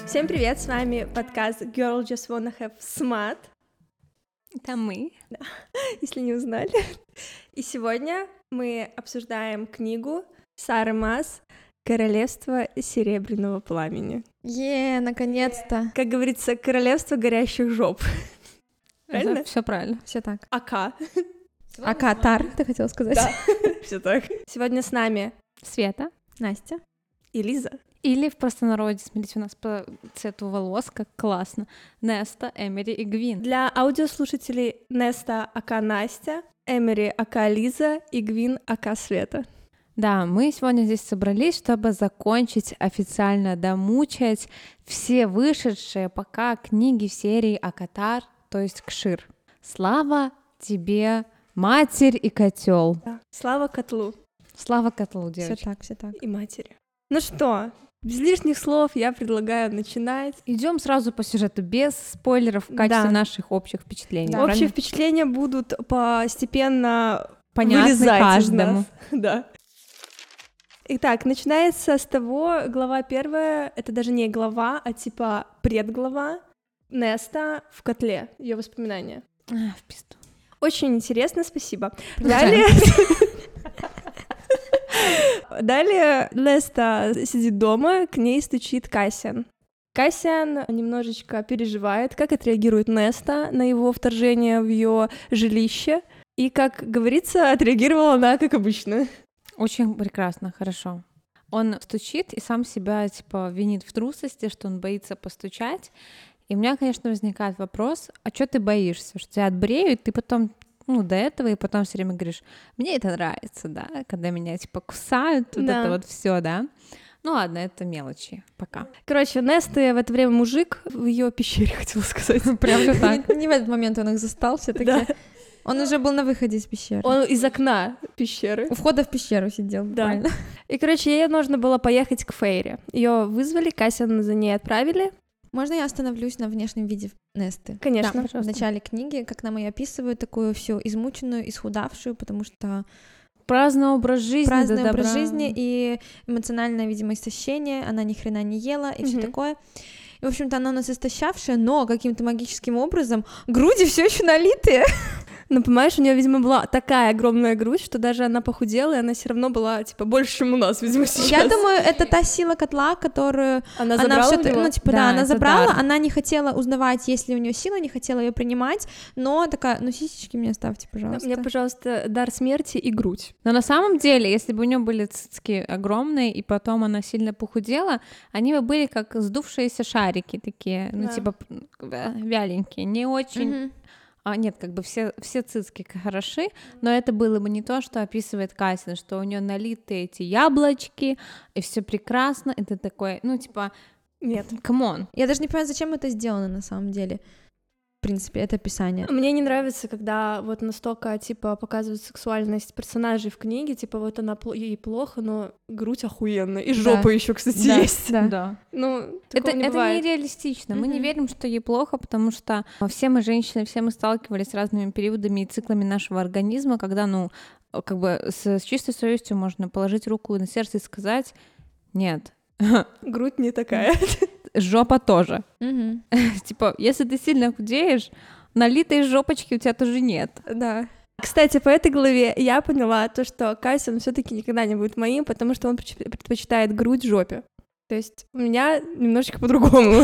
Всем привет, с вами подкаст Girl Just Wanna Have Smut. Это мы. Да. Если не узнали. И сегодня мы обсуждаем книгу Сары Маас «Королевство серебряного пламени». Наконец-то. Как говорится, королевство горящих жоп. Правильно? Все правильно. Все так. Ака. Акатар, ты хотела сказать? Да, все так. Сегодня с нами Света. Настя. и Лиза. Или в простонародье, смотрите, у нас по цвету волос, как классно. Неста, Эмери и Гвин. Для аудиослушателей Неста Ака Настя, Эмери Ака Лиза и Гвин Ака Света. Да, мы сегодня здесь собрались, чтобы закончить официально домучать все вышедшие пока книги в серии Акатар, то есть Кшир. Слава тебе, матерь и котел. Да. Слава котлу Слава котлу, девочки. Все так. и матери. Ну что, без лишних слов я предлагаю начинать. Идем сразу по сюжету, без спойлеров в качестве наших общих впечатлений. Да. Общие впечатления будут постепенно понятны вылезать каждому. из нас. Да. Итак, начинается с того, глава первая, это даже не глава, а типа предглава Неста в котле, ее воспоминания. В пизду. Очень интересно, спасибо. Далее Неста сидит дома, к ней стучит Кассиан. Кассиан немножечко переживает, как отреагирует Неста на его вторжение в ее жилище. И, как говорится, отреагировала она как обычно. Очень прекрасно, хорошо. Он стучит и сам себя, типа, винит в трусости, что он боится постучать. И у меня, конечно, возникает вопрос, а что ты боишься? Что тебя отбреют, ты потом, до этого, и потом все время говоришь, мне это нравится, да, когда меня, типа, кусают, вот Да. это вот все, да. Ну ладно, это мелочи, пока. Короче, Неста в это время мужик в ее пещере, хотела сказать. Прям же так. Не в этот момент он их застал все-таки. Да. Он уже был на выходе из пещеры. Он из окна пещеры. У входа в пещеру сидел. Да. Буквально. И, короче, ей нужно было поехать к Фейре. Ее вызвали, Кассиан за ней отправили. Можно я остановлюсь на внешнем виде Несты? Конечно. В начале книги, как нам ее описывают, такую всю измученную, исхудавшую, потому что Праздный образ жизни. праздный до образ добра. жизни и эмоциональное, видимо, истощение, она ни хрена не ела и все такое. И, в общем-то, она у нас истощавшая, но каким-то магическим образом груди все еще налитые. Ну, понимаешь, у нее, видимо, была такая огромная грудь, что даже она похудела, и она все равно была, типа, больше, чем у нас, видимо, сейчас. Я думаю, это та сила котла, которую Она забрала у него? Да, она это забрала, дар. она не хотела узнавать, есть ли у нее сила, не хотела ее принимать, но такая, сисечки мне оставьте, пожалуйста. Мне, пожалуйста, дар смерти и грудь. Но на самом деле, если бы у нее были цицки огромные, и потом она сильно похудела, они бы были как сдувшиеся шарики такие, Да. типа вяленькие, не очень... Мгм. Нет, как бы все цицки хороши, но это было бы не то, что описывает Кассиан, что у нее налиты эти яблочки, и все прекрасно, это такой, Нет. камон. Я даже не понимаю, зачем это сделано на самом деле. В принципе, это описание. Мне не нравится, когда вот настолько, типа, показывают сексуальность персонажей в книге, типа, вот она ей плохо, но грудь охуенная, и жопа еще, кстати, Да, есть. да. Ну, Это такого не не бывает. реалистично. Мы не Мгм. верим, что ей плохо, потому что все мы женщины, все мы сталкивались с разными периодами и циклами нашего организма, когда, как бы с чистой совестью можно положить руку на сердце и сказать: нет, Грудь не такая. жопа тоже. Мгм. Типа, если ты сильно худеешь, налитой жопочки у тебя тоже нет. Да. Кстати, по этой главе я поняла то, что Кассиан все-таки никогда не будет моим, потому что он предпочитает грудь жопе. То есть у меня немножечко по-другому.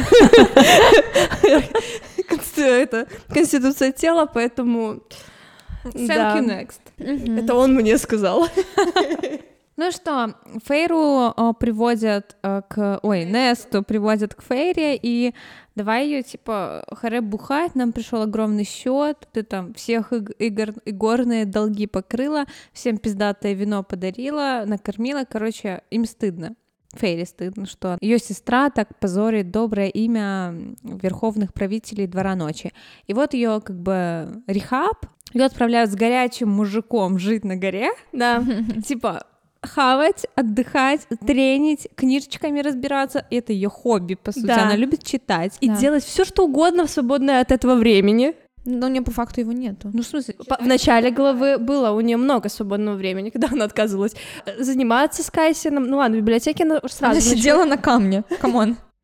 Это конституция тела, поэтому Thank you, next. Мгм. это он мне сказал. Ну что, Фейру приводят Несту приводят к Фейре, и давай ее типа харе бухать, нам пришел огромный счет, ты там всех игорные долги покрыла, всем пиздатое вино подарила, накормила, короче, им стыдно. Фейре стыдно, что ее сестра так позорит доброе имя верховных правителей Двора Ночи. И вот ее как бы рехаб, ее отправляют с горячим мужиком жить на горе, Да. типа хавать, отдыхать, тренить, книжечками разбираться. Это ее хобби, по сути. Да. Она любит читать. И Да. делать все, что угодно в свободное от этого времени. Но у нее по факту его нету. Ну, в смысле, В начале главы было у нее много свободного времени, когда она отказывалась заниматься с Кассианом. Ну ладно, в библиотеке она уж сразу Она начала. сидела на камне, камон.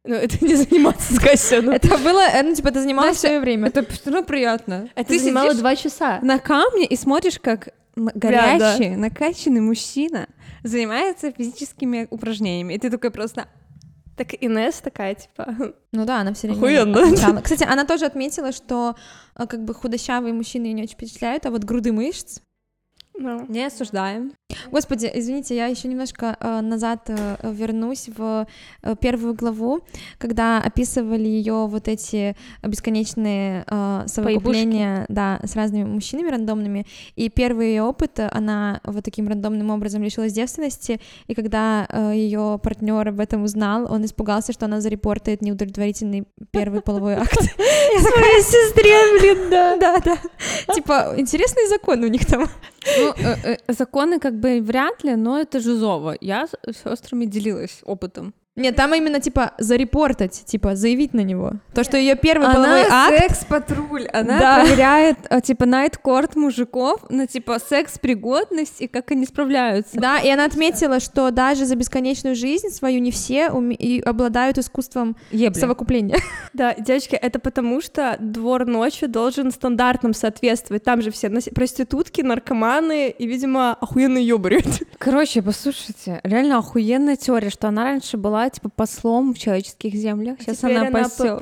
Ну, это не заниматься с Кассианом. Это было, ну, типа, это занимало Настя, свое время. Это все равно приятно. Это Ты занимало сидишь 2 часа. на камне и смотришь, как горячий, накачанный мужчина занимается физическими упражнениями. И ты такой просто... Так Инесс такая, типа... Ну да, она все время Охуенно. отмечала. Кстати, она тоже отметила, что как бы худощавые мужчины ее не очень впечатляют, а вот груды мышц. Ну. Не осуждаем. Господи, извините, я еще немножко назад вернусь в первую главу, когда описывали ее вот эти бесконечные совокупления, да, с разными мужчинами рандомными. И первый ее опыт, она вот таким рандомным образом лишилась девственности, и когда ее партнер об этом узнал, он испугался, что она зарепортает неудовлетворительный первый половой акт. Своей сестре, блин, да. Да. Типа, интересный закон у них там. Ну, законы как бы вряд ли, но это жизово. Я с сестрами делилась опытом. Нет, там именно, типа, зарепортать, типа, заявить на него. То, что ее первый половой акт... секс-патруль, она проверяет, типа, найткорт мужиков на, типа, секс-пригодность и как они справляются. Да, и она отметила, что даже за бесконечную жизнь свою не все и обладают искусством совокупления. Да, девочки, это потому что двор ночи должен стандартам соответствовать. Там же все проститутки, наркоманы и, видимо, охуенные ёбари. Короче, послушайте, реально охуенная теория, что она раньше была, типа, послом в человеческих землях. Сейчас теперь она она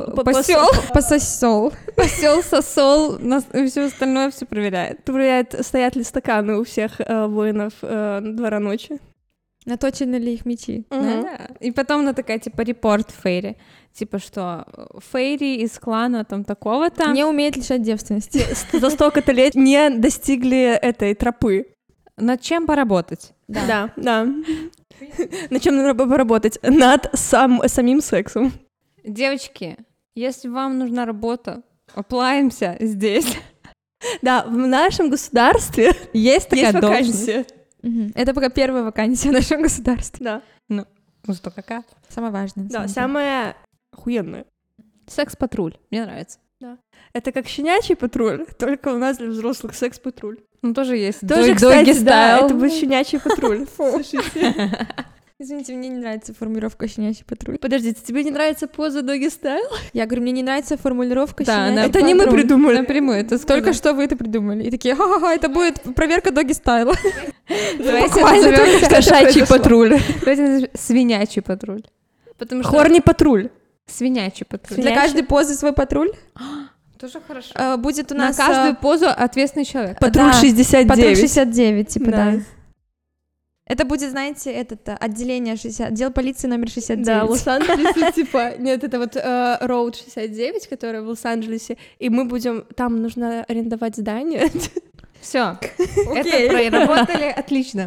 посел сосол, и все остальное все проверяет. Проверяет, стоят ли стаканы у всех воинов двора ночи. Наточены ли их мечи. Да. И потом она такая, типа, репорт Фейри. Типа, что Фейри из клана там такого-то... Не умеет лишать девственности. За столько-то лет не достигли этой тропы. Над чем поработать? Да. Над чем надо поработать? Над самим сексом. Девочки, если вам нужна работа, оплаемся здесь. Да, в нашем государстве есть такая должность. вакансия. Это пока первая вакансия в нашем государстве. Да. Ну, что какая? Самое важное. Да, самое охуенное. Секс-патруль. Мне нравится. Да. Это как щенячий патруль, только у нас для взрослых секс-патруль. Ну, тоже есть. Тоже, кстати, да, это будет щенячий патруль. Слушайте. Извините, мне не нравится формулировка «щенячий патруль». Подождите, тебе не нравится поза доги стайл? Я говорю, мне не нравится формулировка Да, «щенячий это не мы патруль». придумали. Напрямую. Это Только что вы это придумали. И такие, ха-ха-ха, это будет проверка доги стайла. Буквально только кошачий патруль. Давайте свинячий патруль. Потому что... Хорни патруль. Свинячий патруль. Для каждой позы свой патруль. Тоже хорошо. Будет у На нас... каждую позу ответственный человек. Патруль да, 69. Патруль 69, типа, да. Nice. Это будет, знаете, отделение 60, отдел полиции номер 69. Да, в Лос-Анджелесе, типа, нет, это вот Road 69, которая в Лос-Анджелесе, и мы будем, там нужно арендовать здание. Все. Это проработали отлично.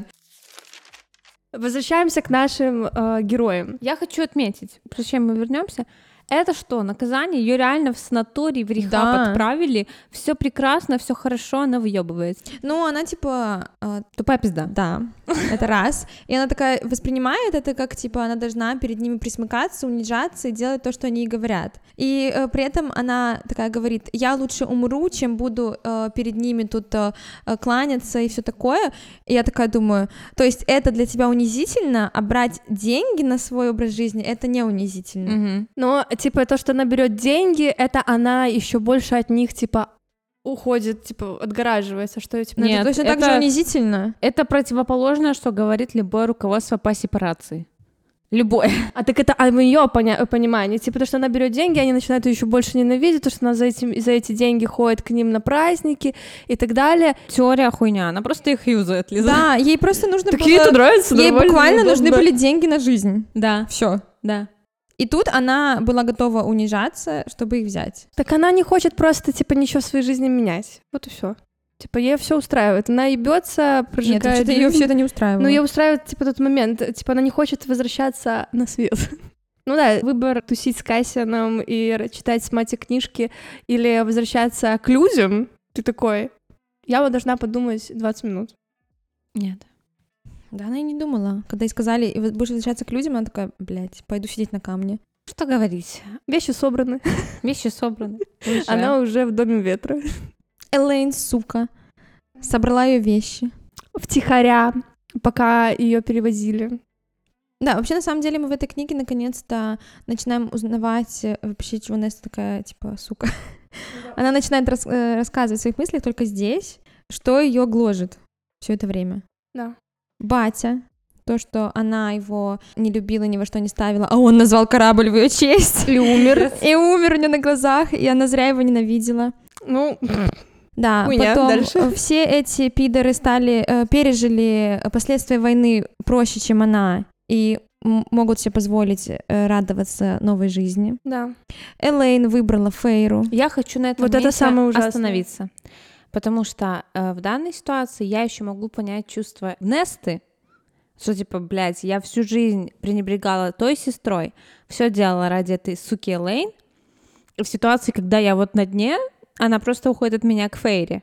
Возвращаемся к нашим героям. Я хочу отметить, прежде чем мы вернемся, это что, наказание? Ее реально в санаторий, в рехаб Да. отправили, все прекрасно, все хорошо, она выебывается. Ну, она, типа... Тупая пизда. Да, это раз. И она такая воспринимает это как, типа, она должна перед ними присмыкаться, унижаться и делать то, что они ей говорят. И при этом она такая говорит, я лучше умру, чем буду перед ними тут кланяться и все такое. И я такая думаю, то есть это для тебя унизительно, а брать деньги на свой образ жизни, это не унизительно. Мгм. Но, типа, то, что она берет деньги, это она еще больше от них, типа, уходит, типа, отгораживается, что, типа, Нет, Это точно так это- же унизительно. Это противоположное, что говорит любое руководство по сепарации. Любое. А так это в ее понимании, типа, то, что она берет деньги, они начинают ее еще больше ненавидеть, то, что она за эти деньги ходит к ним на праздники и так далее. Теория хуйня, она просто их юзает, Лиза. Да, ей просто нужно Так было... ей это нравится, Ей нормально, буквально удобно. нужны были деньги на жизнь. Да, Все. да. И тут она была готова унижаться, чтобы их взять. Так она не хочет просто, типа, ничего в своей жизни менять. Вот и все. Типа, ей все устраивает. Она ебется, Нет, прожигает вообще-то ее жизнь. все это не устраивало. Ну, ее устраивает, типа, тот момент. Типа, она не хочет возвращаться на свет. Ну да, выбор тусить с Кассианом и читать с Мати книжки или возвращаться к людям, ты такой, я вот должна подумать 20 минут. Нет. Да, она и не думала. Когда ей сказали, и вот будешь возвращаться к людям, она такая, блядь, пойду сидеть на камне. Что говорить? Вещи собраны. Вещи собраны. Уезжаем. Она уже в Доме ветра. Элейн, сука, собрала ее вещи. Втихаря, пока ее перевозили. Да, вообще, на самом деле, мы в этой книге наконец-то начинаем узнавать вообще, чего Неста такая, типа, сука. Она начинает рассказывать в своих мыслях только здесь, что ее гложет все это время. Да. Батя, то, что она его не любила, ни во что не ставила, а он назвал корабль в ее честь. И умер. И умер у нее на глазах, и она зря его ненавидела. Ну, да, хуйня, потом дальше. все эти пидоры пережили последствия войны проще, чем она, и могут себе позволить радоваться новой жизни. Да. Элейн выбрала Фейру. Я хочу на этом Вот это самое ужасное. остановиться, потому что в данной ситуации я еще могу понять чувство Несты, что типа, блядь, я всю жизнь пренебрегала той сестрой, все делала ради этой суки Элейн, и в ситуации, когда я вот на дне, она просто уходит от меня к Фейре.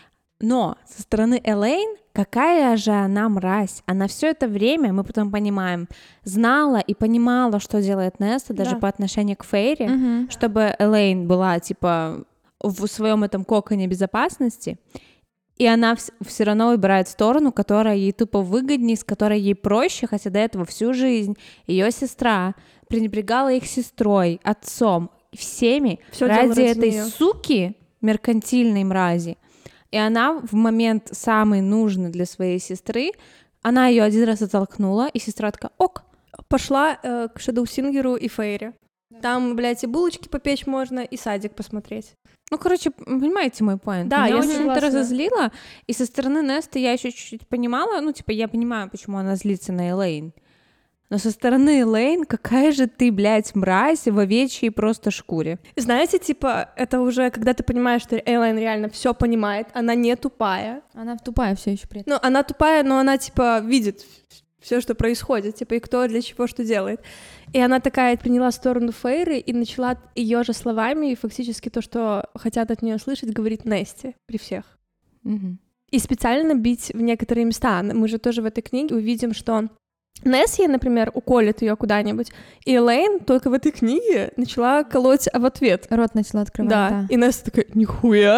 Но со стороны Элейн, какая же она мразь. Она все это время, мы потом понимаем, знала и понимала, что делает Неста, даже по отношению к Фейре, чтобы Элейн была, типа, в своем этом коконе безопасности, и она все равно выбирает сторону, которая ей тупо выгоднее, с которой ей проще, хотя до этого всю жизнь ее сестра пренебрегала их сестрой, отцом, всеми Всё ради делала этой неё. суки, меркантильной мрази. И она в момент самый нужный для своей сестры, она ее один раз оттолкнула, и сестра такая, ок. Пошла к Шэдоусингеру и Фейре. Там, блядь, и булочки попечь можно, и садик посмотреть. Ну, короче, понимаете мой поинт? Да, Меня я очень это согласна. разозлило, и со стороны Несты я еще чуть-чуть понимала, ну, типа, я понимаю, почему она злится на Элейн. Но со стороны Элейн, какая же ты, блядь, мразь в овечьей просто шкуре. Знаете, типа, это уже, когда ты понимаешь, что Элейн реально все понимает, она не тупая. Она тупая все еще при этом. Ну, она тупая, но она, типа, видит все, что происходит, типа, и кто для чего что делает. И она такая приняла сторону Фейры и начала ее же словами, и фактически то, что хотят от нее слышать, говорит Несте при всех. Мгм. И специально бить в некоторые места. Мы же тоже в этой книге увидим, что Несс ей, например, уколет ее куда-нибудь, и Элейн только в этой книге начала колоть в ответ. Рот начала открывать, да. И Несс такая, нихуя.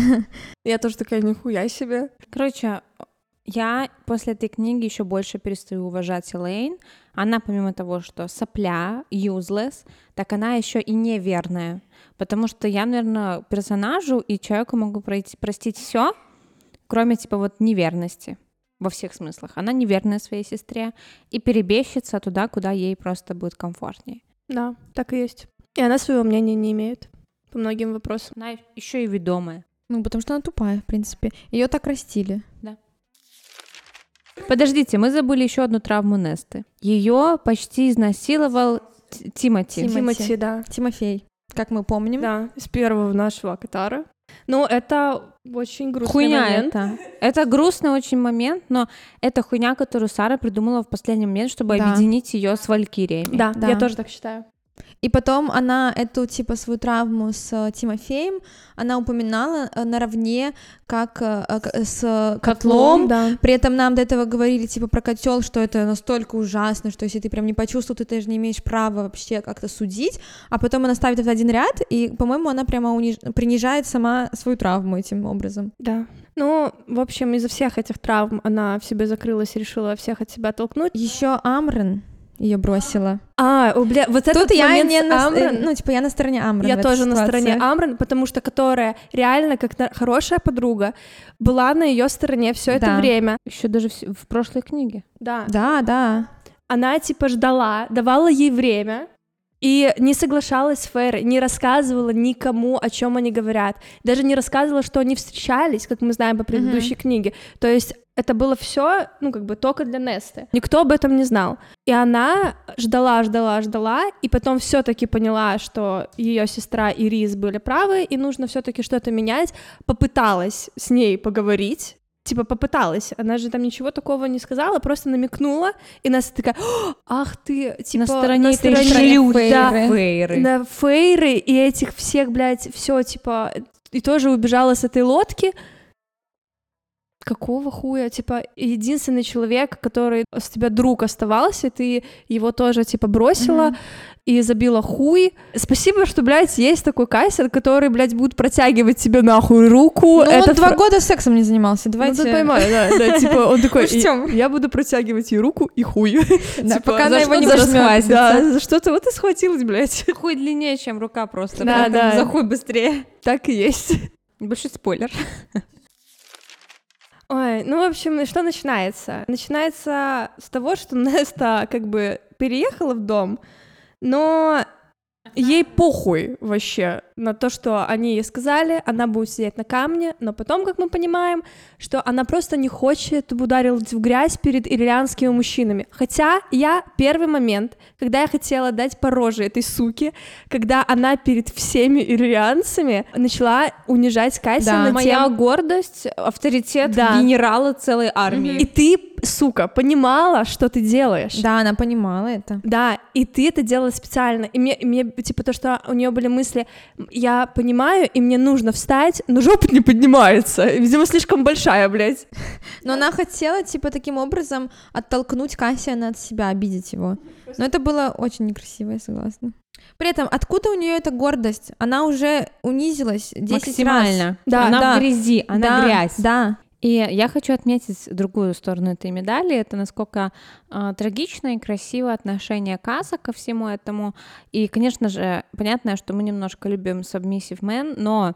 Я тоже такая, нихуя себе. Короче, я после этой книги еще больше перестаю уважать Элейн. Она, помимо того, что сопля, useless, так она еще и неверная. Потому что я, наверное, персонажу и человеку могу простить все, кроме, типа, вот неверности. Во всех смыслах. Она неверная своей сестре и перебежчица туда, куда ей просто будет комфортнее. Да, так и есть. И она своего мнения не имеет по многим вопросам. Она еще и ведомая. Ну, потому что она тупая, в принципе. Ее так растили. Подождите, мы забыли еще одну травму Несты. Ее почти изнасиловал Тимоти. Тимоти, да. Тимофей, как мы помним. Да, из первого нашего Акатара. Ну, это очень грустный Хуйня момент. это грустный очень момент, но это хуйня, которую Сара придумала в последний момент, чтобы Да. объединить ее с Валькириями. Да, Да. я тоже так считаю. И потом она эту, типа, свою травму с Тимофеем, она упоминала наравне как с котлом. Да. При этом нам до этого говорили, типа, про котел, что это настолько ужасно, что если ты прям не почувствовал, то ты даже не имеешь права вообще как-то судить. А потом она ставит это в один ряд, и, по-моему, она прямо принижает сама свою травму этим образом. Да. Ну, в общем, из-за всех этих травм она в себе закрылась и решила всех от себя толкнуть. Еще Амрен ее бросила. Бля, вот этот Тут я момент не с Амрен, ну, типа, я на стороне Амрен. я в этой тоже на стороне ситуации. Амрен, потому что которая реально, как хорошая подруга, была на ее стороне все это Да. время. Еще даже в прошлой книге. Да. Да. Она, типа, ждала, давала ей время, и не соглашалась с Фейрой, не рассказывала никому, о чем они говорят, даже не рассказывала, что они встречались, как мы знаем по предыдущей книге. То есть это было все, ну, как бы только для Несты. Никто об этом не знал. И она ждала, и потом все-таки поняла, что ее сестра и Рис были правы, и нужно все-таки что-то менять. Попыталась с ней поговорить. Типа попыталась, она же там ничего такого не сказала, просто намекнула, и Настя такая, ах ты, типа, на стороне этой Фейры. да, Фейры. на Фейры и этих всех, блядь, все, типа, и тоже убежала с этой лодки. Какого хуя? Типа, единственный человек, который с тебя друг оставался, ты его тоже, типа, бросила и забила хуй. Спасибо, что, блядь, есть такой Кайсен, который, блядь, будет протягивать тебе нахуй руку. Ну, он 2 года сексом не занимался, давайте... Ну, ты понимаешь, да, типа, он такой, Учтём. я буду протягивать ей руку и хуй. Да, пока она его не за возьмёт. Да, за что-то вот и схватилась, блядь. Хуй длиннее, чем рука просто. Да, поэтому да. за хуй быстрее. Так и есть. Небольшой спойлер. Ой, ну, в общем, что начинается? Начинается с того, что Неста как бы переехала в дом, но ей похуй вообще на то, что они ей сказали, она будет сидеть на камне, но потом, как мы понимаем, что она просто не хочет ударить в грязь перед ирландскими мужчинами. Хотя я первый момент, когда я хотела дать по роже этой суке, когда она перед всеми ирландцами начала унижать Кайсена Да, моя тем... гордость, авторитет Да. генерала целой армии. И ты, сука, понимала, что ты делаешь. Да, она понимала это. Да, и ты это делала специально. И мне типа, то, что у нее были мысли, я понимаю, и мне нужно встать, но жопа не поднимается. Видимо, слишком большая, блядь. Но она хотела, типа, таким образом оттолкнуть Кассиана от себя, обидеть его. Но это было очень некрасиво, я согласна. При этом, откуда у нее эта гордость? Она уже унизилась 10 раз. Максимально. Да, она да. в грязи, она Да, грязь. Да. И я хочу отметить другую сторону этой медали, это насколько трагично и красиво отношение Каса ко всему этому. И, конечно же, понятно, что мы немножко любим submissive men, но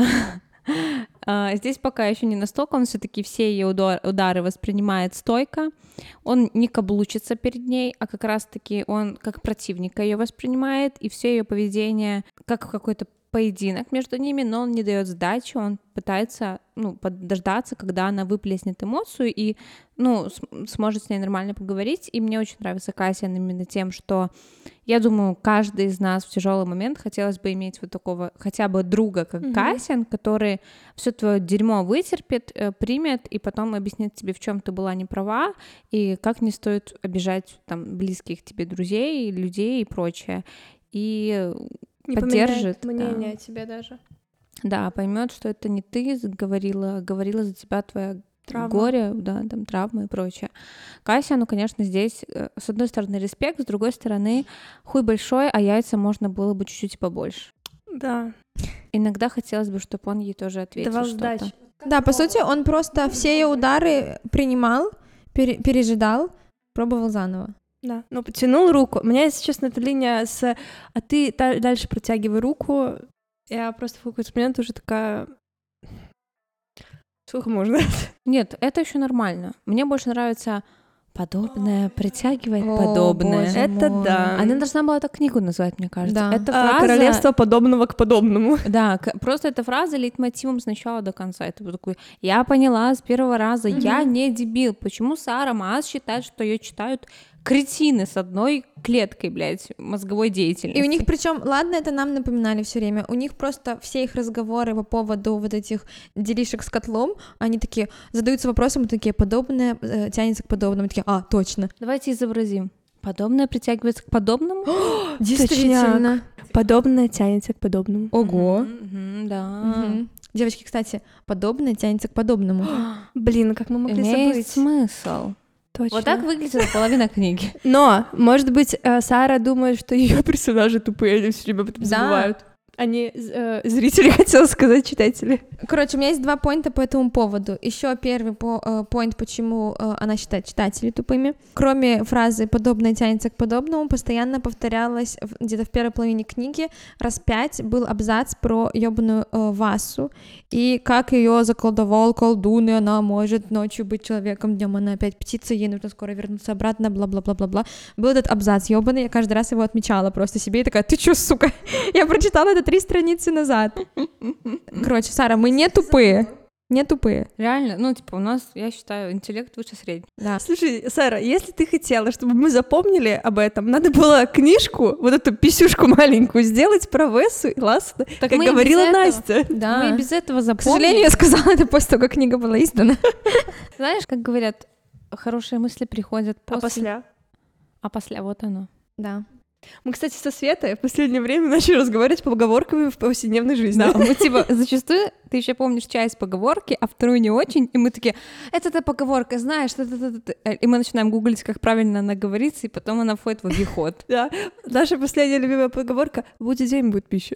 здесь пока еще не настолько, он все-таки все ее удары воспринимает стойко, он не каблучится перед ней, а как раз-таки он как противника ее воспринимает, и все ее поведение как какой-то поединок между ними, но он не дает сдачи, он пытается, дождаться, когда она выплеснет эмоцию и, сможет с ней нормально поговорить. И мне очень нравится Кассиан именно тем, что, я думаю, каждый из нас в тяжелый момент хотелось бы иметь вот такого хотя бы друга, как Кассиан, который все твое дерьмо вытерпит, примет и потом объяснит тебе, в чем ты была не права и как не стоит обижать там близких тебе друзей, людей и прочее. И Не поддержит. Мнение о тебе даже. Да, поймет, что это не ты говорила за тебя твоя горе, да, там травмы и прочее. Кассиану, конечно, здесь, с одной стороны, респект, с другой стороны, хуй большой, а яйца можно было бы чуть-чуть побольше. Да. Иногда хотелось бы, чтобы он ей тоже ответил Давал что-то. сдачи. Да, по сути, он просто все ее удары принимал, пережидал, пробовал заново. Да, но потянул руку. У меня, если честно, эта линия с «а ты дальше протягивай руку», я просто в какой-то момент уже такая... Сколько можно? Нет, это еще нормально. Мне больше нравится подобное, притягивает подобное. Боже Это мой. да. Она должна была так книгу назвать, мне кажется. Да. Эта фраза... Королевство подобного к подобному. Да, просто эта фраза лейтмотивом с начала до конца. Это вот такой, я поняла с первого раза, я не дебил. Почему Сара Маас считает, что ее читают кретины с одной клеткой, блядь, мозговой деятельности? И у них, причем, ладно, это нам напоминали все время, у них просто все их разговоры по поводу вот этих делишек с котлом, они такие задаются вопросом, такие, подобное тянется к подобному, такие, точно. Давайте изобразим. Подобное притягивается к подобному? Действительно. Подобное тянется к подобному. Ого. Да. Девочки, кстати, подобное тянется к подобному. Блин, как мы могли Имеет забыть? смысл. Точно. Вот так выглядела половина книги. Но, может быть, Сара думает, что ее персонажи тупые, они все время об этом Да. забывают. Они зрители, хотела сказать, читатели. Короче, у меня есть 2 поинта по этому поводу. Еще первый поинт, почему она считает читателей тупыми. Кроме фразы «подобное тянется к подобному», постоянно повторялось где-то в первой половине книги раз 5 был абзац про ёбаную Васу и как ее заколдовал колдун, и она может ночью быть человеком, днем она опять птица, ей нужно скоро вернуться обратно, бла-бла-бла-бла-бла. Был этот абзац ёбаный, я каждый раз его отмечала просто себе и такая, ты чё, сука? Я прочитала это 3 страницы назад. Короче, Сара, мы не тупые. Не тупые. Реально, у нас, я считаю, интеллект выше среднего. Да. Слушай, Сара, если ты хотела, чтобы мы запомнили об этом, надо было книжку, вот эту писюшку маленькую, сделать про Весу и Ласса, Так как мы и без говорила этого. Настя. Да. Мы и без этого К запомнили. сожалению, я сказала это после того, как книга была издана. Знаешь, как говорят, хорошие мысли приходят после... А после? А после, вот оно. Да. Мы, кстати, со Светой в последнее время начали разговаривать поговорками в повседневной жизни. Да, мы типа зачастую, ты еще помнишь часть поговорки, а вторую не очень, и мы такие, это поговорка, знаешь, и мы начинаем гуглить, как правильно она говорится, и потом она входит в обиход. Да, наша последняя любимая поговорка «Будет день, будет пища».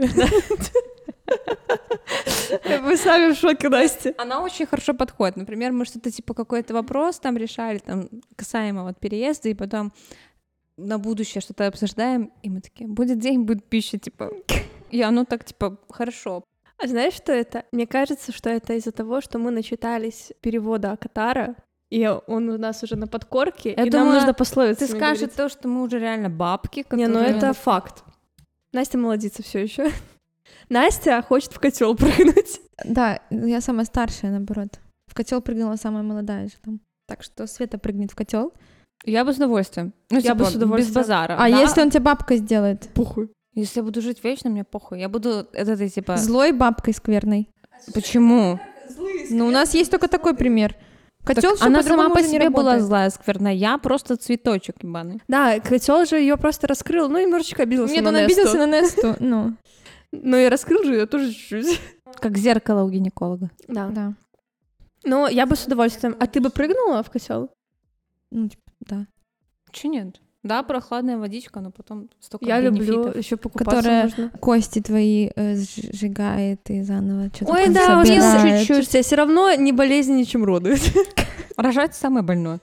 Вы сами в шоке, Настя. Она очень хорошо подходит. Например, мы что-то типа какой-то вопрос там решали, там, касаемо вот переезда, и потом на будущее что-то обсуждаем, и мы такие, будет день, будет пища, типа, и оно так, типа, хорошо. А знаешь, что это? Мне кажется, что это из-за того, что мы начитались перевода Катара, и он у нас уже на подкорке, Я и думаю, нам нужно пословицами Ты скажешь говорить. то, что мы уже реально бабки, Не, ну которые... это факт. Настя молодится все еще. Настя хочет в котел прыгнуть. Да, я самая старшая, наоборот. В котел прыгнула самая молодая же там. Так что Света прыгнет в котел. Я бы с удовольствием. Ну, Я бы типа, с удовольствием. без базара. А да? если он тебя бабкой сделает? Похуй. Если я буду жить вечно, мне похуй. Я буду этой, типа... Злой бабкой скверной. Почему? Ну, у нас есть только такой пример. Котел Так всё она по-другому сама по уже не себе была работает. злая, скверная. Я просто цветочек ебаный. Да, котел же ее просто раскрыл, ну, немножечко обиделся Нет, на он Несту. обиделся на Несту. Ну, Ну, и раскрыл же ее тоже чуть-чуть. Как зеркало у гинеколога. Да. да. Ну, я бы с удовольствием. А ты бы прыгнула в котел? Ну, типа, да. Че нет? Да, прохладная водичка, но потом столько Я люблю бенефитов. еще покупаться Которая можно. Кости твои сжигает и заново что-то Ой, там да, вот собирает. чуть-чуть. Слушайте, все равно не болезненнее, чем роды. Рожать самое больное.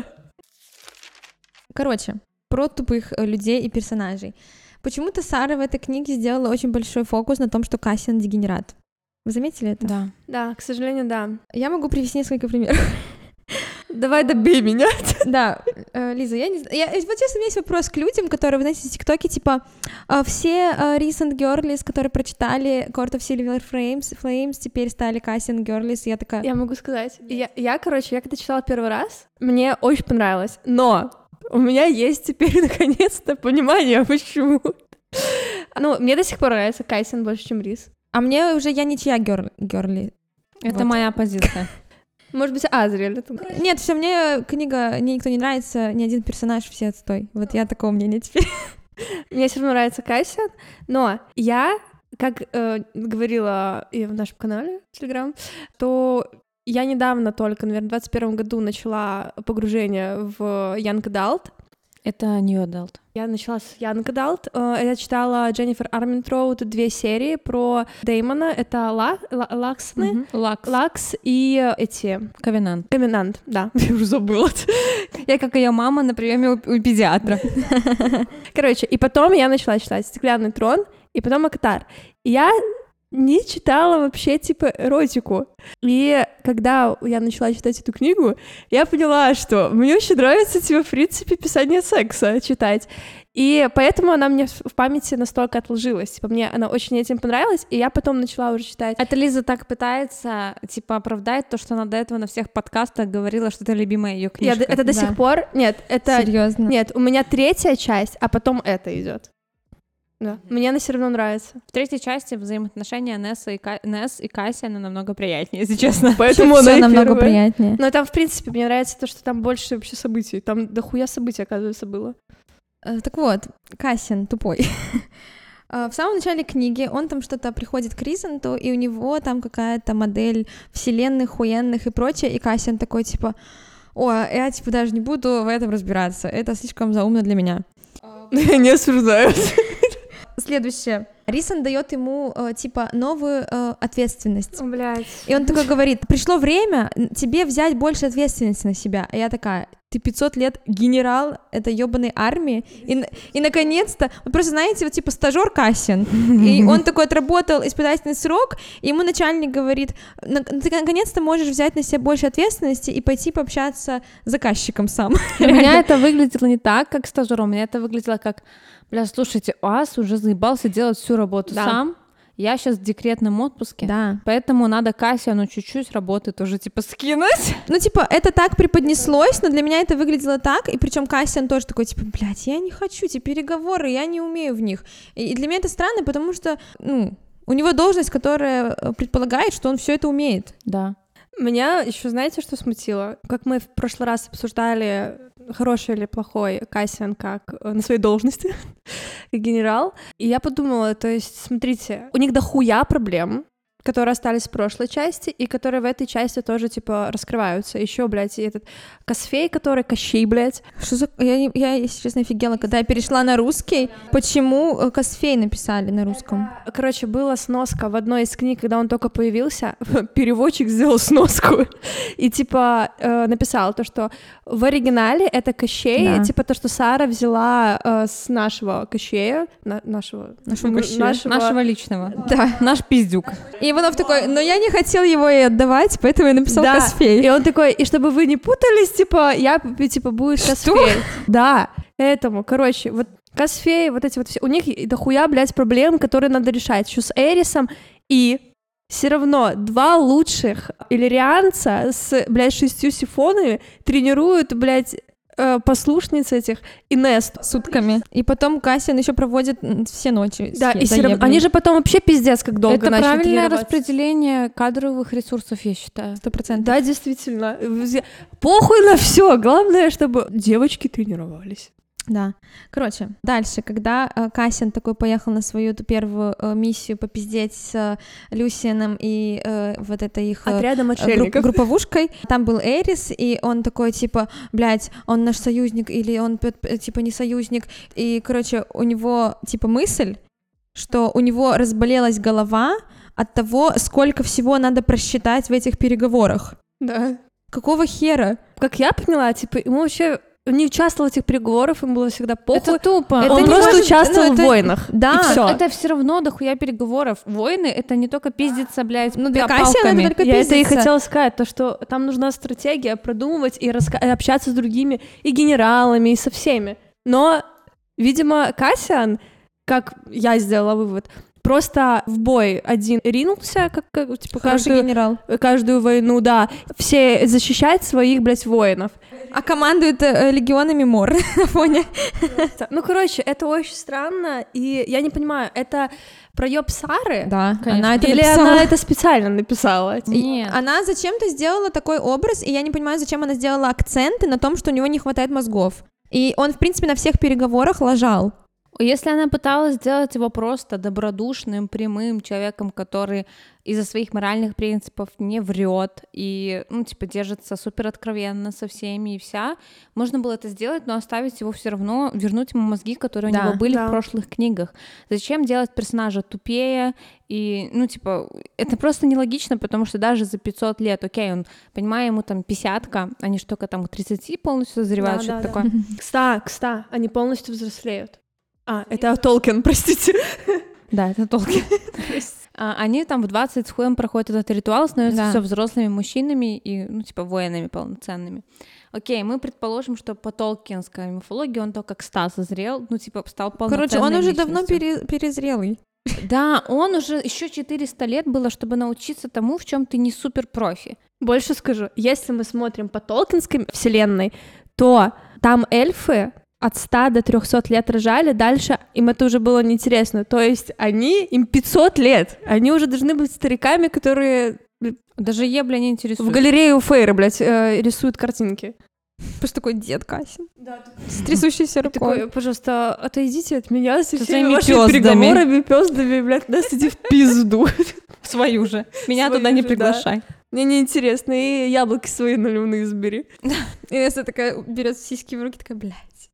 Короче, про тупых людей и персонажей. Почему-то Сара в этой книге сделала очень большой фокус на том, что Кассиан дегенерат. Вы заметили это? Да. Да, к сожалению, да. Я могу привести несколько примеров. Давай добей меня. Да, Лиза, я не знаю. Вот честно, у меня есть вопрос к людям, которые, вы знаете, в ТикТоке, типа, все recent girlies, которые прочитали Court of Silver Flames, теперь стали Cassian girlies, и я такая... Я могу сказать. Я, короче, я когда читала первый раз, мне очень понравилось, но у меня есть теперь, наконец-то, понимание, почему. Ну, мне до сих пор нравится Кайсен больше, чем Рис. А мне уже я ничья герли. Это Вот. моя позиция. Может быть, Азриэль. Нет, все, мне книга, мне никто не нравится, ни один персонаж, все отстой. Вот я такого мнения теперь. Мне все равно нравится Кайсен, но я, как говорила и в нашем канале в Телеграм, то я недавно только, наверное, в 2021 году начала погружение в Young Adult. Это New Adult. Я начала с Young Adult. Я читала Дженнифер Арминтроуд 2 серии про Дэймона. Это Лаксны, Лакс и эти... Ковенант. Ковенант, да, я уже забыла. Я как ее мама на приеме у педиатра. Короче, и потом я начала читать «Стеклянный трон», и потом «Акатар». И я не читала вообще, типа, эротику. И когда я начала читать эту книгу, я поняла, что мне очень нравится, типа, в принципе, писание секса читать. И поэтому она мне в памяти настолько отложилась. Типа, мне она очень этим понравилась, и я потом начала уже читать. Это Лиза так пытается, типа, оправдать то, что она до этого на всех подкастах говорила, что это любимая ее книжка. Это до сих пор... Нет, это... Серьезно. Нет, у меня 3-я часть, а потом это идет. Да. Мне она все равно нравится. В 3-й части взаимоотношения Несс и Кассиана намного приятнее, если честно. Поэтому Всё она и намного первая. приятнее. Но там, в принципе, мне нравится то, что там больше вообще событий. Там дохуя событий, оказывается, было. Так вот, Кассиан тупой. В самом начале книги он там что-то приходит к Ризенту, и у него там какая-то модель вселенных, хуенных и прочее, и Кассиан такой, типа, о, я, типа, даже не буду в этом разбираться, это слишком заумно для меня. Не осуждаю. Следующее. Рисан дает ему, типа, новую ответственность. Блять. И он такой говорит, пришло время тебе взять больше ответственности на себя. А я такая, ты 500 лет генерал этой ёбаной армии, и наконец-то, вот просто знаете, вот типа стажёр Кассиан, и он такой отработал испытательный срок, и ему начальник говорит, ты наконец-то можешь взять на себя больше ответственности и пойти пообщаться с заказчиком сам. У меня это выглядело не так, как стажёр, у меня это выглядело как, бля, слушайте, Ас уже заебался делать всю работу сам, я сейчас в декретном отпуске, Да. поэтому надо Кассиану чуть-чуть работы тоже, типа, скинуть. Ну, типа, это так преподнеслось, но для меня это выглядело так, и причем Кассиан тоже такой, типа, блядь, я не хочу эти переговоры, я не умею в них. И для меня это странно, потому что, ну, у него должность, которая предполагает, что он все это умеет. Да. Меня еще знаете, что смутило? Как мы в прошлый раз обсуждали, хороший или плохой Кассиан как на своей должности. генерал. И я подумала, то есть, смотрите, у них дохуя проблем, которые остались в прошлой части, и которые в этой части тоже, типа, раскрываются. Еще, блядь, и этот Косфей, который Кощей, блядь. Что за... Я, если честно, офигела, когда я перешла на русский, почему Косфей написали на русском? Короче, была сноска в одной из книг, когда он только появился, переводчик сделал сноску и, типа, написал то, что в оригинале это Кощей, Да. типа, то, что Сара взяла с нашего Кощея, нашего личного. Да. Наш пиздюк. И Иванов такой, но я не хотел его ей отдавать, поэтому я написал Да. Косфей. И он такой, и чтобы вы не путались, типа, я, типа, будет Косфей. Да, поэтому, короче, вот Косфей, вот эти вот все, у них дохуя, блядь, проблем, которые надо решать, еще с Эрисом, и все равно два лучших иллирианца с, блядь, 6 сифонами тренируют, блядь, послушниц этих и Несту. Сутками. И потом Кассиан еще проводит все ночи. Да, и все равно, они же потом вообще пиздец как долго Это начали правильное тренироваться. распределение кадровых ресурсов, я считаю. 100%. Да, действительно. Похуй на все. Главное, чтобы девочки тренировались. Да. Короче, дальше, когда Кассиан такой поехал на свою эту первую миссию попиздеть с Люсианом и вот этой их Отрядом отшельников. групповушкой, там был Эрис, и он такой, типа, блядь, он наш союзник, или он, типа, не союзник, и, короче, у него, типа, мысль, что у него разболелась голова от того, сколько всего надо просчитать в этих переговорах. Да. Какого хера? Как я поняла, типа, ему вообще не участвовал в этих переговорах, им было всегда похуй. Это тупо. Он не просто может- участвовал ну, в это- войнах. Да. И всё. Это все равно дохуя переговоров. Войны — это не только пиздиться, блядь, Ну, для Кассиана палками. это только Я это и пиздиться. хотела сказать, то, что там нужна стратегия продумывать и общаться с другими и генералами, и со всеми. Но, видимо, Кассиан, как я сделала вывод, просто в бой один ринулся, как типа, Хороший генерал. каждую войну, да, все защищать своих, блядь, воинов. А командует легионами Мор на фоне. Ну, короче, это очень странно, и я не понимаю, это проеб Сары? Да, конечно. она это Или написала. она это специально написала? И Нет. Она зачем-то сделала такой образ, и я не понимаю, зачем она сделала акценты на том, что у него не хватает мозгов. И он, в принципе, на всех переговорах лажал. Если она пыталась сделать его просто добродушным, прямым человеком, который из-за своих моральных принципов не врет и, ну, типа, держится супер откровенно со всеми и вся, можно было это сделать, но оставить его все равно, вернуть ему мозги, которые у Да, него были да. в прошлых книгах. Зачем делать персонажа тупее? И, ну, типа, это просто нелогично, потому что даже за 500 лет, окей, он, понимаю, ему там 50-ка, они же только там к 30 полностью созревают, что-то такое. Кста, они полностью взрослеют. Это Толкин, простите. Да, это Толкин. Они там в 20 с хуем проходят этот ритуал, становятся Да. все взрослыми мужчинами и, ну, типа, воинами полноценными. Окей, мы предположим, что по толкинской мифологии он только к 100 созрел, ну, типа, стал полноценной Короче, он уже давно личностью. перезрелый. Да, он уже еще 400 лет было, чтобы научиться тому, в чем ты не супер профи. Больше скажу, если мы смотрим по Толкинской вселенной, то там эльфы от 100 до 300 лет рожали, дальше им это уже было неинтересно. То есть им 500 лет. Они уже должны быть стариками, которые Даже ебля не интересует. в галерее у Фейра, блядь, рисуют картинки. Просто такой дед Кассиан. С трясущейся рукой. Такой, пожалуйста, отойдите от меня со всеми своими вашими пёздами. переговорами, пёздами, блядь, нас иди в пизду. Свою же. Меня Свою туда не же, да. приглашай. Мне неинтересно, и яблоки свои наливные забери. Инесса такая берет сиськи в руки, такая, блядь.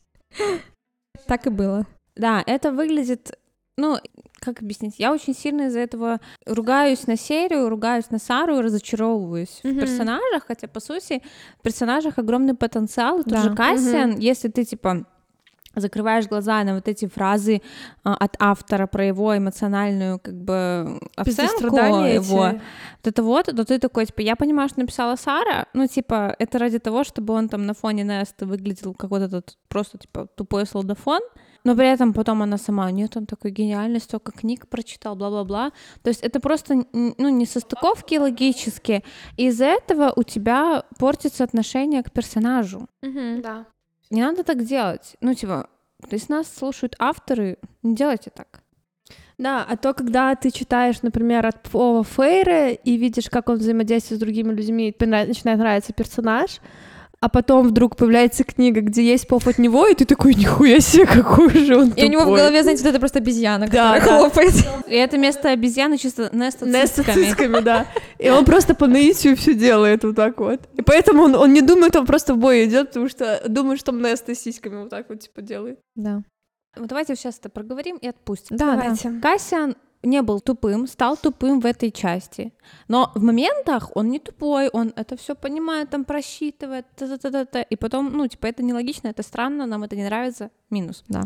Так и было. Да, это выглядит, ну, как объяснить, я очень сильно из-за этого ругаюсь на серию, ругаюсь на Сару и разочаровываюсь в персонажах, хотя, по сути, в персонажах огромный потенциал, и тот Да. же Кассиан, если ты, типа, закрываешь глаза на вот эти фразы от автора про его эмоциональную, как бы, оценку Пиздострадания его, эти. вот это вот, то ты такой, типа, я понимаю, что написала Сара, ну, типа, это ради того, чтобы он там на фоне Неста выглядел как вот этот просто, типа, тупой солдафон, но при этом потом она сама, нет, он такой гениальный, столько книг прочитал, бла-бла-бла. То есть это просто, ну, несостыковки логические. И из-за этого у тебя портится отношение к персонажу. Да. Не надо так делать. Ну, типа, если нас слушают авторы, не делайте так. Да, а то, когда ты читаешь, например, от Пола Фейра и видишь, как он взаимодействует с другими людьми, и тебе начинает нравиться персонаж, а потом вдруг появляется книга, где есть повод от него, и ты такой, нихуя себе, какой же он тупой. И у него в голове, знаете, вот это просто обезьяна, Да, которая хлопает. И это место обезьяны чисто Неста цицками. Цицками, да. И он просто по наитию все делает вот так вот. И поэтому он не думает, он просто в бой идет, потому что думает, что Неста с сиськами вот так вот типа делает. Да. Вот давайте сейчас это проговорим и отпустим. Да, Давайте. Кассиан не был тупым, стал тупым в этой части. Но в моментах он не тупой, он это все понимает, там просчитывает, та-та-та-та. И потом, ну, типа, это нелогично, это странно, нам это не нравится, минус. Да.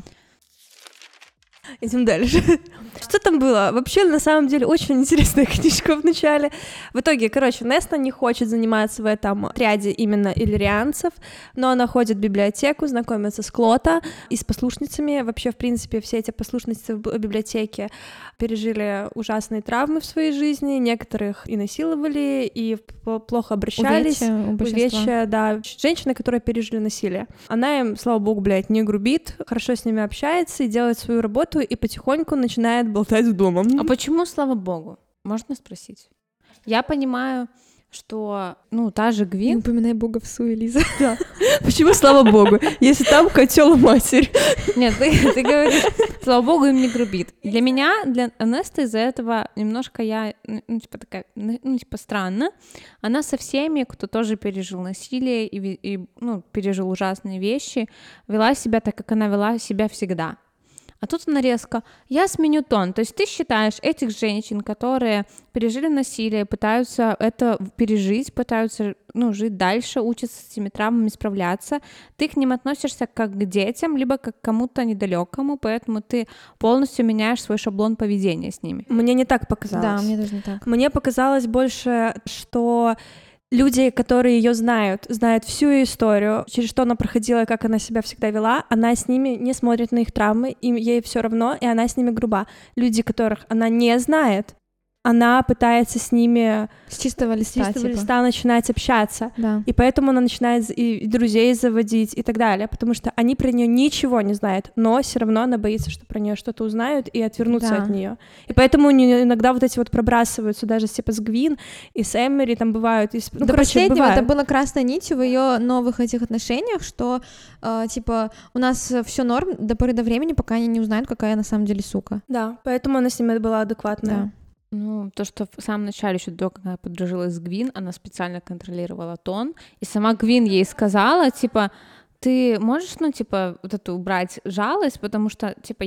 Идем дальше. Что там было? Вообще, на самом деле, очень интересная книжка в начале. В итоге, короче, Неста не хочет заниматься в этом отряде именно иллирианцев, но она ходит в библиотеку, знакомится с Клото и с послушницами. Вообще, в принципе, все эти послушницы в библиотеке пережили ужасные травмы в своей жизни, некоторых и насиловали, и плохо обращались. Увечья, да. Женщины, которые пережили насилие. Она им, слава богу, блядь, не грубит, хорошо с ними общается и делает свою работу, и потихоньку начинает болтать с домом. А почему, слава богу? Можно спросить? Я понимаю, что, ну, та же Не Гвин... упоминай бога в суе, Лиза. Да. Почему, слава богу, если там котел и матерь? Нет, ты говоришь, слава богу, им не грубит. Для меня, для Несты из-за этого немножко ну, типа такая, ну, типа странно. Она со всеми, кто тоже пережил насилие и ну, пережил ужасные вещи, вела себя так, как она вела себя всегда. А тут она резко, я сменю тон. То есть ты считаешь этих женщин, которые пережили насилие, пытаются это пережить, пытаются, ну, жить дальше, учатся с этими травмами справляться, ты к ним относишься как к детям, либо как к кому-то недалекому, поэтому ты полностью меняешь свой шаблон поведения с ними. Мне не так показалось. Да, мне тоже не так. Мне показалось больше, что люди, которые ее знают всю ее историю, через что она проходила, как она себя всегда вела, она с ними не смотрит на их травмы, им ей все равно, и она с ними груба. Люди, которых она не знает, она пытается с ними с чистого листа начинать общаться. Да. И поэтому она начинает и друзей заводить и так далее, потому что они про нее ничего не знают, но все равно она боится, что про нее что-то узнают и отвернутся от нее. И поэтому у нее иногда вот эти вот пробрасываются даже типа с Гвин и с Эмери там бывают. До последнего это было красной нитью в ее новых этих отношениях, что типа у нас все норм до поры до времени, пока они не узнают, какая на самом деле сука. Да, поэтому она с ними была адекватная. Да. Ну, то, что в самом начале, еще до, когда она подружилась с Гвин, она специально контролировала тон, и сама Гвин ей сказала, типа, ты можешь, ну, типа, вот эту убрать жалость, потому что, типа,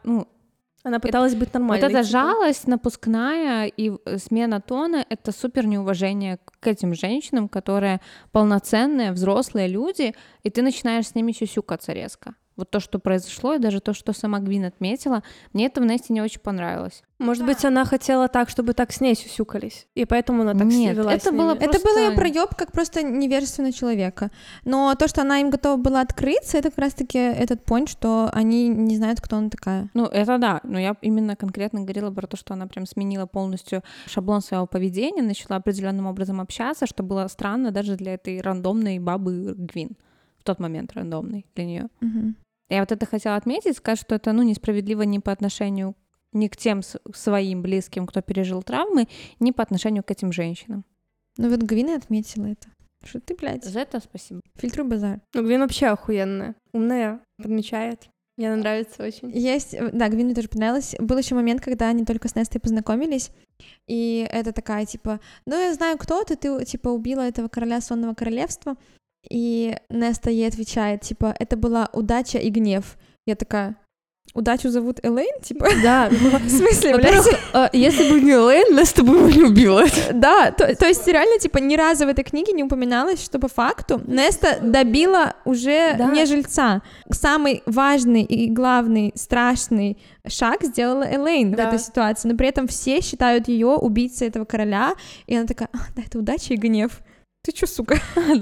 она пыталась быть нормальной. Вот эта типа. жалость напускная и смена тона — это супер неуважение к этим женщинам, которые полноценные, взрослые люди, и ты начинаешь с ними сюсюкаться резко. Вот то, что произошло, и даже то, что сама Гвин отметила, мне это в Несте не очень понравилось. Может быть, она хотела так, чтобы так с ней сюсюкались, и поэтому она так вела это с ними. было Это был ее проеб как просто невежественного человека. Но то, что она им готова была открыться, это как раз-таки этот point, что они не знают, кто она такая. Ну, это да, но я именно конкретно говорила про то, что она прям сменила полностью шаблон своего поведения, начала определенным образом общаться, что было странно даже для этой рандомной бабы Гвин. В тот момент рандомной для нее. Угу. Я вот это хотела отметить, сказать, что это, ну, несправедливо ни по отношению ни к тем своим близким, кто пережил травмы, ни по отношению к этим женщинам. Ну вот Гвин и отметила это. Что ты, блядь? За это спасибо. Фильтруй базар. Ну, Гвин вообще охуенная, умная, подмечает. Мне она нравится очень. Есть, да, Гвин мне тоже понравилась. Был еще момент, когда они только с Нестой познакомились, и это такая, типа, ну, я знаю, кто ты, типа, убила этого короля Сонного Королевства, и Неста ей отвечает, типа, это была удача и гнев. Я такая, удачу зовут Элейн, типа? Да, в смысле, блядь? Если бы не Элейн, Неста бы его не убила. Да, то есть реально, типа, ни разу в этой книге не упоминалось, что по факту Неста добила уже не жильца. Самый важный и главный страшный шаг сделала Элейн в этой ситуации, но при этом все считают ее убийцей этого короля, и она такая, да, это удача и гнев. Ты чё, сука?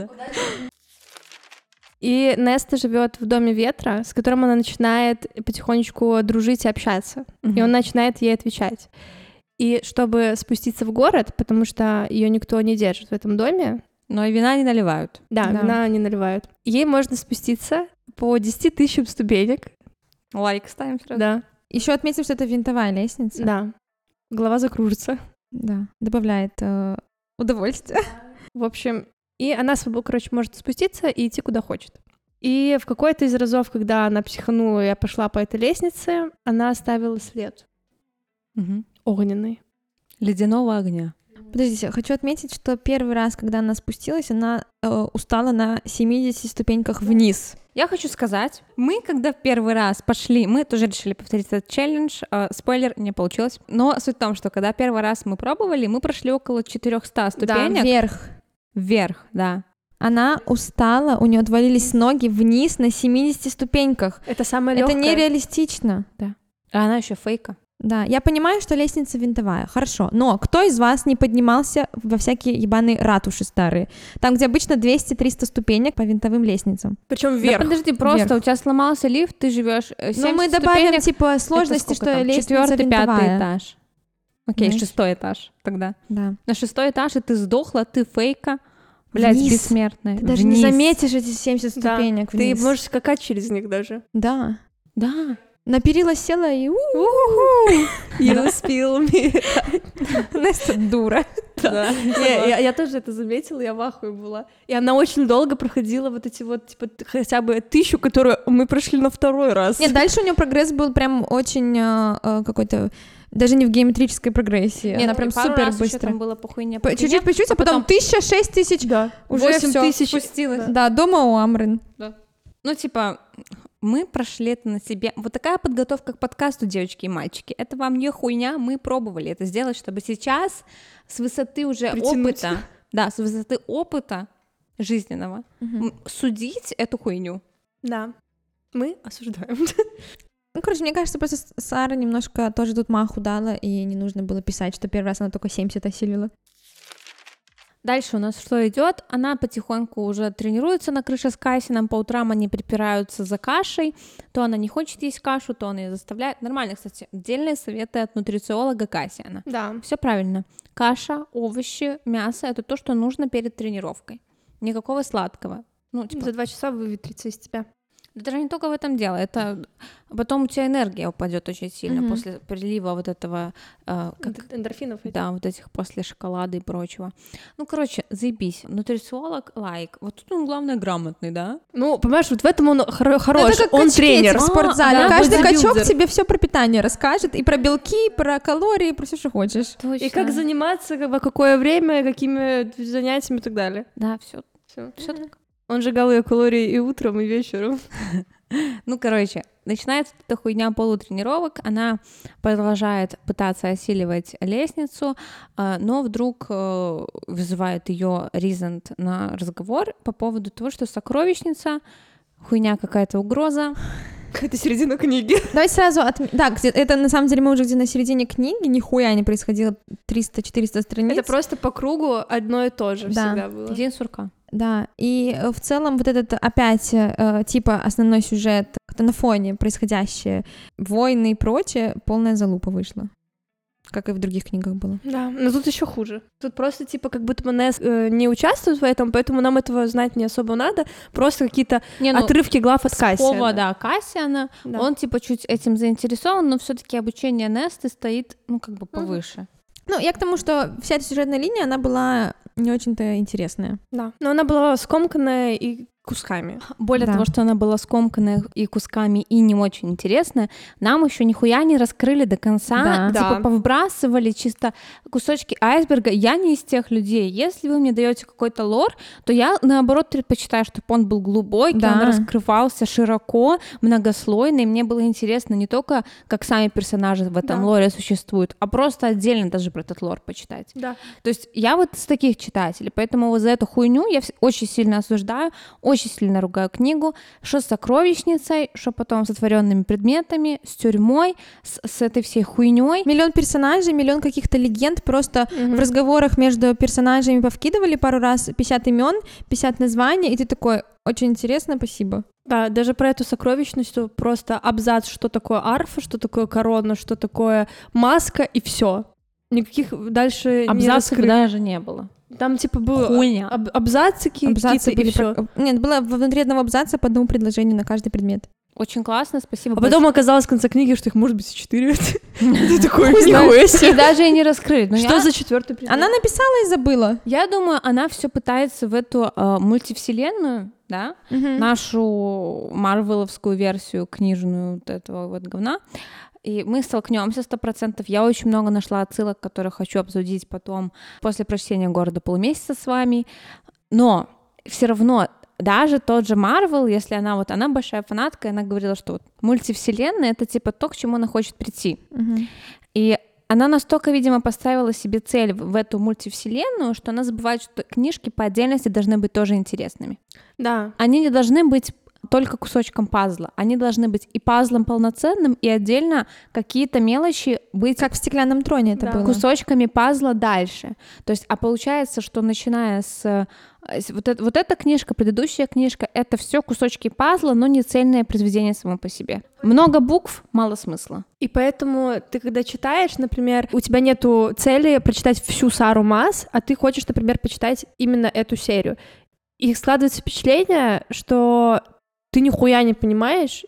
И Неста живет в доме ветра, с которым она начинает потихонечку дружить и общаться. И он начинает ей отвечать. И чтобы спуститься в город, потому что ее никто не держит в этом доме. Но и вина не наливают. Да, вина не наливают. Ей можно спуститься по 10 тысячам ступенек. Лайк ставим сразу. Да. Еще отметим, что это винтовая лестница. Да. Голова закружится. Да, добавляет удовольствие. В общем, И она, короче, может спуститься и идти куда хочет. И в какой-то из разов, когда она психанула, я пошла по этой лестнице, она оставила след. Огненный. Ледяного огня. Подождите, хочу отметить, что первый раз, когда она спустилась, она устала на 70 ступеньках вниз. Я хочу сказать, мы, когда в первый раз пошли, мы тоже решили повторить этот челлендж, спойлер, не получилось, но суть в том, что когда первый раз мы пробовали, мы прошли около 400 ступенек. Да, Вверх, да. Она устала, у нее отвалились ноги вниз на 70 ступеньках. Это самое легкое. Это нереалистично. Да. А она еще фейка. Да, я понимаю, что лестница винтовая, хорошо, но кто из вас не поднимался во всякие ебаные ратуши старые, там, где обычно 200-300 ступенек по винтовым лестницам? Причем вверх. Да подожди, просто у тебя сломался лифт, ты живешь 70 Ну мы добавим, ступенек, типа, сложности, что там, лестница 4-й, винтовая. 5-й этаж. Окей, Знаешь? 6-й этаж тогда. Да. На 6-й этаж, и ты сдохла, ты фейка, блядь, Вниз. бессмертная. Ты даже не заметишь эти 70 ступенек Ты вниз. можешь скакать через них даже. Да. Да. На перила села и... You spill me. Настя дура. Да. Я тоже это заметила, я в ахуе была. И она очень долго проходила вот эти вот, типа, хотя бы 1000, которую мы прошли на второй раз. Нет, дальше у нее прогресс был прям очень какой-то... Даже не в геометрической прогрессии. Нет, Она прям пару супер раз быстро. Ещё там было по хуйне, Чуть-чуть, а потом 1000, 6000, Да. уже 8000 спустилась. Да, дома у Амрин. Ну, типа, мы прошли это на себе. Вот такая подготовка к подкасту, девочки и мальчики. Это вам не хуйня, мы пробовали это сделать, чтобы сейчас с высоты уже Притянуть. опыта, да, с высоты опыта жизненного судить эту хуйню. Да. Мы осуждаем. Ну, короче, мне кажется, просто Сара немножко тоже тут маху дала, и не нужно было писать, что первый раз она только 70 осилила. Дальше у нас что идет? Она потихоньку уже тренируется на крыше с Кассином, по утрам они припираются за кашей, то она не хочет есть кашу, то он ее заставляет. Нормально, кстати, отдельные советы от нутрициолога Кассиана. Да. Все правильно. Каша, овощи, мясо — это то, что нужно перед тренировкой. Никакого сладкого. Ну, типа... За 2 часа выветрится из тебя. Да даже не только в этом дело, это потом у тебя энергия упадет очень сильно после прилива вот этого, Эндорфинов. да, вот этих после шоколада и прочего. Ну, короче, заебись. Нутрициолог лайк. Вот тут он, главное, грамотный, да? Ну, понимаешь, вот в этом он хорош, Это как он качки тренер. эти в спортзале. да, Каждый бодибилдер. качок тебе все про питание расскажет, и про белки, и про калории, и про все, что хочешь. Точно. И как заниматься, во какое время, какими занятиями и так далее. Да, все так. Он сжигал ее калории и утром, и вечером. Ну, короче, начинается эта хуйня полутренировок, она продолжает пытаться осиливать лестницу, но вдруг вызывает ее Ризент на разговор по поводу того, что сокровищница, хуйня какая-то, угроза. Какая-то середина книги. Давайте сразу... Да, это на самом деле мы уже где на середине книги, нихуя не происходило 300-400 страниц. Это просто по кругу одно и то же всегда было. День сурка. Да, и в целом вот этот опять типа основной сюжет, на фоне происходящее, войны и прочее, полная залупа вышла. Как и в других книгах было. Да, но тут еще хуже. Тут просто, типа, как будто бы Несс не участвует в этом, поэтому нам этого знать не особо надо. Просто какие-то отрывки глав от Кассиана. Да, Кассиана, да. Он, типа, чуть этим заинтересован, но все-таки обучение Несты стоит, ну, как бы повыше. Ну, я к тому, что вся эта сюжетная линия, она была не очень-то интересная. Да, но она была скомканная и кусками. Более того, что она была скомканная и кусками, и не очень интересная, нам еще нихуя не раскрыли до конца, типа повбрасывали чисто кусочки айсберга. Я не из тех людей. Если вы мне даете какой-то лор, то я, наоборот, предпочитаю, чтобы он был глубокий, он раскрывался широко, многослойный. Мне было интересно не только, как сами персонажи в этом лоре существуют, а просто отдельно даже про этот лор почитать. Да. То есть я вот из таких читателей, поэтому вот за эту хуйню я очень сильно осуждаю, очень сильно ругаю книгу, что с сокровищницей, что потом с сотворенными предметами, с тюрьмой, с этой всей хуйней. Миллион персонажей, миллион каких-то легенд, просто в разговорах между персонажами повкидывали пару раз 50 имен, 50 названий, и ты такой, очень интересно, спасибо. Да, даже про эту сокровищность просто абзац, что такое арфа, что такое корона, что такое маска, и все. Никаких дальше абзацев даже не было. Там типа было абзацы какие-то были. Нет, было внутри одного абзаца по одному предложению на каждый предмет. Очень классно, спасибо. А потом оказалось в конце книги, что их может быть 4. Ты такой, нихуя себе. Их даже и не раскрыли. Что за 4-й предмет? Она написала и забыла. Я думаю, она все пытается в эту мультивселенную, да, нашу марвеловскую версию книжную вот этого вот говна. И мы столкнемся 100%. Я очень много нашла отсылок, которые хочу обсудить потом после прочтения «Города полумесяца» с вами. Но все равно даже тот же Марвел, если она большая фанатка, и она говорила, что вот мультивселенная — это типа то, к чему она хочет прийти. И она настолько, видимо, поставила себе цель в эту мультивселенную, что она забывает, что книжки по отдельности должны быть тоже интересными. Да. Они не должны быть только кусочком пазла. Они должны быть и пазлом полноценным, и отдельно какие-то мелочи быть... Как в «Стеклянном троне» это было. Кусочками пазла дальше. То есть, а получается, что начиная с вот эта книжка, предыдущая книжка, это все кусочки пазла, но не цельное произведение само по себе. Много букв, мало смысла. И поэтому ты, когда читаешь, например, у тебя нету цели прочитать всю Сару Маас, а ты хочешь, например, почитать именно эту серию. И складывается впечатление, что ты нихуя не понимаешь,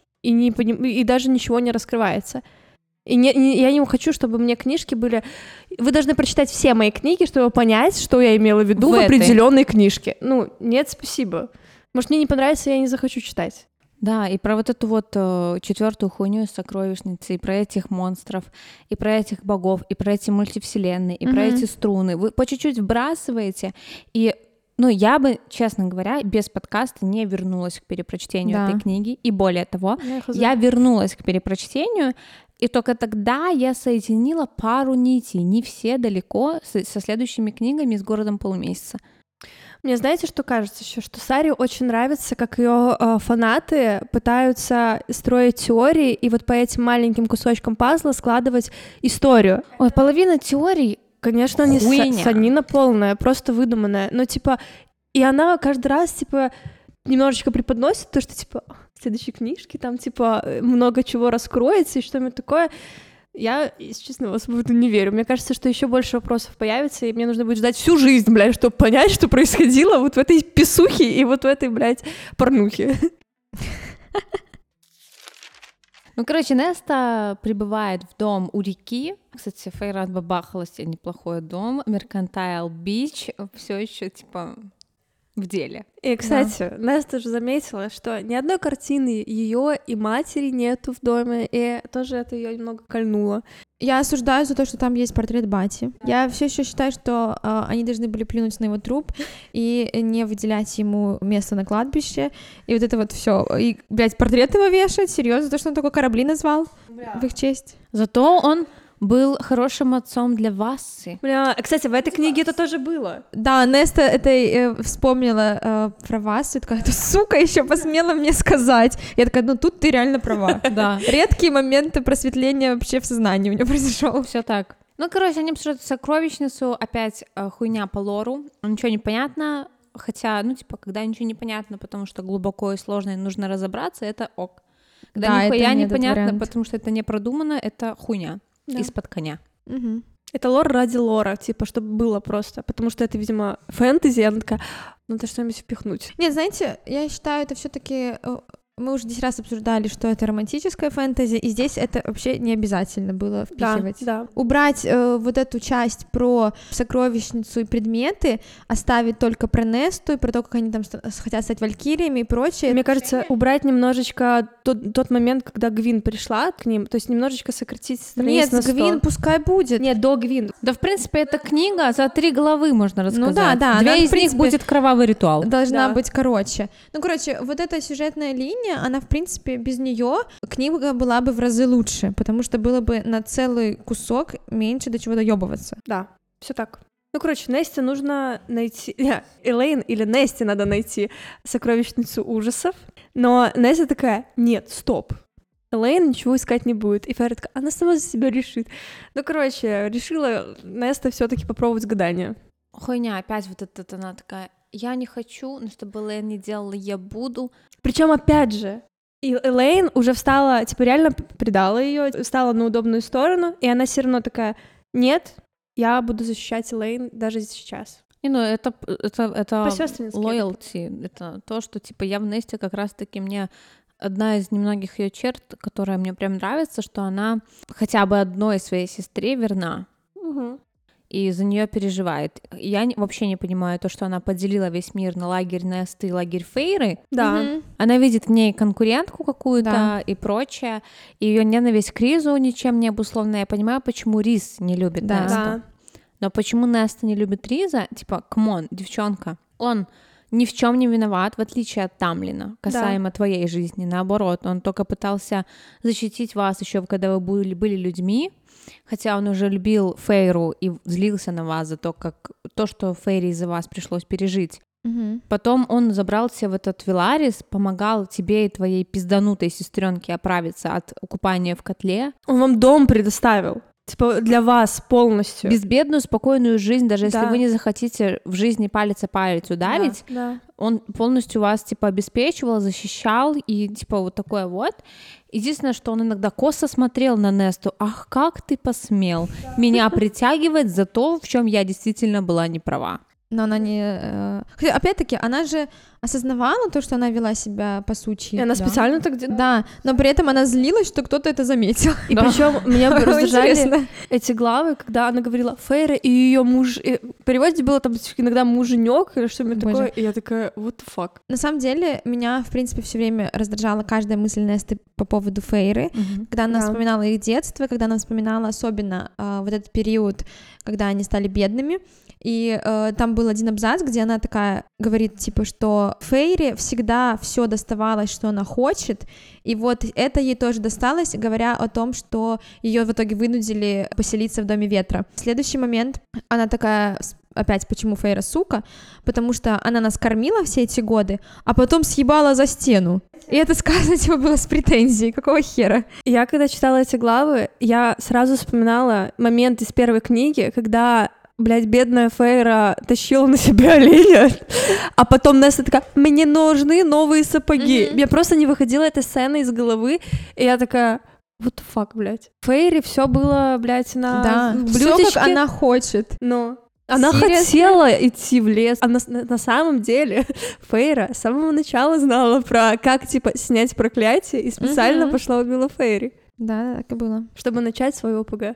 и даже ничего не раскрывается. И я не хочу, чтобы мне книжки были... Вы должны прочитать все мои книги, чтобы понять, что я имела в виду в определенной книжке. Ну, нет, спасибо. Может, мне не понравится, я не захочу читать. Да, и про вот эту вот 4-ю хуйню из «Сокровищницы», и про этих монстров, и про этих богов, и про эти мультивселенные, и про эти струны. Вы по чуть-чуть вбрасываете, и... Ну, я бы, честно говоря, без подкаста не вернулась к перепрочтению этой книги. И более того, я вернулась к перепрочтению, и только тогда я соединила пару нитей, не все далеко, со следующими книгами из «Городом полумесяца». Мне знаете, что кажется еще? Что Саре очень нравится, как ее фанаты пытаются строить теории и вот по этим маленьким кусочкам пазла складывать историю. Ой, половина теорий... Конечно, не санина полная, просто выдуманная. Но, типа, и она каждый раз, типа, немножечко преподносит то, что, типа, в следующей книжке там, типа, много чего раскроется и что-нибудь такое. Я, если честно, вас в это не верю. Мне кажется, что еще больше вопросов появится, и мне нужно будет ждать всю жизнь, блядь, чтобы понять, что происходило вот в этой писухе и вот в этой, блядь, порнухе. Ну, короче, Неста прибывает в дом у реки. Кстати, Фейра отбабахала себе неплохой дом. Меркантайл Бич все еще типа в деле. И, кстати, Неста же заметила, что ни одной картины ее и матери нету в доме, и тоже это ее немного кольнуло. Я осуждаю за то, что там есть портрет Бати. Я все еще считаю, что они должны были плюнуть на его труп и не выделять ему место на кладбище. И вот это вот все. И, блядь, портрет его вешать? Серьезно, то, что он такой корабли назвал в их честь? Зато он был хорошим отцом для Вассы. Бля, кстати, в этой книге это тоже было. Да, Неста это вспомнила про Вассу, и такая, эта сука еще посмела мне сказать. Я такая, ну тут ты реально права. Да. Редкие моменты просветления вообще в сознании у меня произошел. Все так. Ну, короче, они обсуждают сокровищницу, опять хуйня по лору, ничего не понятно, хотя, ну, типа, когда ничего не понятно, потому что глубоко и сложно, и нужно разобраться, это ок. Когда да, нихуя непонятно, потому что это не продумано, это хуйня. Да. Из-под коня. Угу. Это лор ради лора, типа, чтобы было просто. Потому что это, видимо, фэнтези, она такая, надо что-нибудь впихнуть. Нет, знаете, я считаю, это все-таки... Мы уже 10 раз обсуждали, что это романтическая фэнтези, и здесь это вообще не обязательно было впихивать. Да. Убрать вот эту часть про сокровищницу и предметы, оставить только про Несту и про то, как они там хотят стать валькириями и прочее. Мне кажется, убрать немножечко тот момент, когда Гвин пришла к ним, то есть немножечко сократить страниц на 100. Нет, Гвин пускай будет. Нет, до Гвин. Да, в принципе, эта книга за 3 главы можно рассказать. Ну да. 2 из них будет кровавый ритуал. Должна быть короче. Ну, короче, вот эта сюжетная линия, она, в принципе, без нее книга была бы в разы лучше, потому что было бы на целый кусок меньше до чего доебываться. Да, все так. Ну, короче, Несте нужно найти... Элейн или Несте надо найти сокровищницу ужасов, но Нестя такая, нет, стоп. Элейн ничего искать не будет. И Фейра такая, она сама за себя решит. Ну, короче, решила Неста все-таки попробовать гадание. Хуйня, опять вот это она такая, я не хочу, но чтобы Элейн не делала, я буду. Причем опять же, и Элейн уже встала, типа реально предала ее, встала на удобную сторону, и она все равно такая, нет, я буду защищать Элейн даже сейчас. И, ну, это по-сестрински. loyalty, это то, что, типа, я в Несте как раз-таки мне одна из немногих ее черт, которая мне прям нравится, что она хотя бы одной своей сестре верна. И за нее переживает. Я вообще не понимаю то, что она поделила весь мир на лагерь Несты и лагерь Фейры. Да. Она видит в ней конкурентку какую-то и прочее. И ее ненависть к Ризу ничем не обусловлена. Я понимаю, почему Риз не любит Несту. Да. Но почему Неста не любит Риза? Типа, камон, девчонка. Он ни в чем не виноват, в отличие от Тамлина, касаемо твоей жизни. Наоборот, он только пытался защитить вас еще, когда вы были людьми. Хотя он уже любил Фейру и злился на вас за то, что Фейре из-за вас пришлось пережить. Потом он забрался в этот Веларис, помогал тебе и твоей пизданутой сестренке оправиться от купания в котле. Он вам дом предоставил. Типа для вас полностью. Безбедную, спокойную жизнь, даже если вы не захотите в жизни палец о палец ударить, он полностью вас, типа, обеспечивал, защищал, и, типа, вот такое вот. Единственное, что он иногда косо смотрел на Несту. Ах, как ты посмел меня притягивать за то, в чем я действительно была не права. Но она не... Опять-таки, она же осознавала то, что она вела себя по сути. И она специально так делала. Да, но при этом она злилась, что кто-то это заметил. И причем меня раздражали эти главы, когда она говорила Фейра и ее муж. И в переводе было там иногда муженек или что-нибудь такое. И я такая, what the fuck. На самом деле, меня, в принципе, все время раздражала каждая мысль Несты по поводу Фейры. Когда она вспоминала их детство, когда она вспоминала особенно вот этот период, когда они стали бедными. И там был один абзац, где она такая говорит, типа, что Фейре всегда все доставалось, что она хочет, и вот это ей тоже досталось, говоря о том, что ее в итоге вынудили поселиться в Доме Ветра. В следующий момент она такая... Опять, почему Фейра сука? Потому что она нас кормила все эти годы, а потом съебала за стену. И это сказано, типа, было с претензией. Какого хера? Я, когда читала эти главы, я сразу вспоминала момент из первой книги, когда... Блядь, бедная Фейра тащила на себя оленя, а потом Неста такая, мне нужны новые сапоги. Мне просто не выходила эта сцена из головы, и я такая, what the fuck, блядь. Фейре все было, блядь, на блюдечке. Всё, как она хочет. Но она хотела идти в лес, а на самом деле Фейра с самого начала знала про как, типа, снять проклятие, и специально пошла убила Фейри. Да, так и было. Чтобы начать свою ОПГ.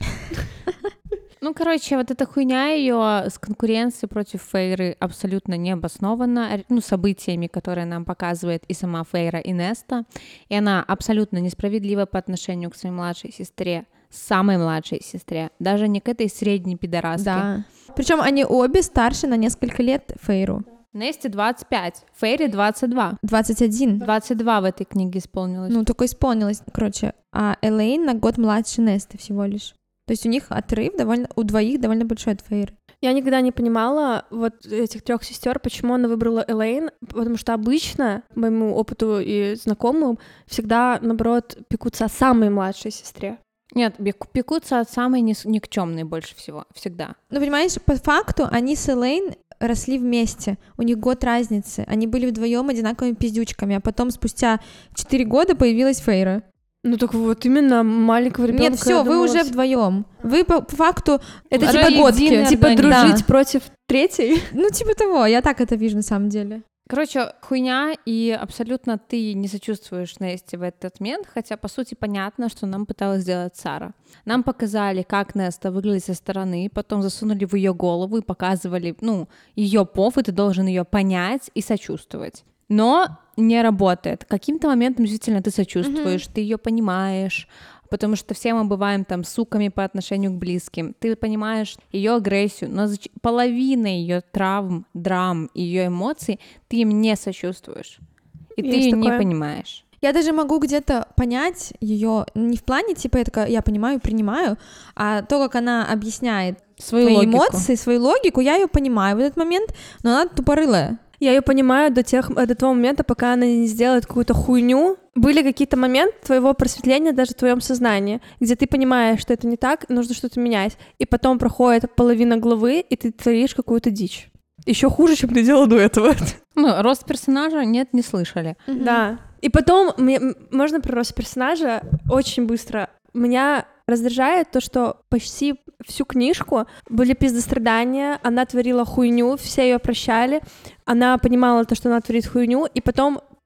Ну, короче, вот эта хуйня ее с конкуренцией против Фейры абсолютно не обоснована, ну, событиями, которые нам показывает и сама Фейра, и Неста, и она абсолютно несправедлива по отношению к своей младшей сестре, самой младшей сестре, даже не к этой средней пидораске. Да. Причем они обе старше на несколько лет Фейру. Несте 25, Фейре 22. 21. 22 в этой книге исполнилось. Ну, только исполнилось, короче. А Элейн на год младше Несты всего лишь. То есть у них отрыв у двоих довольно большой от Фейры. Я никогда не понимала вот этих трех сестер, почему она выбрала Элейн, потому что обычно, по моему опыту и знакомым, всегда, наоборот, пекутся о самой младшей сестре. Нет, пекутся от самой никчемной больше всего, всегда. Ну, понимаешь, по факту они с Элейн росли вместе, у них год разницы, они были вдвоем одинаковыми пиздючками, а потом спустя 4 года появилась Фейра. Ну так вот, именно маленького ребенка. Нет, все, вы уже вдвоем. Вы по факту это одногодки. Типа дружить против третьей? Ну, типа того, я так это вижу на самом деле. Короче, хуйня, и абсолютно ты не сочувствуешь Несте в этот момент, хотя, по сути, понятно, что нам пыталась сделать Сара. Нам показали, как Неста выглядит со стороны, потом засунули в ее голову и показывали, ну, ее пов, и ты должен ее понять и сочувствовать. Но не работает. Каким-то моментом действительно ты сочувствуешь, ты ее понимаешь, потому что все мы бываем там суками по отношению к близким. Ты понимаешь ее агрессию, но половина ее травм, драм, ее эмоций ты им не сочувствуешь, и есть ты ее не понимаешь. Я даже могу где-то понять ее не в плане типа я понимаю и принимаю, а то, как она объясняет свои эмоции, свою логику, я ее понимаю в этот момент, но она тупорылая. Я ее понимаю до того момента, пока она не сделает какую-то хуйню. Были какие-то моменты твоего просветления даже в твоем сознании, где ты понимаешь, что это не так, нужно что-то менять. И потом проходит половина главы, и ты творишь какую-то дичь. Еще хуже, чем ты делала до этого. Ну, рост персонажа нет, не слышали. Да. И потом, можно про рост персонажа очень быстро. Меня раздражает то, что почти всю книжку были пиздострадания, она творила хуйню, все ее прощали, она понимала то, что она творит хуйню, и потом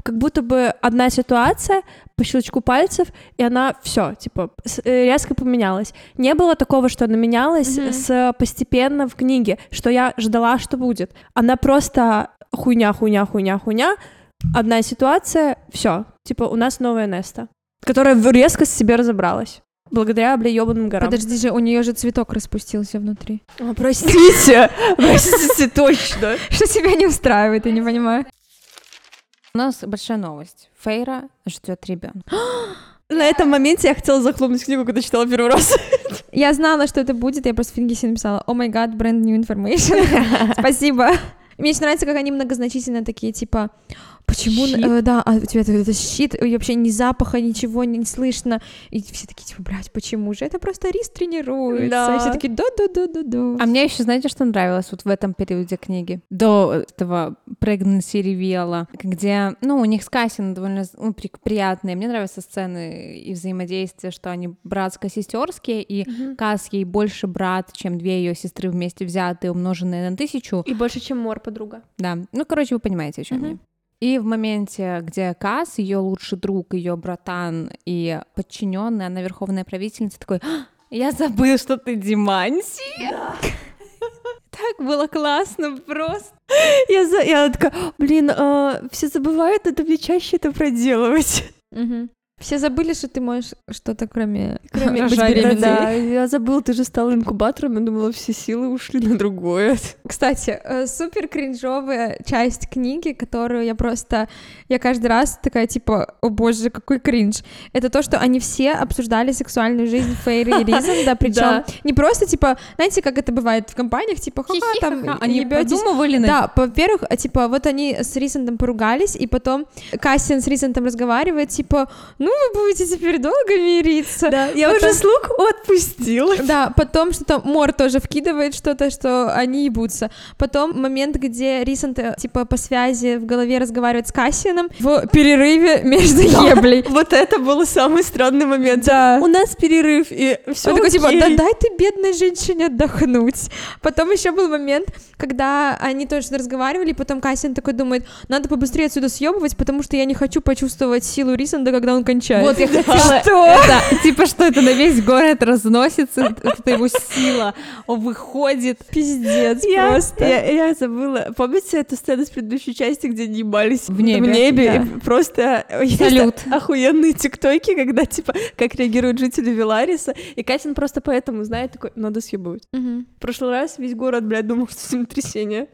как будто бы одна ситуация по щелчку пальцев, и она все, типа, резко поменялась. Не было такого, что она менялась постепенно в книге, что я ждала, что будет. Она просто хуйня, одна ситуация, все, типа, у нас новая Неста, которая резко с себе разобралась. Благодаря, ёбаным горам. Подожди же, у нее же цветок распустился внутри. Простите, точно. Что тебя не устраивает, я не понимаю. У нас большая новость. Фейра ждет ребенка. На этом моменте я хотела захлопнуть книгу, когда читала первый раз. Я знала, что это будет, я просто в Фингисе написала: «Oh my god, brand new information». Спасибо. Мне очень нравится, как они многозначительно такие, типа, почему, да, а у тебя это щит, и вообще ни запаха, ничего не слышно, и все такие, типа, блядь, почему же? Это просто Рис тренируется, да. И все такие, да. А мне еще, знаете, что нравилось вот в этом периоде книги? До этого pregnancy reveal, где, у них с Кассиан довольно приятные, мне нравятся сцены и взаимодействия, что они братско-сестерские, и Касс ей больше брат, чем две ее сестры вместе взятые, умноженные на 1000. И больше, чем Мор, подруга. Да, короче, вы понимаете, о чем я. И в моменте, где Касс, ее лучший друг, ее братан и подчиненный, она верховная правительница, такой: я забыл, что ты Диманси. Да. Так было классно просто. Я такая, все забывают, надо мне чаще это проделывать. Все забыли, что ты можешь что-то, кроме быть беременной. Да, я забыла, ты же стала инкубатором, я думала, все силы ушли на другое. Кстати, супер кринжовая часть книги, которую я каждый раз такая, типа, о боже, какой кринж. Это то, что они все обсуждали сексуальную жизнь Фейри и Ризанда, причем не просто, типа, знаете, как это бывает в компаниях, типа, ха-ха, там, они подумывали на... Да, во-первых, типа, вот они с Ризандом поругались, и потом Кассиан с Ризандом разговаривает, типа, вы будете теперь долго мириться. Да, я уже слуг отпустила. Да, потом что-то Мор тоже вкидывает что-то, что они ебутся. Потом момент, где Рисант, типа, по связи в голове разговаривает с Кассианом в перерыве между еблей. Вот это был самый странный момент. Да. У нас перерыв, и все. Он такой, типа, да дай ты бедной женщине отдохнуть. Потом еще был момент, когда они точно разговаривали, и потом Кассиан такой думает: надо побыстрее отсюда съебывать, потому что я не хочу почувствовать силу Рисанда, когда он кончает. Вот я хотела... Что? Типа, что это на весь город разносится, это его сила выходит. Пиздец просто. Я забыла. Помните эту сцену с предыдущей части, где они ебались в небе? Да. И просто салют. Охуенные тиктоки, когда, типа, как реагируют жители Вилариса, и Кассиан просто поэтому знает, такой, надо съебывать. В прошлый раз весь город, блядь, думал, что землетрясение.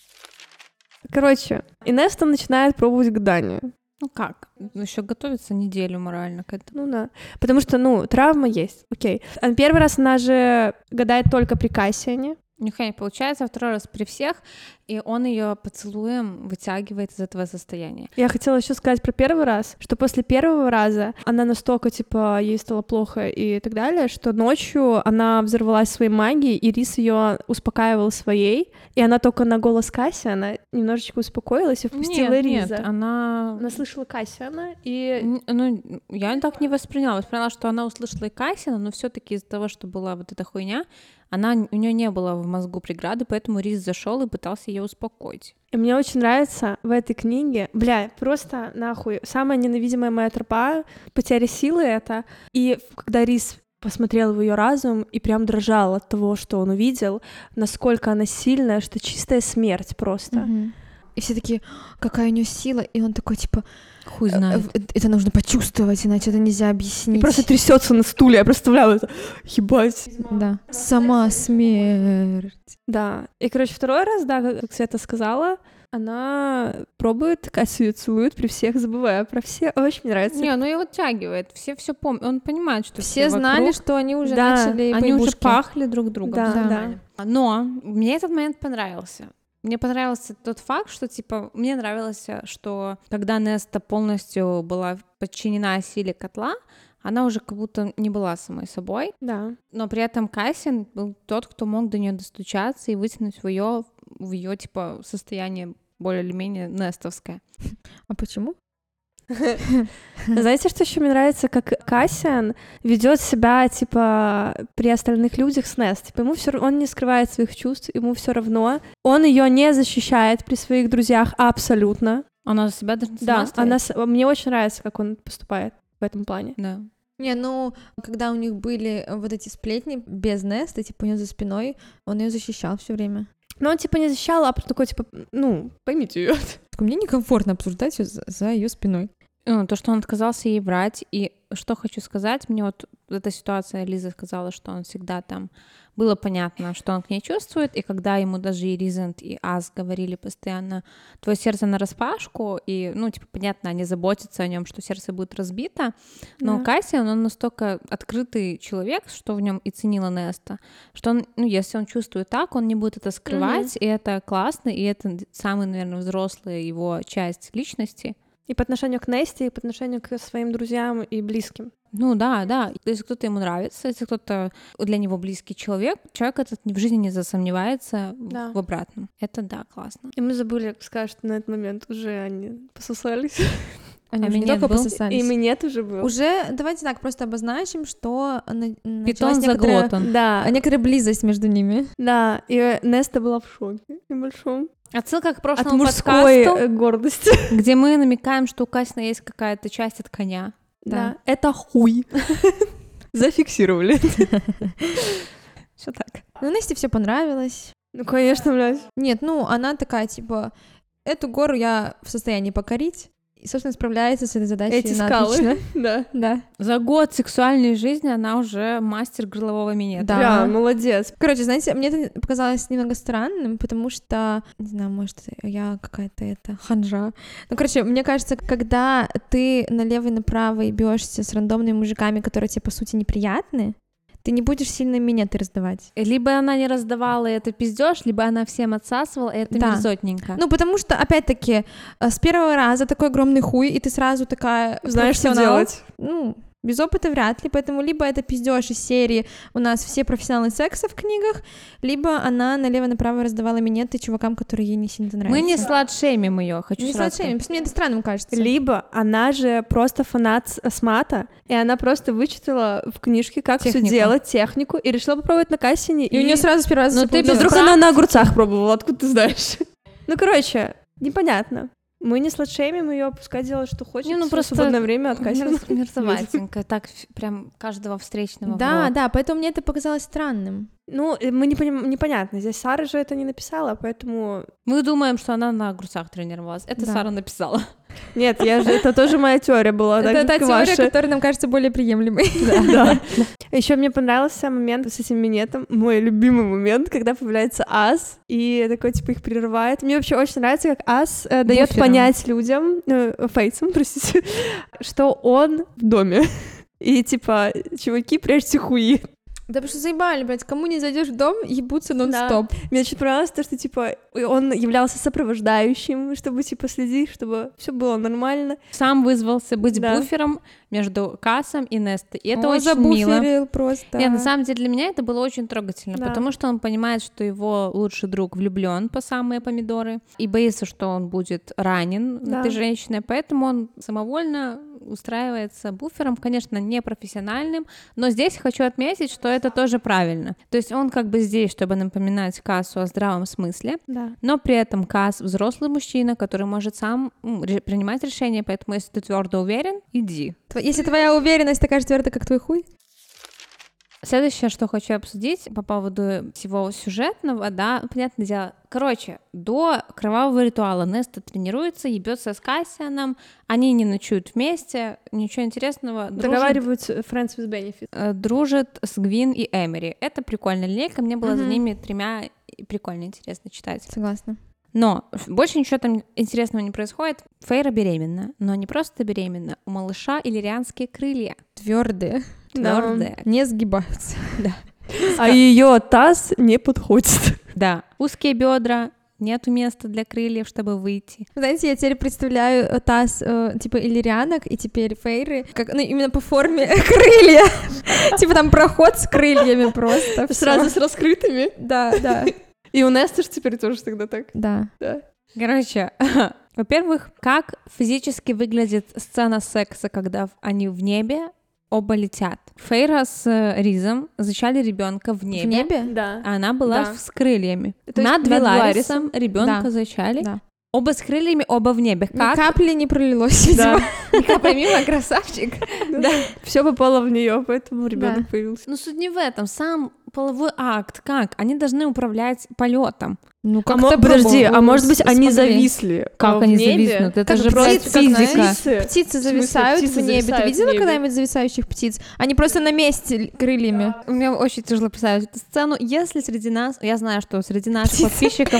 Короче, Неста начинает пробовать гадание. Как? Еще готовится неделю морально к этому. Да. Потому что, травма есть. Окей. Первый раз она же гадает только при Кассиане. У них не получается, второй раз при всех, и он ее поцелуем вытягивает из этого состояния. Я хотела еще сказать про первый раз, что после первого раза она настолько, типа, ей стало плохо и так далее, что ночью она взорвалась своей магией, и Рис ее успокаивал своей, и она только на голос Кассиана немножечко успокоилась и впустила Риза. Нет, она слышала Кассиана, и... я так не восприняла, что она услышала и Кассиана, но все-таки из-за того, что была вот эта хуйня, у нее не было в мозгу преграды, поэтому Рис зашел и пытался ее успокоить. И мне очень нравится в этой книге, просто нахуй, самая ненавидимая моя тропа, потеря силы это, и когда Рис посмотрел в ее разум и прям дрожал от того, что он увидел, насколько она сильная, что чистая смерть просто. И все такие, какая у нее сила, и он такой, типа, хуй знает. Это нужно почувствовать, иначе это нельзя объяснить. И просто трясется на стуле, я представляю это. Ебать. Да. Сама смерть. Да. И, второй раз, да, как Света сказала, она пробует, Кассию целует при всех, забывая про все. Очень мне нравится. Его оттягивает. Все помнят. Он понимает, что все знали, вокруг, что они уже начали они уже пахли друг другом. Да. Но мне этот момент понравился. Мне понравился тот факт, что, типа, мне нравилось, что когда Неста полностью была подчинена силе котла, она уже как будто не была самой собой. Да. Но при этом Кассиан был тот, кто мог до нее достучаться и вытянуть в ее типа, состояние более или менее нестовское. А почему? Знаете, что еще мне нравится, как Кассиан ведет себя, типа, при остальных людях с Нест. Типа, он не скрывает своих чувств, ему все равно. Он ее не защищает при своих друзьях абсолютно. Она за себя должна Да, сама стоять. мне очень нравится, как он поступает в этом плане. Да. Не, ну, когда у них были вот эти сплетни без Неста, типа у нее за спиной, он ее защищал все время. Но он, типа, не защищал, а просто такой, типа, ну, поймите ее. Мне некомфортно обсуждать ее за ее спиной. То, что он отказался ей врать, и что хочу сказать, мне вот эта ситуация, Лиза сказала, что он всегда там, было понятно, что он к ней чувствует, и когда ему даже и Ризент, и Ас говорили постоянно, твое сердце нараспашку, и, ну, типа, понятно, они заботятся о нем, что сердце будет разбито, но Кассиан, он настолько открытый человек, что в нем и ценила Неста, что он, ну, если он чувствует так, он не будет это скрывать, и это классно, и это самая, наверное, взрослая его часть личности. И по отношению к Несте, и по отношению к своим друзьям и близким. Ну да. Если кто-то ему нравится, если кто-то для него близкий человек этот в жизни не засомневается в обратном. Это да, классно. И мы забыли сказать, что на этот момент уже они пососались. Они уже не только пососались. И минет уже был. Уже, давайте так, просто обозначим, что Питон заглотан. Да. Некоторая близость между ними. Да, и Неста была в шоке небольшом. Отсылка к прошлому от мужской подкасту, гордости. Где мы намекаем, что у Кассина есть какая-то часть от коня. Да. Это хуй. Зафиксировали. Все так. Ну, Несте все понравилось. Ну, конечно, блядь. Нет, ну, она такая, типа, эту гору я в состоянии покорить. И, собственно, справляется с этой задачей. Эти скалы. Да. За год сексуальной жизни она уже мастер горлового минета. Да, молодец. Короче, знаете, мне это показалось немного странным, потому что, не знаю, может, я какая-то ханжа. Ну, короче, мне кажется, когда ты налево и направо ебёшься с рандомными мужиками, которые тебе, по сути, неприятны, ты не будешь сильно минеты раздавать. Либо она не раздавала, и это пиздёж, либо она всем отсасывала, и это мерзотненько. Ну, потому что, опять-таки, с первого раза такой огромный хуй, и ты сразу такая... Знаешь, что делать. Ну, без опыта вряд ли, поэтому либо это пиздёж из серии «У нас все профессионалы секса в книгах», либо она налево-направо раздавала минеты чувакам, которые ей не сильно нравятся. Мы не сладшеймим её, хочу не сразу сладшеймим, мне это странным кажется. Либо она же просто фанат смата, и она просто вычитала в книжке, как все делать, технику, и решила попробовать на Кассине. И у нее сразу с первого раза Но вдруг она на огурцах пробовала, откуда ты знаешь? Ну, короче, непонятно. Мы не сладшеймим ее, пускай делает, что хочет. Ну, просто в свободное время от Кассина. Мерзоватенько, так прям каждого встречного. Да, поэтому мне это показалось странным. Ну, мы непонятно. Здесь Сара же это не написала, поэтому... Мы думаем, что она на огурцах тренировалась. Это Сара написала. Нет, это тоже моя теория была. Это та теория, которая нам кажется более приемлемой. Да. Еще мне понравился момент с этим минетом, мой любимый момент, когда появляется Ас, и такой, типа, их прерывает. Мне вообще очень нравится, как Ас дает понять людям, фейцам, простите, что он в доме. И, типа, чуваки, прячьте хуи. Да потому что заебали, блядь, кому не зайдешь в дом, ебутся нон-стоп. Да. Мне очень понравилось то, что, типа, он являлся сопровождающим, чтобы, типа, следить, чтобы все было нормально. Сам вызвался быть буфером между Кассом и Нестой, и это очень мило. Просто. Нет, на самом деле для меня это было очень трогательно, потому что он понимает, что его лучший друг влюблен по самые помидоры и боится, что он будет ранен этой женщиной, поэтому он самовольно устраивается буфером, конечно, непрофессиональным, но здесь хочу отметить, что это тоже правильно. То есть он как бы здесь, чтобы напоминать Кассу о здравом смысле, но при этом Касс взрослый мужчина, который может сам принимать решения, поэтому если ты твердо уверен, иди. Если твоя уверенность такая же твердая, как твой хуй? Следующее, что хочу обсудить по поводу всего сюжетного, да, понятное дело. Короче, до кровавого ритуала Неста тренируется, ебется с Кассианом, они не ночуют вместе, ничего интересного. Договариваются friends with benefit. Дружат с Гвин и Эмери. Это прикольная линейка, мне было за ними тремя прикольно интересно читать. Согласна. Но больше ничего там интересного не происходит. Фейра беременна, но не просто беременна. У малыша иллирианские крылья. Твердые. Не сгибаются. Да. А ее таз не подходит. Да. Узкие бедра, нету места для крыльев, чтобы выйти. Знаете, я теперь представляю таз типа иллирианок и теперь фейры, как, ну, именно по форме крылья. Типа там проход с крыльями просто. Сразу с раскрытыми? Да. И у Несты же теперь тоже тогда так. Да. Короче, во-первых, как физически выглядит сцена секса, когда они в небе оба летят. Фейра с Ризом зачали ребенка в небе. В небе? Да. А она была с крыльями. То есть над Веларисом ребенка зачали. Да. Оба с крыльями, оба в небе. Ни капли не пролилось, видимо. Да. Ни капли мимо, красавчик. Да. Все попало в нее, поэтому ребенок появился. Ну, суть не в этом. Сам половой акт, как? Они должны управлять полетом. Ну, подожди, а может быть, они зависли? Как они зависнут? Это же птицы, физика. Птицы зависают в небе. Ты видела когда-нибудь зависающих птиц? Они просто на месте крыльями. Мне очень тяжело представить эту сцену. Если среди нас, я знаю, что среди наших подписчиков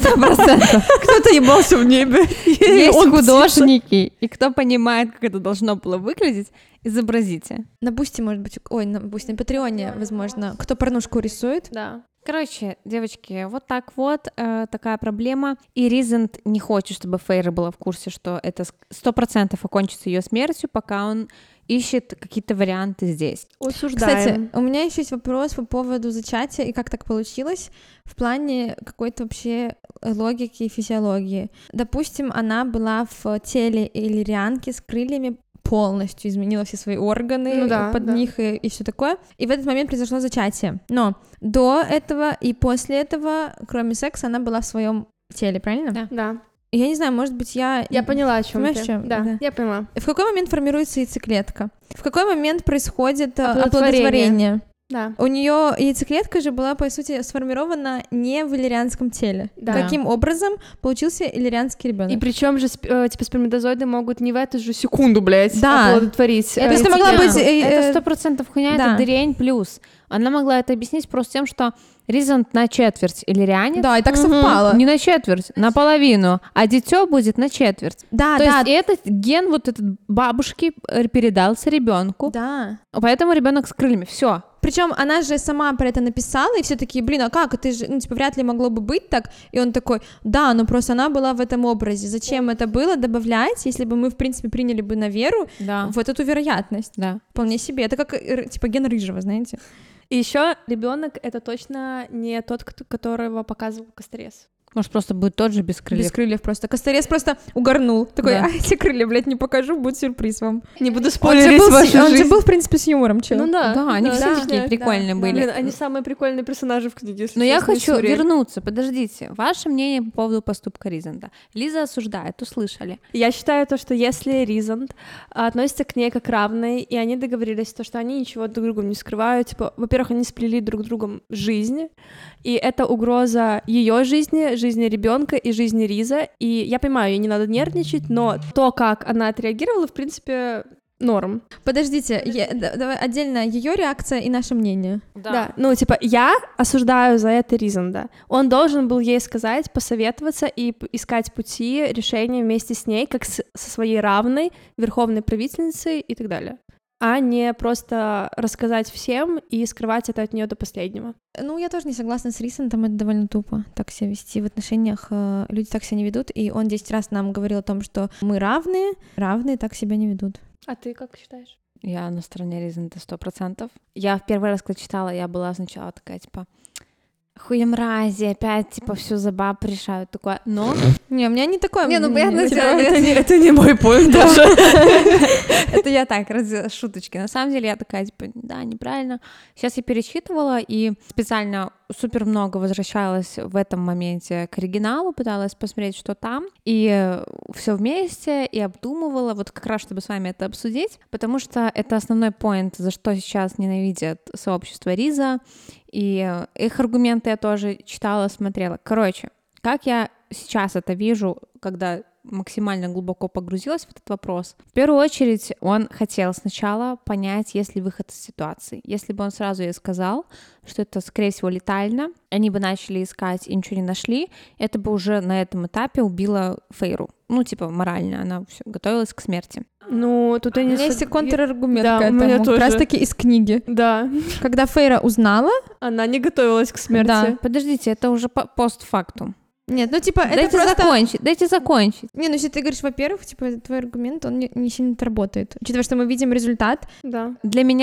100% Кто-то ебался в небе. есть художники, и кто понимает, как это должно было выглядеть, изобразите. На Бусти, может быть, на Бусти, на Патреоне, возможно. Кто порнушку рисует? Да. Короче, девочки, вот так вот, такая проблема. И Ризент не хочет, чтобы Фейра была в курсе, что это 100% окончится ее смертью, пока он ищет какие-то варианты здесь. Осуждаем. Кстати, у меня еще есть вопрос по поводу зачатия и как так получилось в плане какой-то вообще логики и физиологии. Допустим, она была в теле иллирианки с крыльями, полностью изменила все свои органы под них и все такое. И в этот момент произошло зачатие. Но до этого и после этого, кроме секса, она была в своем теле, правильно? Да. Я не знаю, может быть, я поняла, о чем Понимаешь, ты. в чем? Да, я поняла. В какой момент формируется яйцеклетка? В какой момент происходит оплодотворение? Да. У нее яйцеклетка же была, по сути, сформирована не в иллирианском теле. Да. Каким образом получился иллирианский ребенок? И причем же типа сперматозоиды могут не в эту же секунду, блядь, Да. оплодотворить. То есть это могла быть... Это 100% хуйня, да. это дрянь плюс. Она могла это объяснить просто тем, что Ризент на четверть иллирианец. Да, и так совпало. Не на четверть, наполовину, а дитё будет на четверть. Да, То да. есть этот ген вот этот бабушки передался ребенку, Да. поэтому ребенок с крыльями. Все. Причем она же сама про это написала, и все такие, блин, а как? Это же, вряд ли могло бы быть так. И он такой, да, но просто она была в этом образе. Зачем это было добавлять, если бы мы, в принципе, приняли бы на веру вот эту вероятность? Да. Вполне себе. Это как, типа, ген рыжего, знаете? И еще ребенок это точно не тот, которого показывал Кострец. Может, просто будет тот же без крыльев. Без крыльев просто. Кострец просто угорнул. Такой, Да. эти крылья, блядь, не покажу, будет сюрприз вам. Не буду Он же спойлерить был, вашу он же жизнь. был, в принципе, с юмором, чё? Ну да. Да, они все такие да, прикольные были. Блин, они самые прикольные персонажи в книге. если Но я честно, хочу Сурель. вернуться. Подождите. Ваше мнение по поводу поступка Ризента. Лиза осуждает, услышали. Я считаю то, что если Ризент относится к ней как равной, и они договорились, то, что они ничего друг другу не скрывают, типа, во-первых, они сплели друг другом жизнь, и это угроза ее жизни ребенка и жизни Риза, и я понимаю, ей не надо нервничать, но то, как она отреагировала, в принципе, норм. Подождите, давай отдельно ее реакция и наше мнение. Да, ну, типа, я осуждаю за это Ризенда. Он должен был ей сказать, посоветоваться и искать пути решения вместе с ней, как со своей равной, верховной правительницей и так далее, а не просто рассказать всем и скрывать это от нее до последнего. Ну, я тоже не согласна с Рисентом, это довольно тупо так себя вести в отношениях, люди так себя не ведут, и он 10 раз нам говорил о том, что мы равные так себя не ведут. А ты как считаешь? Я на стороне Ризента 100%. Я в первый раз, когда читала, я была сначала такая, типа, хуемрази, опять, типа, всё за баб решают, такое, но... Не, у меня не такое. Не, ну, понятно, типа, это не мой поинт даже. Это я так, шуточки. На самом деле я такая, типа, да, неправильно. Сейчас я перечитывала и специально супер много возвращалась в этом моменте к оригиналу, пыталась посмотреть, что там, и все вместе, и обдумывала, вот как раз, чтобы с вами это обсудить, потому что это основной поинт, за что сейчас ненавидят сообщество Риза, и их аргументы я тоже читала, смотрела. Короче, как я сейчас это вижу, когда максимально глубоко погрузилась в этот вопрос. В первую очередь, он хотел сначала понять, есть ли выход из ситуации. Если бы он сразу ей сказал, что это, скорее всего, летально, они бы начали искать и ничего не нашли, это бы уже на этом этапе убило Фейру. Ну, типа, морально, она всё, готовилась к смерти. Ну, тут У меня есть и контраргумент Да, к у меня этому, тоже. как раз-таки из книги. Да, Когда Фейра узнала... она не готовилась к смерти. Да. Подождите, это уже постфактум. Нет, ну, типа, это Дайте просто... дайте закончить. Не, ну, если ты говоришь, во-первых, типа, твой аргумент, он не сильно работает. Учитывая, что мы видим результат. Да. Для меня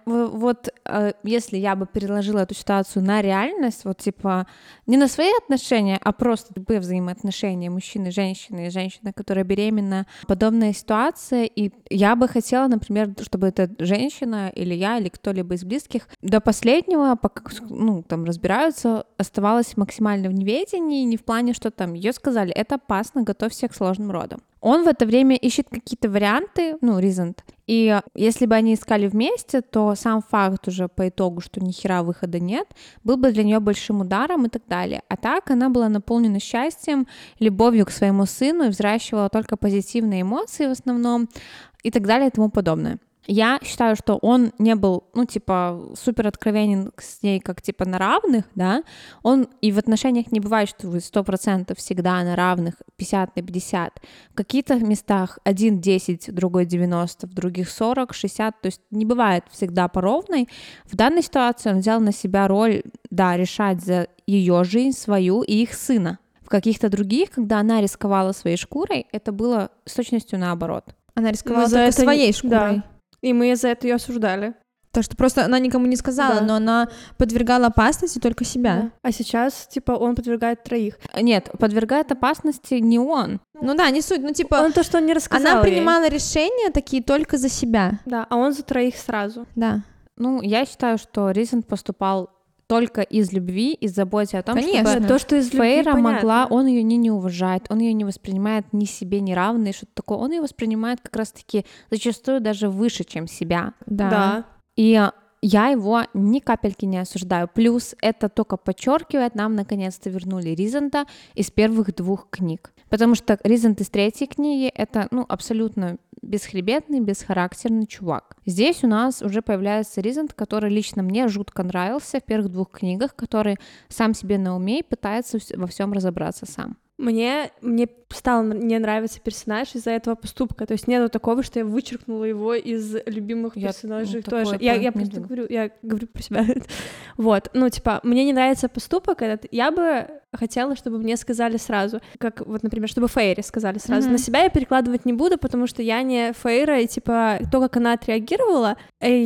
вот если я бы переложила эту ситуацию на реальность, вот типа не на свои отношения, а просто любые взаимоотношения мужчины, женщины, которая беременна, подобная ситуация, и я бы хотела, например, чтобы эта женщина или я, или кто-либо из близких до последнего, пока, ну, там, разбираются, оставалась максимально в неведении, не в плане, что там ее сказали, это опасно, готовься к сложным родам. Он в это время ищет какие-то варианты, ну, Ризент, и если бы они искали вместе, то сам факт уже по итогу, что ни хера выхода нет, был бы для нее большим ударом и так далее. А так она была наполнена счастьем, любовью к своему сыну и взращивала только позитивные эмоции в основном и так далее и тому подобное. Я считаю, что он не был, ну, типа, супер откровенен с ней, как, типа, на равных, да, он и в отношениях не бывает, что вы 100% всегда на равных, 50/50, в каких-то местах один 10, другой 90, в других 40, 60, то есть не бывает всегда по ровной. В данной ситуации он взял на себя роль, да, решать за ее жизнь, свою и их сына. В каких-то других, когда она рисковала своей шкурой, это было с точностью наоборот. Она рисковала только своей шкурой. Да. И мы за это ее осуждали. То, что просто она никому не сказала, но она подвергала опасности только себя. Да. А сейчас, типа, он подвергает 3. Нет, подвергает опасности не он. Ну да, не суть, ну типа... Он то, что он не рассказал Она принимала решения такие только за себя. Да, а он за 3 сразу. Да. Ну, я считаю, что Ризент поступал только из любви, из заботы о том, Конечно. чтобы то, что из любви, Фейра могла, понятно. он ее не уважает, он ее не воспринимает ни себе, ни равной, что-то такое. Он ее воспринимает как раз-таки зачастую даже выше, чем себя. Да. И я его ни капельки не осуждаю. Плюс это только подчеркивает, нам наконец-то вернули Ризента из первых 2 книг. Потому что Ризент из 3 книги — это, ну, абсолютно бесхребетный, бесхарактерный чувак. Здесь у нас уже появляется Ризент, который лично мне жутко нравился в первых 2 книгах, который сам себе на уме и пытается во всем разобраться сам. Мне стал не нравиться персонаж из-за этого поступка. То есть нету такого, что я вычеркнула его из любимых персонажей тоже. Я просто говорю про себя. Вот, ну, типа, мне не нравится поступок этот. Я бы хотела, чтобы мне сказали сразу. Как, вот, например, чтобы Фейре сказали сразу. На себя я перекладывать не буду, потому что я не Фейра, и, типа, то, как она отреагировала,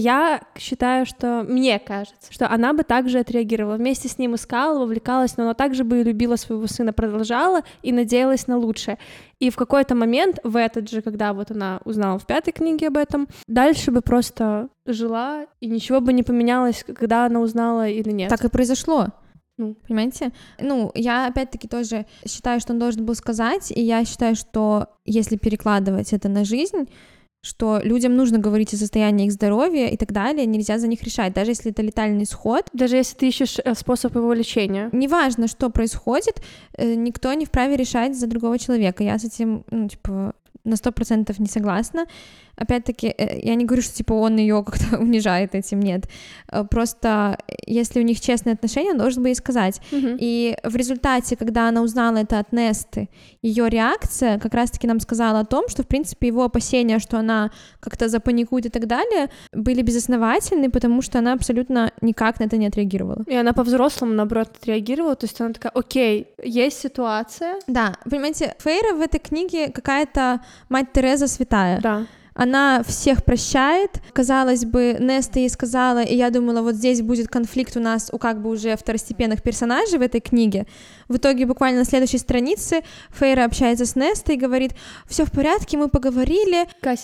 я считаю, что... Мне кажется, что она бы также отреагировала. Вместе с ним искала, вовлекалась, но она также бы любила своего сына, продолжала и надеялась на лучшее. И в какой-то момент, в этот же, когда вот она узнала в 5 книге об этом, дальше бы просто жила, и ничего бы не поменялось, когда она узнала или нет. Так и произошло. Понимаете? Ну, я опять-таки тоже считаю, что он должен был сказать, и я считаю, что если перекладывать это на жизнь, что людям нужно говорить о состоянии их здоровья и так далее, нельзя за них решать, даже если это летальный исход. Даже если ты ищешь способ его лечения. Неважно, что происходит, никто не вправе решать за другого человека. Я с этим, ну, типа, на 100% не согласна. Опять-таки, я не говорю, что, типа, он ее как-то унижает этим, нет. Просто, если у них честные отношения, он должен бы ей сказать. И в результате, когда она узнала это от Несты, ее реакция как раз-таки нам сказала о том, что, в принципе, его опасения, что она как-то запаникует и так далее, были безосновательны, потому что она абсолютно никак на это не отреагировала. И она по-взрослому, наоборот, отреагировала, то есть она такая: окей, есть ситуация. Да, понимаете, Фейра в этой книге какая-то мать Тереза святая. Да. Она всех прощает. Казалось бы, Неста ей сказала, и я думала, вот здесь будет конфликт у нас у как бы уже второстепенных персонажей в этой книге. В итоге буквально на следующей странице Фейра общается с Нестой и говорит: все в порядке, мы поговорили.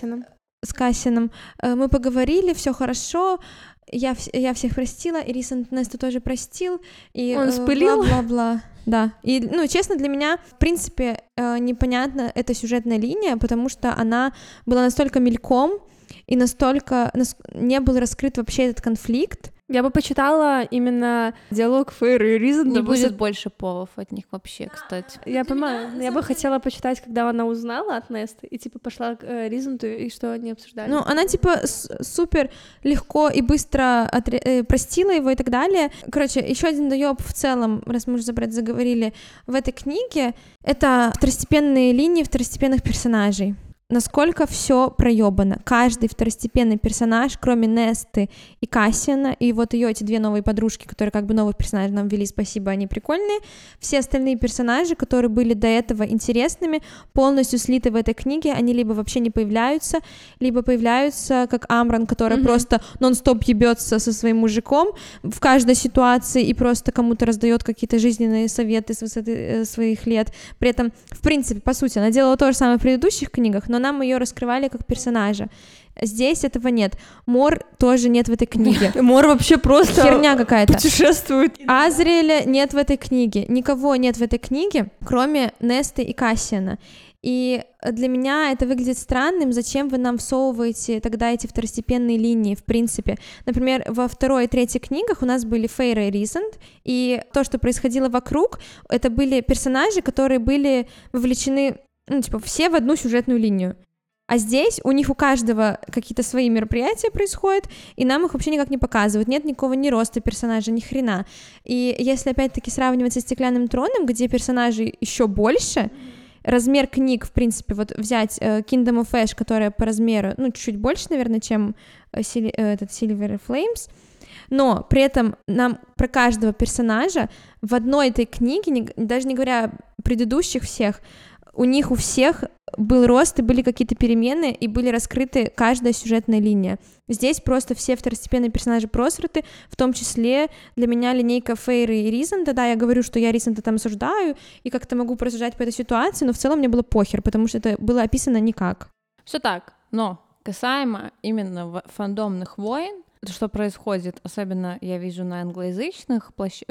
С Кассианом. Мы поговорили, все хорошо. Я всех простила, и Ризент Несту тоже простил. И он спылил. Бла-бла-бла. Да, и, ну, честно, для меня, в принципе, непонятна эта сюжетная линия, потому что она была настолько мельком, и настолько не был раскрыт вообще этот конфликт. Я бы почитала именно диалог Фейры и Ризента. Не будет больше повов от них вообще, кстати. Я понимаю, я бы хотела почитать, когда она узнала от Несты, и, типа, пошла к Ризенту, и что они обсуждали. Ну, она, типа, супер легко и быстро простила его и так далее. Короче, еще один доёб в целом, раз мы уже заговорили, в этой книге, это второстепенные линии второстепенных персонажей. насколько все проебано. Каждый второстепенный персонаж, кроме Несты и Кассиана, и вот ее эти две новые подружки, которые как бы новых персонажей нам ввели, спасибо, они прикольные, все остальные персонажи, которые были до этого интересными, полностью слиты в этой книге, они либо вообще не появляются, либо появляются как Амран, которая просто нон-стоп ебется со своим мужиком в каждой ситуации и просто кому-то раздает какие-то жизненные советы с высоты своих лет. При этом, в принципе, по сути, она делала то же самое в предыдущих книгах, но нам ее раскрывали как персонажа. Здесь этого нет. Мор тоже нет в этой книге. Мор вообще просто херня какая-то. Путешествует. Азриэля нет в этой книге. Никого нет в этой книге, кроме Несты и Кассиана. И для меня это выглядит странным, зачем вы нам всовываете тогда эти второстепенные линии, в принципе. Например, во второй и третьей книгах у нас были Фейра и Ризанд, и то, что происходило вокруг, это были персонажи, которые были вовлечены, все в одну сюжетную линию. А здесь у них у каждого какие-то свои мероприятия происходят, и нам их вообще никак не показывают. Нет никакого ни роста персонажа, ни хрена. И если опять-таки сравнивать со «Стеклянным троном», где персонажей еще больше, размер книг, в принципе, вот взять Kingdom of Ash, которая по размеру, чуть-чуть больше, наверное, чем этот Silver Flames, но при этом нам про каждого персонажа в одной этой книге, даже не говоря о предыдущих всех, у них у всех был рост, и были какие-то перемены, и были раскрыты каждая сюжетная линия. Здесь просто все второстепенные персонажи просраты, в том числе для меня линейка Фейры и Ризанда. Да, я говорю, что я Ризанда там осуждаю, и как-то могу просуждать по этой ситуации, но в целом мне было похер, потому что это было описано никак. Все так, но касаемо именно фандомных войн, что происходит, особенно я вижу на англоязычных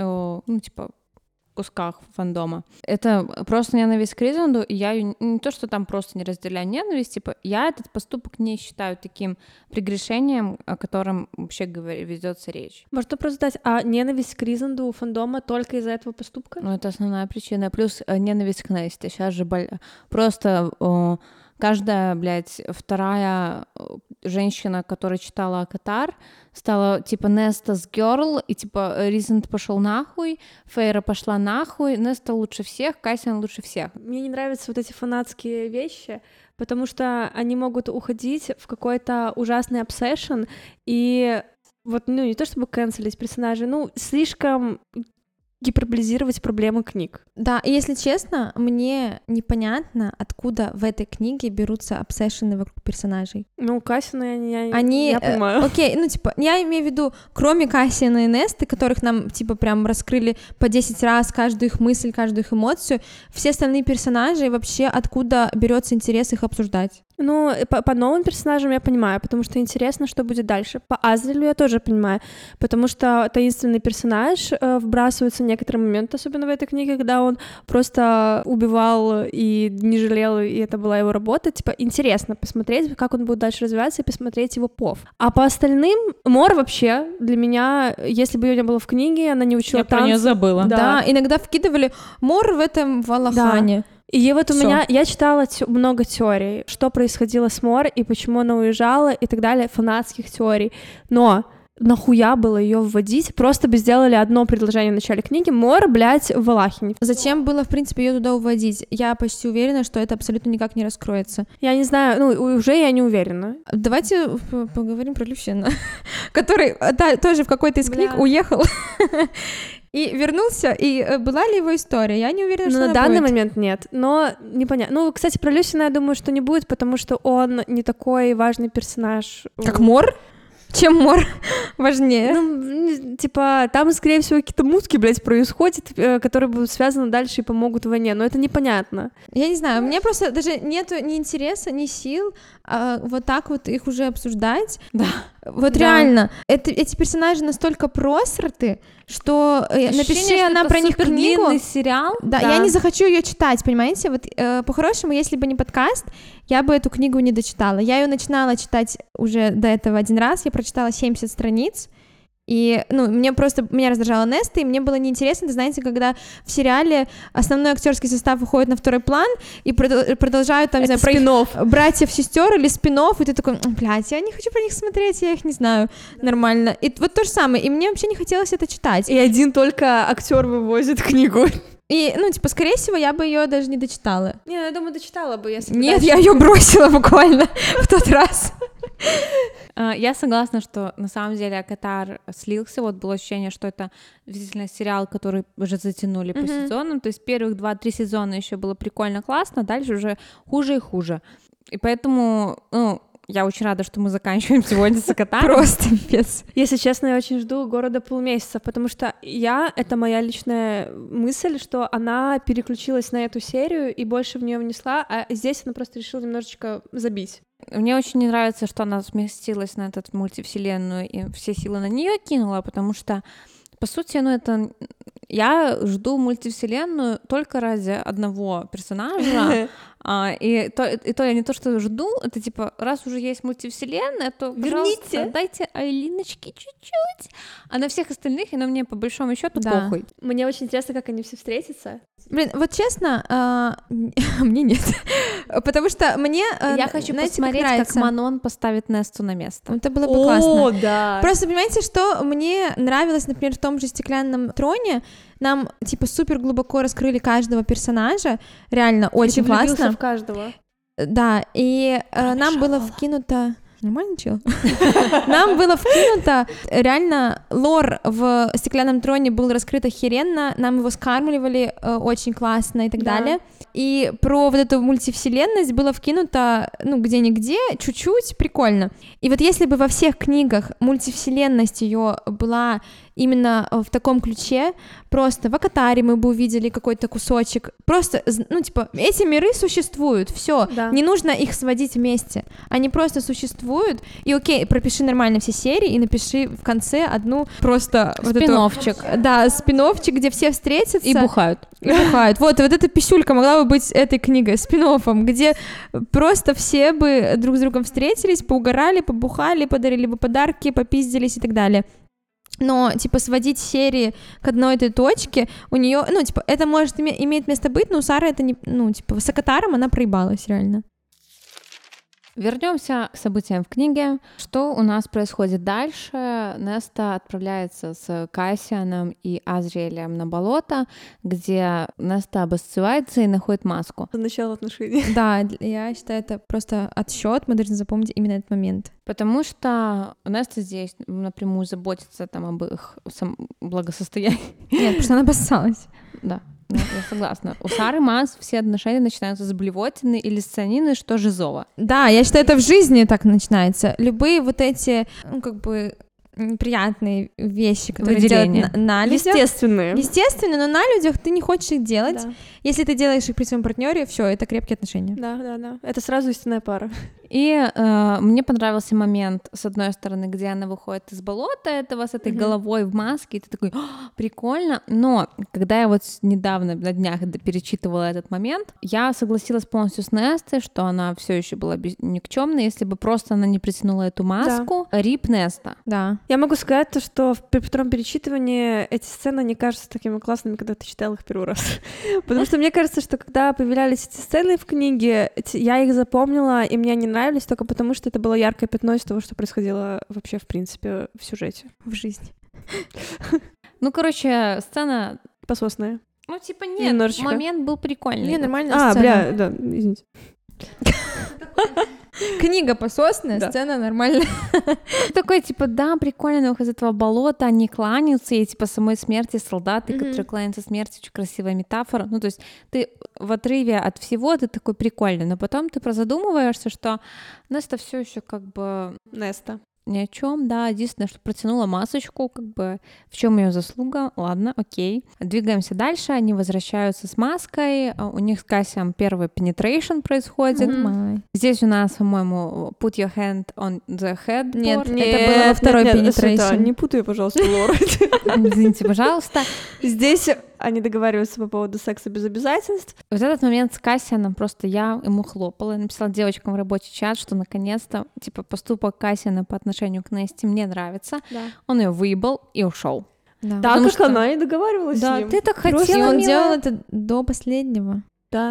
кусках фандома. Это просто ненависть к Ризанду, и я ее не то, что там просто не разделяю ненависть, я этот поступок не считаю таким прегрешением, о котором вообще ведется речь. Можно просто задать, а ненависть к Ризанду у фандома только из-за этого поступка? Это основная причина. Плюс ненависть к Несте. Сейчас же просто каждая, вторая женщина, которая читала Акатар, стала типа Неста's girl, и типа Ризанд пошел нахуй, Фейра пошла нахуй, Неста лучше всех, Кассиан лучше всех. Мне не нравятся вот эти фанатские вещи, потому что они могут уходить в какой-то ужасный обсессион, и вот, не то чтобы канцелить персонажей, слишком гиперболизировать проблемы книг. Да, и если честно, мне непонятно, откуда в этой книге берутся обсессионы вокруг персонажей. Кассиана я понимаю. Окей, я имею в виду, кроме Кассиана и Несты, которых нам, прям раскрыли по 10 раз каждую их мысль, каждую их эмоцию, все остальные персонажи, вообще откуда берется интерес их обсуждать? По новым персонажам я понимаю, потому что интересно, что будет дальше. По Азриэлю я тоже понимаю, потому что таинственный персонаж вбрасывается в некоторые моменты, особенно в этой книге, когда он просто убивал и не жалел, и это была его работа. Интересно посмотреть, как он будет дальше развиваться, и посмотреть его пов. А по остальным, Мор вообще для меня, если бы ее не было в книге, она не учила танцы. Я про нее забыла. Да, иногда вкидывали Мор в этом Валахане. Да. И вот у меня, я читала много теорий, что происходило с Мор и почему она уезжала и так далее, фанатских теорий, но нахуя было ее вводить, просто бы сделали одно предложение в начале книги: Мор, в Валахине. Зачем было, в принципе, ее туда уводить? Я почти уверена, что это абсолютно никак не раскроется. Я не знаю, уже я не уверена. Давайте поговорим про Люсьена, который тоже в какой-то из книг уехал и вернулся, и была ли его история? Я не уверена, что она будет. На данный момент нет, но непонятно. Кстати, про Люсьена я думаю, что не будет, потому что он не такой важный персонаж. Как Мор? Чем Мор важнее? Там, скорее всего, какие-то мутки, происходят, которые будут связаны дальше и помогут в войне, но это непонятно. Я не знаю, мне просто даже нету ни интереса, ни сил вот так вот их уже обсуждать. Да. Вот реально, эти персонажи настолько просраты, что напиши она про них книгу. Сериал. Да, я не захочу ее читать, понимаете? Вот по-хорошему, если бы не подкаст, я бы эту книгу не дочитала. Я ее начинала читать уже до этого один раз, я прочитала 70 страниц. И, меня раздражала Неста, и мне было неинтересно, знаете, когда в сериале основной актерский состав уходит на второй план и продолжают там, не знаю, про их братьев, сестер или спин-офф, и ты такой, я не хочу про них смотреть, я их не знаю нормально. И вот то же самое, и мне вообще не хотелось это читать. И один только актер вывозит книгу. И, ну, типа, скорее всего, я бы ее даже не дочитала. Не, я думаю, дочитала бы, если бы Нет, дальше- я ее бросила буквально в тот раз. Я согласна, что на самом деле Катар слился, вот было ощущение, что это действительно сериал, который уже затянули по сезонам, то есть первых 2-3 сезона еще было прикольно, классно, дальше уже хуже и хуже. И поэтому, ну, я очень рада, что мы заканчиваем сегодня с Катаром. Просто пипец. Если честно, я очень жду «Города полумесяца», потому что это моя личная мысль, что она переключилась на эту серию и больше в нее внесла, а здесь она просто решила немножечко забить. Мне очень не нравится, что она сместилась на эту мультивселенную и все силы на нее кинула, потому что, по сути, ну это... Я жду мультивселенную только ради одного персонажа, и то я не то, что жду, это типа, раз уже есть мультивселенная, то, пожалуйста, дайте Айлиночке чуть-чуть, а на всех остальных, и на мне по большому счету похуй. Мне очень интересно, как они все встретятся. Блин, вот честно, мне нет, потому что мне, я хочу посмотреть, как Манон поставит Несту на место. Это было бы классно. О, да. Просто понимаете, что мне нравилось, например, в том же «Стеклянном троне», нам, типа, супер глубоко раскрыли каждого персонажа, реально очень классно. В каждого. Да, и нам было вкинуто... Нормально, чел? Нам было вкинуто, реально, лор в «Стеклянном троне» был раскрыт охеренно, нам его скармливали очень классно и так далее. И про вот эту мультивселенность было вкинуто, ну, где-нигде, чуть-чуть, прикольно. И вот если бы во всех книгах мультивселенность ее была именно в таком ключе, просто в Акатаре мы бы увидели какой-то кусочек, просто, ну, типа, эти миры существуют, все, не нужно их сводить вместе, они просто существуют, и окей, пропиши нормально все серии и напиши в конце одну просто... Спин-оффчик. Вот да, спин-оффчик, где все встретятся. И бухают. Вот эта писюлька могла бы быть этой книгой, спин-оффом, где просто все бы друг с другом встретились, поугарали, побухали, подарили бы подарки, попиздились и так далее. Но, типа, сводить серии к одной этой точке, у нее, ну, типа, это может иметь место быть, но у Сары это не, ну, типа, с Акатаром она проебалась, реально. Вернемся к событиям в книге. Что у нас происходит дальше? Неста отправляется с Кассианом и Азриэлем на болото, где Неста обоссывается и находит маску. Начало отношений. Да, я считаю, это просто отсчет. Мы должны запомнить именно этот момент. Потому что Неста здесь напрямую заботится там об их благосостоянии. Нет, потому что она обоссалась. Да. Я согласна. У Сары Мас все отношения начинаются с блевотины или с цианины, что жизово. Да, я считаю, это в жизни так начинается. Любые вот эти, ну, как бы, неприятные вещи, которые делают на людях. Естественные, но на людях ты не хочешь их делать. Да. Если ты делаешь их при своем партнере, все, это крепкие отношения. Да. Это сразу истинная пара. И мне понравился момент, с одной стороны, где она выходит из болота этого, с этой головой в маске, и ты такой, прикольно, но когда я вот недавно, на днях перечитывала этот момент, я согласилась полностью с Нестой, что она все еще была никчемной, если бы просто она не притянула эту маску. Да. Рип Неста. Да. Я могу сказать то, что при втором перечитывании эти сцены не кажутся такими классными, когда ты читал их первый раз. Потому что мне кажется, что когда появлялись эти сцены в книге, я их запомнила, и мне они нравились только потому, что это было яркое пятно из того, что происходило вообще, в принципе, в сюжете. В жизни. Ну, короче, сцена... Пососная. Ну, типа, нет, момент был прикольный. Не, нормальная сцена. Бля, да, извините. Книга пососная, да. Сцена нормальная. Такой, типа, да, прикольно, но из этого болота они кланяются, и, типа, самой смерти солдаты, которые кланяются смерти, очень красивая метафора. Ну, то есть ты в отрыве от всего, ты такой прикольный, но потом ты прозадумываешься, что Неста все еще как бы... Неста. Ни о чем, да, единственное, что протянула масочку, как бы, в чем ее заслуга, ладно, окей. Двигаемся дальше, они возвращаются с маской, у них с Кассием первый penetration происходит. Здесь у нас, по-моему, put your hand on the headboard. Нет, это было во второй penetration. Не путай, пожалуйста, Лора. Извините, пожалуйста. Здесь они договариваются по поводу секса без обязательств. В этот момент с Кассианом просто я ему хлопала. Я написала девочкам в рабочий чат, что наконец-то, типа, поступок Кассиана по отношению к Несте мне нравится. Да. Он ее выебал и ушел. Да, так как она и договаривалась с ним. Да, ты так хотела. И он делал это до последнего. Да.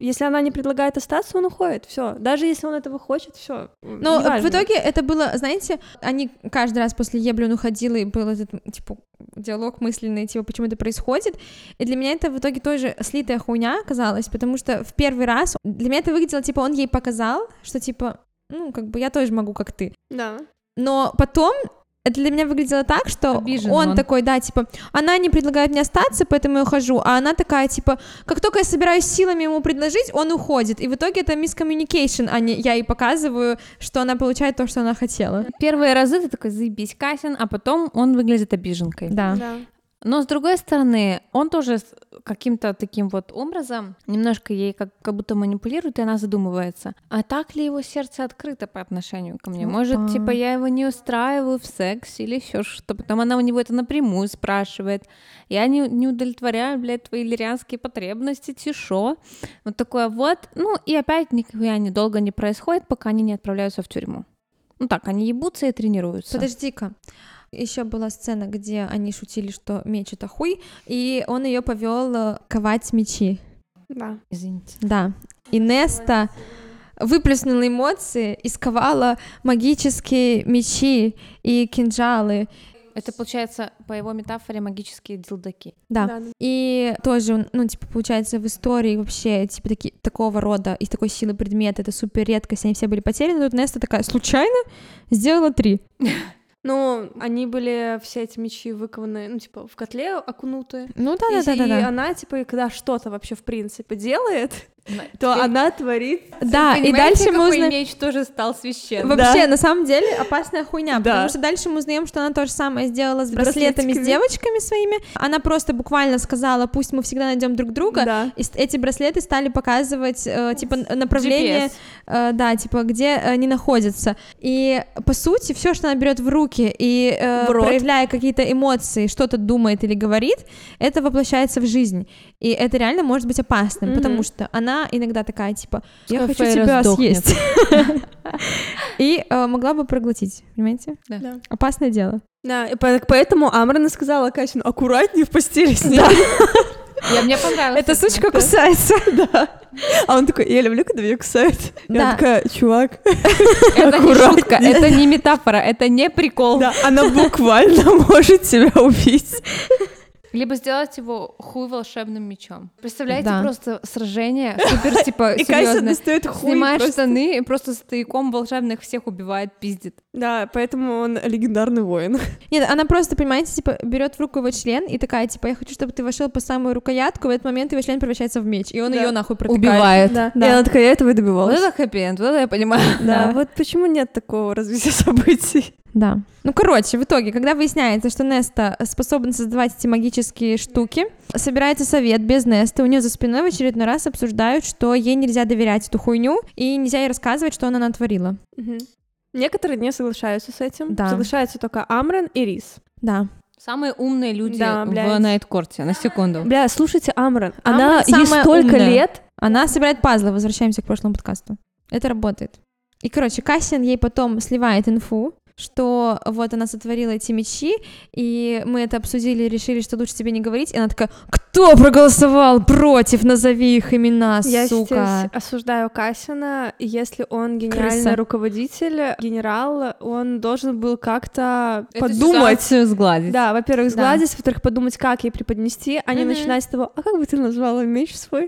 Если она не предлагает остаться, он уходит, все. Даже если он этого хочет, все. Но в итоге это было, знаете, они каждый раз после ебли он уходил, и был этот, типа, диалог мысленный, типа, почему это происходит. И для меня это в итоге тоже слитая хуйня оказалась, потому что в первый раз для меня это выглядело, типа, он ей показал, что, типа, ну, как бы я тоже могу, как ты. Да. Но потом это для меня выглядело так, что он такой, да, типа, она не предлагает мне остаться, поэтому я ухожу, а она такая, типа, как только я собираюсь силами ему предложить, он уходит, и в итоге это мискоммуникейшн, а не я ей показываю, что она получает то, что она хотела. Первые разы ты такой, заебись, Касян, а потом он выглядит обиженкой. Да. Но, с другой стороны, он тоже каким-то таким вот образом немножко ей как будто манипулирует, и она задумывается, а так ли его сердце открыто по отношению ко мне? Может, типа, я его не устраиваю в сексе или еще что-то. Потом она у него это напрямую спрашивает. Я не удовлетворяю, блядь, твои лирианские потребности, тишо. Вот такое вот. Ну, и опять нихуя недолго не происходит, пока они не отправляются в тюрьму. Ну так, они ебутся и тренируются. Подожди-ка. Еще была сцена, где они шутили, что меч — это хуй, и он ее повел ковать мечи. Да. Извините. Да. И Неста выплеснула эмоции и сковала магические мечи и кинжалы. Это, получается, по его метафоре, магические дилдаки. Да. И тоже, ну, типа, получается, в истории вообще, типа, такого рода и такой силы предметы, это супер редкость, они все были потеряны, тут Неста такая случайно сделала 3. Ну, они были, все эти мечи выкованы, ну, типа, в котле окунуты. Ну, да. И она, типа, когда что-то вообще, в принципе, делает, то она творит. Да, и дальше мы узнаем... меч тоже стал священным. Вообще, на самом деле, опасная хуйня, потому что дальше мы узнаем, что она то же самое сделала с браслетами, с девочками своими. Она просто буквально сказала, пусть мы всегда найдем друг друга, и эти браслеты стали показывать, типа, направление, да, типа, где они находятся. И, по сути, все, что она берет в руки и проявляя какие-то эмоции, что-то думает или говорит, это воплощается в жизнь. И это реально может быть опасным, потому что она иногда такая, типа, я хочу тебя съесть. И могла бы проглотить, понимаете? Да. Опасное дело. Да, и поэтому Амрана сказала Касину, аккуратнее в постели с ней. Мне понравилось. Эта сучка кусается. Да. А он такой, я люблю, когда меня кусают. Я такая, чувак, это не шутка, это не метафора, это не прикол. Да, она буквально может тебя убить. Либо сделать его хуй волшебным мечом. Представляете, просто сражение супер, типа, серьезно. Снимает штаны и просто стояком волшебных всех убивает, пиздит. Да, поэтому он легендарный воин. Нет, она просто, понимаете, типа, берет в руку его член и такая, типа, я хочу, чтобы ты вошел по самую рукоятку, в этот момент его член превращается в меч, и он ее нахуй протыкает. Убивает. Да. И она такая, я этого и добивалась. Вот это хэппи-энд, вот это я понимаю. Да, вот почему нет такого развития событий. Да. Ну, короче, в итоге, когда выясняется, что Неста способна создавать эти магические штуки, собирается совет без Несты, у нее за спиной в очередной раз обсуждают, что ей нельзя доверять эту хуйню, и нельзя ей рассказывать, что она натворила. Угу. Некоторые не соглашаются с этим. Да. Соглашаются только Амрен и Рис. Да. Самые умные люди в Найткорте, на секунду. Бля, слушайте, Амрен, она ей столько лет. Она собирает пазлы, возвращаемся к прошлому подкасту. Это работает. И, короче, Кассиан ей потом сливает инфу, что вот она сотворила эти мечи, и мы это обсудили и решили, что лучше тебе не говорить, и она такая, кто проголосовал против, назови их имена, я сука. Я здесь осуждаю Кассиана, если он генеральный руководитель, генерал, он должен был как-то подумать. Сгладить. Да, во-первых, сгладить, во-вторых, подумать, как ей преподнести, а не начинать с того, а как бы ты назвала меч свой?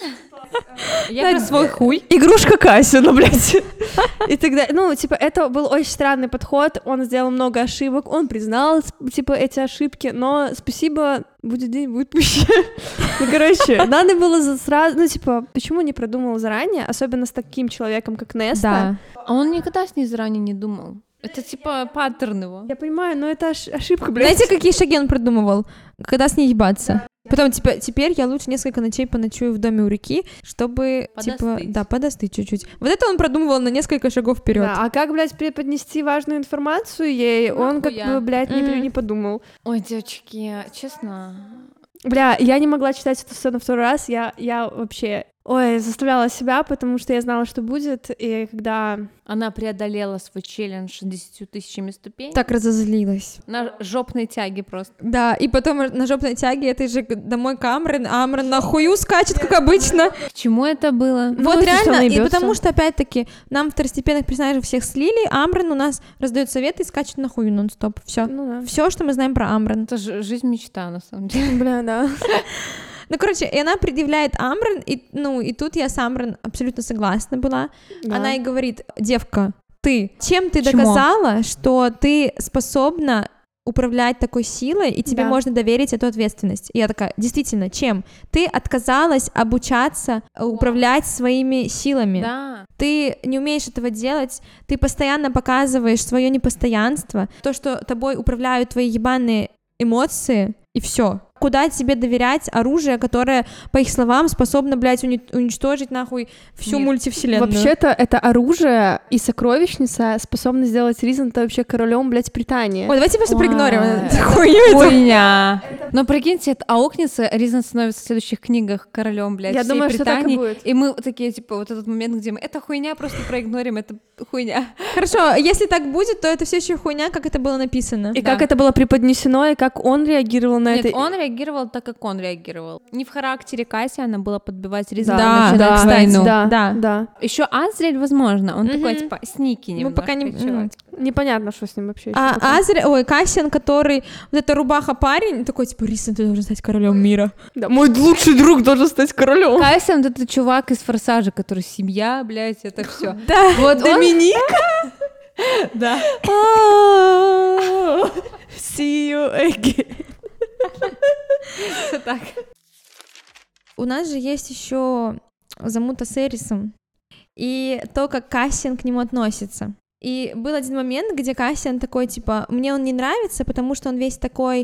Я про свой хуй. Игрушка Кассиана, блядь. И тогда, ну, типа, это был очень странный подход, он сделал много ошибок, он признал, типа, эти ошибки, но спасибо, будет день, будет пища. Ну, короче, надо было сразу, ну, типа, почему не продумал заранее, особенно с таким человеком, как Неста. Да. А он никогда с ней заранее не думал. Это, типа, паттерн его. Я понимаю, но это ошибка, блядь. Знаете, какие шаги он придумывал? Когда с ней ебаться? Потом, типа, теперь я лучше несколько ночей поночую в доме у реки, чтобы, подостыть. типа, да, подостыть чуть-чуть. Вот это он продумывал на несколько шагов вперед. Да, а как, блядь, преподнести важную информацию ей, он как бы, блядь, не подумал. Ой, девочки, честно... Бля, я не могла читать эту сцену второй раз, я вообще... Ой, заставляла себя, потому что я знала, что будет, и когда... Она преодолела свой челлендж 10 тысячами ступеней. Так разозлилась. На жопной тяге просто. Да, и потом на жопной тяге этой же домой к Амрен, а Амрен на хую скачет, как обычно. К чему это было? Вот реально, и потому что, опять-таки, нам второстепенных персонажей всех слили, Амрен у нас раздает советы и скачет на хую нон-стоп. Все. Все, что мы знаем про Амрен. Это же жизнь мечта, на самом деле. Бля, да. Ну, короче, и она предъявляет Амрен, и тут я с Амрен абсолютно согласна была. Да. Она ей говорит: девка, чем ты доказала, что ты способна управлять такой силой, и тебе можно доверить эту ответственность? И я такая: действительно, чем? Ты отказалась обучаться управлять своими силами. Да. Ты не умеешь этого делать, ты постоянно показываешь свое непостоянство, то, что тобой управляют твои ебаные эмоции, и все. Куда тебе доверять оружие, которое, по их словам, способно, блядь, уничтожить нахуй всю мультивселенную? Вообще-то это оружие и сокровищница способны сделать Ризента вообще королем, блядь, Британии. Ой, давайте просто проигнорим эту хуйня. Но прикиньте, это аукнется, Ризент становится в следующих книгах королем, блядь, я всей думаю, Британии. Что так и будет. И мы такие, типа, вот этот момент, где мы это хуйня, просто проигнорим, это хуйня. Хорошо, если так будет, то это все еще хуйня, как это было написано. И как это было преподнесено, и как он реагировал на это. Нет, он реагировал так, как он реагировал. Не в характере Кассиана было подбивать Ризента, начинать войну. Да. Еще Азриэль, возможно, он такой, типа, сники немножко. Пока не... Непонятно, что с ним вообще. Кассиан, который, вот эта рубаха парень, такой, типа, Ризент, ты должен стать королем мира. Да, мой лучший друг должен стать королем. Кассиан — это чувак из «Форсажа», который семья, блядь, это все. Да, вот Доминик? Да. See you again. Все так. У нас же есть еще замута с Эрисом и то, как Кассиан к нему относится. И был один момент, где Кассиан такой, типа, мне он не нравится, потому что он весь такой...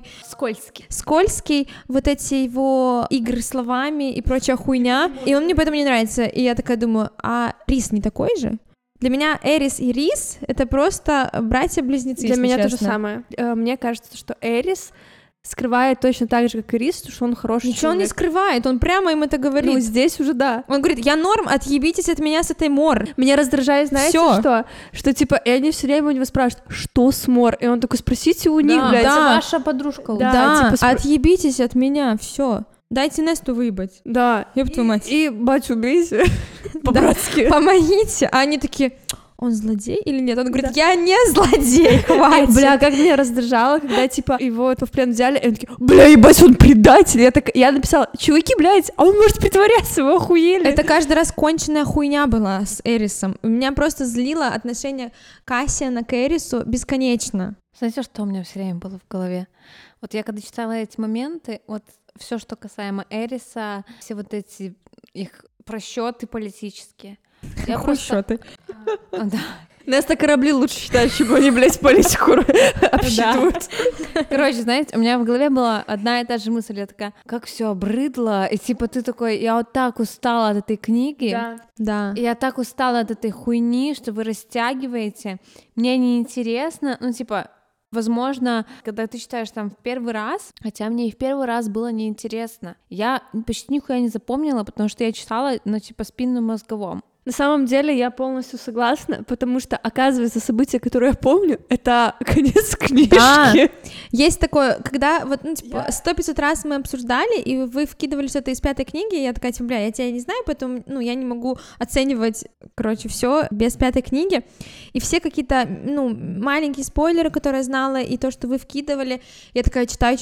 Скользкий, вот эти его игры словами и прочая хуйня, и он мне поэтому не нравится. И я такая думаю, а Рис не такой же? Для меня Эрис и Рис — это просто братья-близнецы, Для меня честно. то же самое. Мне кажется, что Эрис скрывает точно так же, как и Рис, что он хороший Ничего человек. он не скрывает, он прямо им это говорит. Ну, здесь уже да. Он говорит: я норм, отъебитесь от меня с этой Мор. Меня раздражает, знаете, Всё. что типа, и они все время у него спрашивают, что с Мор? И он такой: спросите у них, блядь. Это ваша подружка. Да, типа, отъебитесь от меня, все. Дайте Несту выебать. Да. Ёб твою мать. И батю убейся. По-братски. Помогите. А они такие: он злодей или нет? Он говорит: я не злодей, хватит. Бля, как меня раздражало, когда, типа, его в плен взяли, и он такие: бля, ебать, он предатель. Я написала: чуваки, блядь, а он может притворяться, вы охуели. Это каждый раз конченая хуйня была с Эрисом. Меня просто злило отношение Кассиана к Эрису бесконечно. Знаете, что у меня все время было в голове? Вот я когда читала эти моменты, вот все, что касаемо Эриса, все вот эти их просчеты политические. Я Просчеты. Да. Неста корабли лучше считать, чем они, блядь, политику обсчитывают. Короче, знаете, у меня в голове была одна и та же мысль. Я такая: как все обрыдло. И типа ты такой: я вот так устала от этой книги. Да. И я так устала от этой хуйни, что вы растягиваете. Мне неинтересно. Ну, типа, возможно, когда ты читаешь там в первый раз, хотя мне и в первый раз было неинтересно. Я почти нихуя не запомнила, потому что я читала, ну, типа, спинномозговом. На самом деле я полностью согласна, потому что, оказывается, события, которые я помню, это конец книжки. Да. Есть такое, когда вот, ну, типа, 100-500 раз мы обсуждали, и вы вкидывали что-то из 5-й книги, и я такая, типа, бля, я тебя не знаю, поэтому, ну, я не могу оценивать, короче, все без 5-й книги. И все какие-то, ну, маленькие спойлеры, которые я знала, и то, что вы вкидывали, я такая читаю,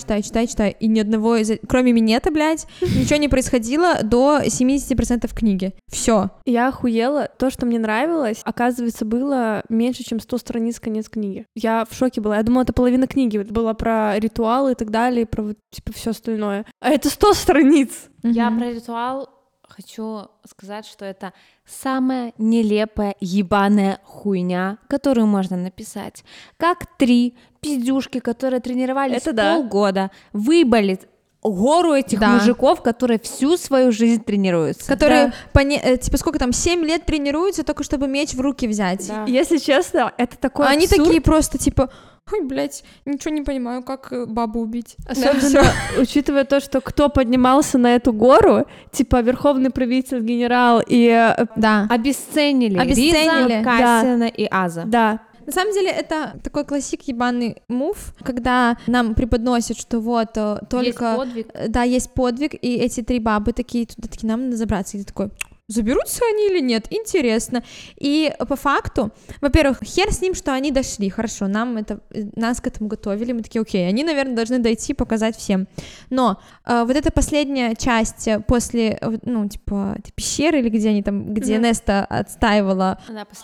и ни одного из... Кроме минета, блядь, ничего не происходило до 70% книги. Все. Я охуела. То, что мне нравилось, оказывается, было меньше, чем 100 страниц конец книги. Я в шоке была. Я думала, это половина книги. Это было про ритуалы и так далее, про вот, типа, все остальное. А это 100 страниц! Я про ритуал хочу сказать, что это самая нелепая ебаная хуйня, которую можно написать. Как 3 пиздюшки, которые тренировались полгода, выболит гору этих мужиков, которые всю свою жизнь тренируются. Которые, типа, сколько там, 7 лет тренируются, только чтобы меч в руки взять. Да. Если честно, это такой Они абсурд. такие просто, типа, ой, блядь, ничего не понимаю, как бабу убить. Особенно учитывая то, что кто поднимался на эту гору, типа верховный правитель, генерал и... Да. Обесценили Риза, Кассиана и Аза. Да. На самом деле это такой классик ебаный мув, когда нам преподносят, что вот только... Есть подвиг. Да, есть подвиг, и эти 3 бабы такие, туда такие, нам надо забраться. И ты такой, заберутся они или нет? Интересно. И по факту, во-первых, хер с ним, что они дошли, хорошо, нас к этому готовили, мы такие, окей, они, наверное, должны дойти, показать всем. Но вот эта последняя часть после, ну, типа, пещеры, или где они там, где Неста отстаивала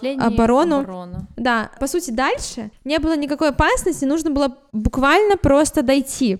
оборону. Да, по сути, дальше не было никакой опасности, нужно было буквально просто дойти.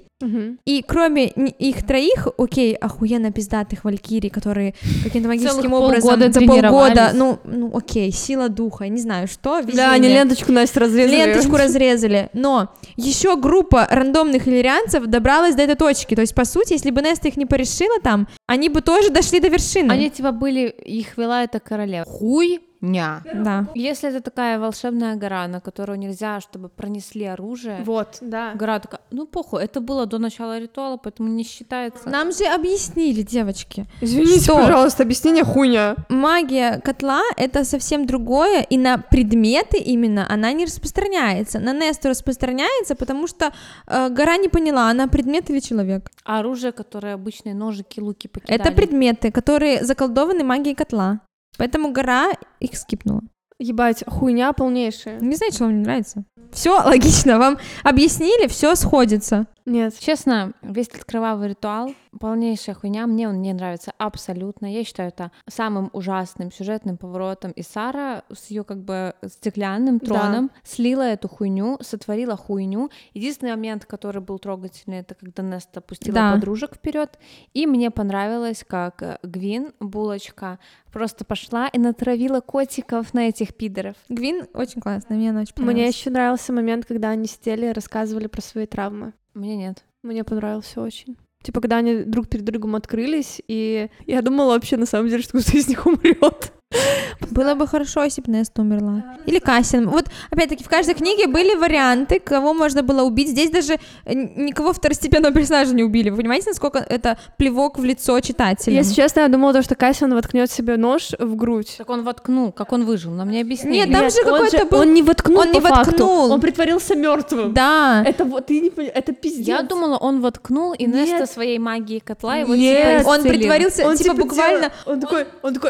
И кроме их 3, окей, охуенно пиздатых валькирий, которые каким-то магическим образом за полгода, ну окей, сила духа, я не знаю что, везение. Да, они ленточку, Настя, разрезали, но еще группа рандомных иллирианцев добралась до этой точки, то есть, по сути, если бы Неста их не порешила там, они бы тоже дошли до вершины. Они типа их вела эта королева. Хуйня. Да. Если это такая волшебная гора, на которую нельзя, чтобы пронесли оружие. Вот, да. Гора такая, ну похуй, это было до начала ритуала, поэтому не считается. Нам же объяснили, девочки. Извините, что пожалуйста, объяснение хуйня. Магия котла — это совсем другое, и на предметы именно она не распространяется. На Несту распространяется, потому что гора не поняла, она предмет или человек. А оружие, которое обычные ножики, луки покидали. Это предметы, которые заколдованы магией котла. Поэтому гора их скипнула. Ебать, хуйня полнейшая. Не знаю, что вам не нравится. Все логично, вам объяснили, все сходится. Нет. Честно, весь этот кровавый ритуал полнейшая хуйня, мне он не нравится абсолютно. Я считаю это самым ужасным сюжетным поворотом. И Сара с ее как бы стеклянным троном слила эту хуйню, сотворила хуйню. Единственный момент, который был трогательный, это когда Неста пустила подружек вперед. И мне понравилось, как Гвин, булочка, просто пошла и натравила котиков на этих пидоров. Гвин очень классная, мне она очень понравилась. Мне еще нравился момент, когда они сидели и рассказывали про свои травмы. Мне нет. Мне понравился очень. Типа, когда они друг перед другом открылись, и я думала вообще, на самом деле, что кто-то из них умрет. Было бы хорошо, если бы Неста умерла. Или Кассиан. Вот, опять-таки, в каждой книге были варианты, кого можно было убить. Здесь даже никого второстепенного персонажа не убили. Вы понимаете, насколько это плевок в лицо читателям? Если честно, я думала, что Кассиан воткнет себе нож в грудь. Так он воткнул, как он выжил, нам не объяснили. Нет, там же какой-то был... Он не воткнул, он не воткнул. Он притворился мертвым. Да. Это вот, ты не понимаешь, это пиздец. Я думала, он воткнул, и Неста своей магией котла его Нет. типа Он притворился, он типа буквально... Он такой...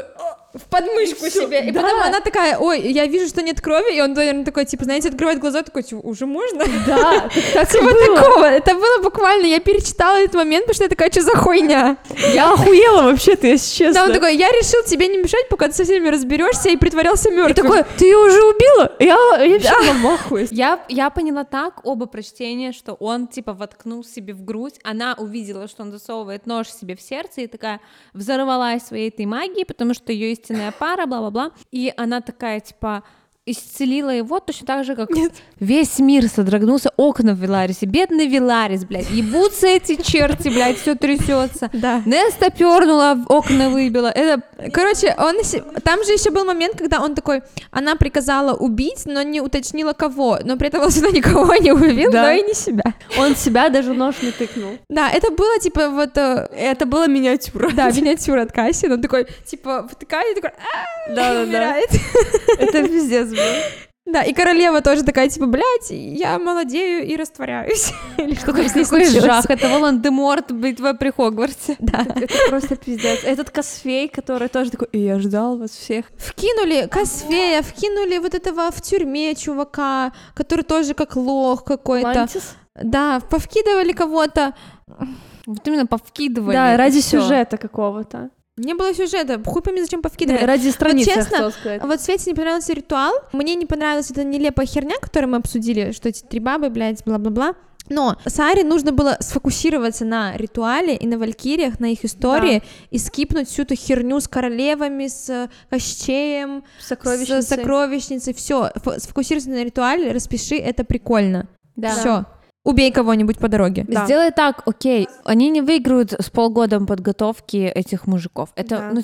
в подмышку себе. И потом она такая, ой, я вижу, что нет крови, и он, наверное, такой, типа, знаете, открывает глаза, такой, типа, уже можно? Да, так типа такого. Это было буквально, я перечитала этот момент, потому что я такая, что за хуйня? Я охуела вообще-то, если честно. Да, он такой, я решил тебе не мешать, пока ты со всеми разберешься, и притворялся мертвым. И такой, ты ее уже убила? Я вообще намахуюсь. Я поняла так, оба прочтения, что он, типа, воткнул себе в грудь, она увидела, что он засовывает нож себе в сердце, и такая взорвалась своей этой магией, потому что ее истинная пара, бла-бла-бла, и она такая, типа, исцелила его точно так же, как весь мир содрогнулся, окна в Веларисе, бедный Веларис, блядь, ебутся эти черти, блядь, все трясется. Да. Неста пернула, окна выбила. Это... Короче, там же еще был момент, когда он такой, она приказала убить, но не уточнила кого, но при этом он сюда никого не убил, но и не себя. Он себя даже нож не тыкнул. Да, это было, типа, вот... Это была миниатюра. Да, миниатюра от Кассиана, он такой, типа, втыкает, и такой, умирает. Это пиздец был. Да, и королева тоже такая, типа, блядь, я молодею и растворяюсь. Или что там с ней Какой случилось? жах, это Волан-де-Морт, битва при Хогвартсе. Да. Это просто пиздец. Этот Косфей, который тоже такой, и я ждал вас всех. Вкинули Косфея, вкинули вот этого в тюрьме чувака, который тоже как лох какой-то. Лантис? Да, повкидывали кого-то. Вот именно повкидывали. Да, ради всё. сюжета какого-то. Не было сюжета, хуй пойми, зачем повкидывали. Ради страницы, вот я честно, хотела сказать. вот Свете не понравился ритуал, мне не понравилась эта нелепая херня, которую мы обсудили, что эти 3 бабы, блядь, бла-бла-бла. Но Саре нужно было сфокусироваться на ритуале и на валькириях, на их истории, и скипнуть всю эту херню с королевами, с Кощеем, с сокровищницей, все. Сфокусируйся на ритуале, распиши, это прикольно. Да. Все. Убей кого-нибудь по дороге. Да. Сделай так, окей, они не выиграют с полгодом подготовки этих мужиков. Это, ну, типа,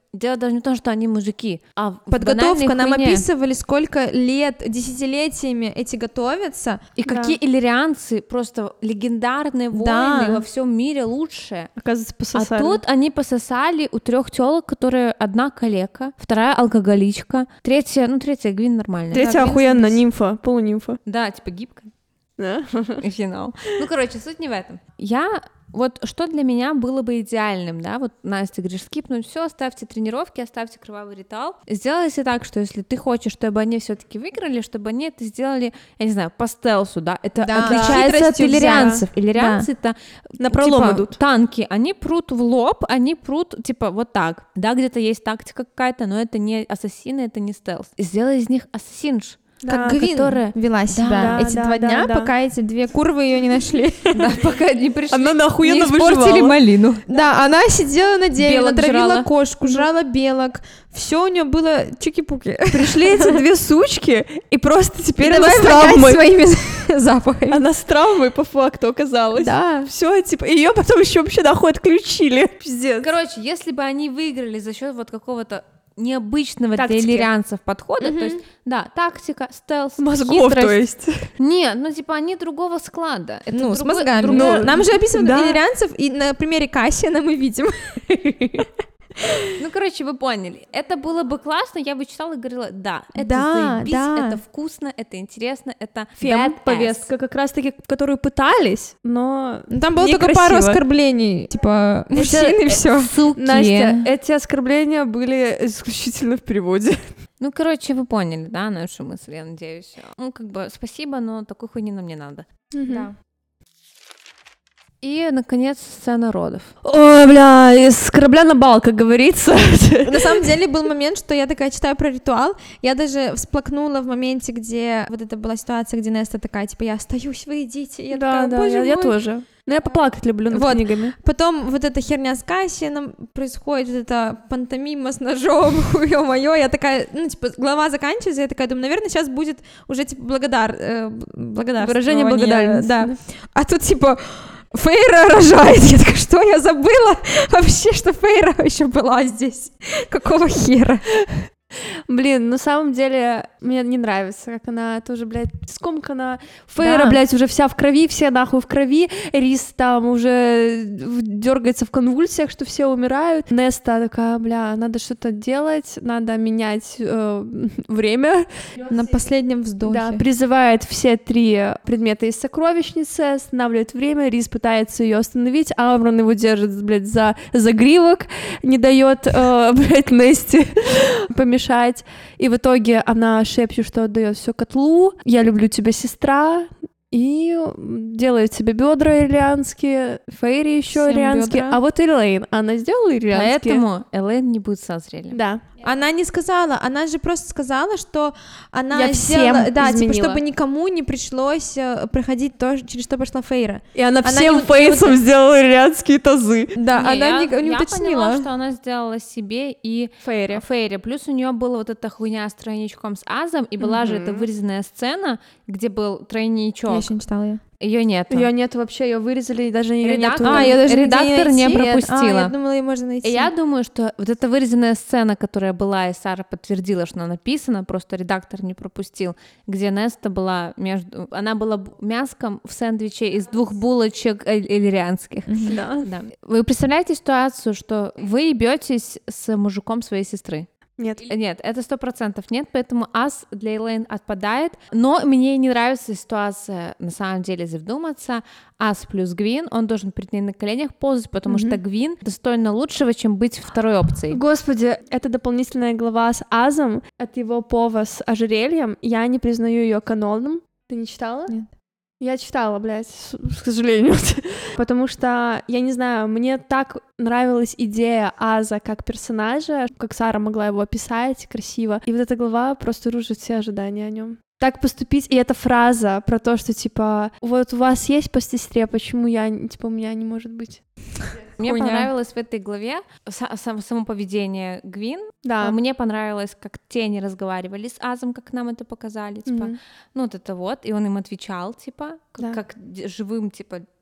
дело даже не в том, что они мужики, а в подготовка. Нам хуйне. описывали, сколько лет, десятилетиями эти готовятся. И какие иллирианцы, просто легендарные воины во всем мире лучшие. Оказывается, пососали. А тут они пососали у 3 тёлок, которые одна калека, вторая алкоголичка, третья Гвин нормальная. Третья охуенно, нимфа, полунимфа. Да, типа гибкая. Да. Ну, короче, суть не в этом. Вот что для меня было бы идеальным, да, вот, Настя, говоришь, скипнуть все, оставьте тренировки, оставьте кровавый ритуал. Сделайте так, что если ты хочешь, чтобы они все-таки выиграли, чтобы они это сделали, я не знаю, по стелсу, да, это отличается от иллирианцев. Иллирианцы это напролом типа, идут. Танки, они прут в лоб, они прут, типа, вот так. Да, где-то есть тактика какая-то, но это не ассасины, это не стелс. Сделай из них ассасинш. Как Гвин вела себя эти 2 дня, пока эти 2 курвы ее не нашли. Да, пока не пришли. Она охуенно не испортили выживала. малину. Да, она сидела на дереве, Белок натравила жрала. кошку, жрала белок. Все у нее было чуки-пуки. Пришли эти 2 сучки, и просто теперь И она давай с травмой. своими запахами. Она с травмой по факту оказалась. Да. Все, типа, ее потом еще вообще нахуй отключили. Пиздец. Короче, если бы они выиграли за счет вот какого-то необычного Тактики. для иллирианцев подхода, то есть, да, тактика, стелс, Мозгов, хитрость. то есть. Нет, ну, типа, они другого склада. Это Ну, с другой- мозгами. другой- Нам же описывают Да. иллирианцев, и на примере Кассиана мы видим. Ну, короче, вы поняли. Это было бы классно, я бы читала и говорила, да, это Да, заебись, да. это вкусно, это интересно, это Фем-повестка как раз-таки, которую пытались, но Там было только некрасиво. пару оскорблений, типа, мужчин и все. Суки. Настя, эти оскорбления были исключительно в переводе. Ну, короче, вы поняли, да, нашу мысль, я надеюсь. Ну, как бы, спасибо, но такой хуйни нам не надо. Да. И, наконец, сцена родов. Ой, бля, из корабля на бал, как говорится. На самом деле был момент, что я такая читаю про ритуал, я даже всплакнула в моменте, где вот это была ситуация, где Неста такая, типа, я остаюсь, вы идите. И я такая, боже я мой. тоже. Но я поплакать люблю над Вот. книгами. Потом вот эта херня с Кассианом происходит, вот эта пантомима с ножом, ё-моё, я такая, ну, типа, глава заканчивается, я такая думаю, наверное, сейчас будет уже, типа, благодарствование. Выражение благодарности. Да. А тут, типа, Фейра рожает. Я такая, что я забыла вообще, что Фейра еще была здесь? Какого хера? Блин, на самом деле, мне не нравится, как она тоже, блядь, скомкана. Фейра, Да. блядь, уже вся в крови, все нахуй в крови. Рис там уже дергается в конвульсиях, что все умирают. Неста такая, бля, надо что-то делать, надо менять время. На последнем вздохе. Да, призывает все 3 предмета из сокровищницы, останавливает время, Рис пытается ее остановить, Амрон его держит, блядь, за загривок, не дает, блядь, Несте помешать. И в итоге она шепчет, что отдает все котлу. Я люблю тебя, сестра. И делает себе бедра ирлианские, Фейри еще Всем ирлианские. бедра. А вот Элейн, она сделала ирлианские? Поэтому Элейн не будет созрели. Да. Она не сказала, она же просто сказала, что она Я сделала, всем да, изменила. типа, чтобы никому не пришлось проходить то, через что прошла Фейра. И она Она всем не- фейсом сделала ирлианские тазы. Да, она я не уточнила. поняла, что она сделала себе и Фейре. Плюс у нее была вот эта хуйня с тройничком с Азом, и была же эта вырезанная сцена, где был тройничок. Я еще не читала ее. Ее нет. Ее нет вообще, ее вырезали, и даже ее Редактор- нету. ее даже редактор не найти. пропустила. Я думала, ее можно найти. И я думаю, что вот эта вырезанная сцена, которая была, и Сара подтвердила, что она написана, просто редактор не пропустил, где Неста была она была мяском в сэндвиче из 2 булочек иллирианских. Да. Да. Вы представляете ситуацию, что вы ебетесь с мужиком своей сестры? Нет. Нет, это 100% нет, поэтому Ас для Элейн отпадает, но мне не нравится ситуация, на самом деле, если вдуматься, Ас плюс Гвин, он должен перед ней на коленях ползать, потому что Гвин достойна лучшего, чем быть второй опцией. Господи, это дополнительная глава с Азом от его пова с ожерельем. Я не признаю ее каноном. Ты не читала? Нет. Я читала, блядь, к сожалению. Потому что, я не знаю, мне так нравилась идея Аза как персонажа, как Сара могла его описать красиво. И вот эта глава просто рушит все ожидания о нем. Так поступить, и эта фраза про то, что, типа, вот у вас есть по сестре, почему у меня не может быть? Мне Хуйня. понравилось в этой главе само поведение Гвин. Да. Мне понравилось, как тени разговаривали с Азом, как нам это показали, типа, ну вот это вот, и он им отвечал, типа, Да. как живым, типа,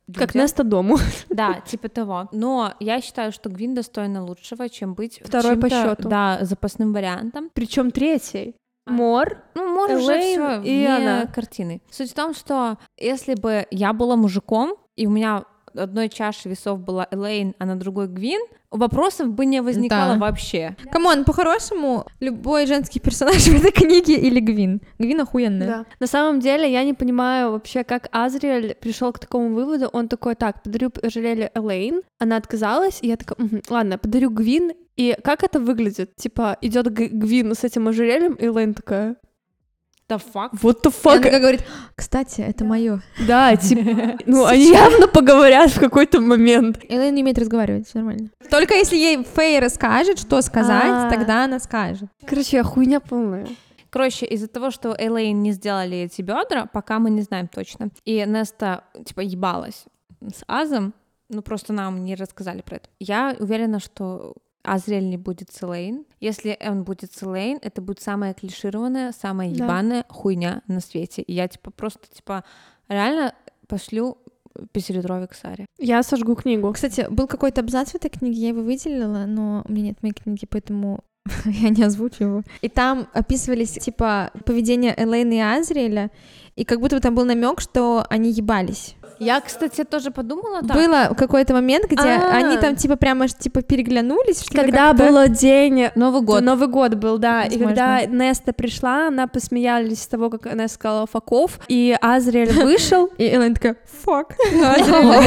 Как Неста дому. Да, типа того. Но я считаю, что Гвин достойна лучшего, чем быть второй по счету. Да, запасным вариантом. Причем третий. Мор, Мор уже всё и она. Картины. Суть в том, что если бы я была мужиком, и у меня одной чашей весов была Элейн, а на другой Гвин, вопросов бы не возникало вообще. Камон, по-хорошему, любой женский персонаж в этой книге или Гвин. Гвин охуенная. Да. На самом деле, я не понимаю вообще, как Азриэль пришел к такому выводу. Он такой: так, подарю ожерелье Элейн. Она отказалась, и я такая: ладно, подарю Гвин. И как это выглядит? Типа, идет Гвин с этим ожерельем, и Элейн такая: The fuck? What the fuck? И она такая говорит: кстати, это мое. Да, типа, они явно поговорят в какой-то момент. Элейн не умеет разговаривать, все нормально. Только если ей Фэй расскажет, что сказать, тогда она скажет. Короче, хуйня полная. Короче, из-за того, что Элейн не сделали эти бедра, пока мы не знаем точно, и Неста, типа, ебалась с Азом, просто нам не рассказали про это. Я уверена, что Азриэль не будет с Элейн. Если он будет с Элейн, это будет самая клишированная, самая ебаная хуйня на свете. И я, реально пошлю 5-литровик Саре. Я сожгу книгу. Кстати, был какой-то абзац в этой книге, я его выделила, но у меня нет моей книги, поэтому я не озвучу его. И там описывались, поведение Элейн и Азриэля, и как будто бы там был намек, что они ебались. Я, кстати, тоже подумала так. Было какой-то момент, где они там, прямо переглянулись. Когда был день... Новый год. Новый год был, да. Возможно. И когда Неста пришла, она посмеялись с того, как Неста сказала «факов», и Азриэль вышел. И Элейн такая: «Фак». Я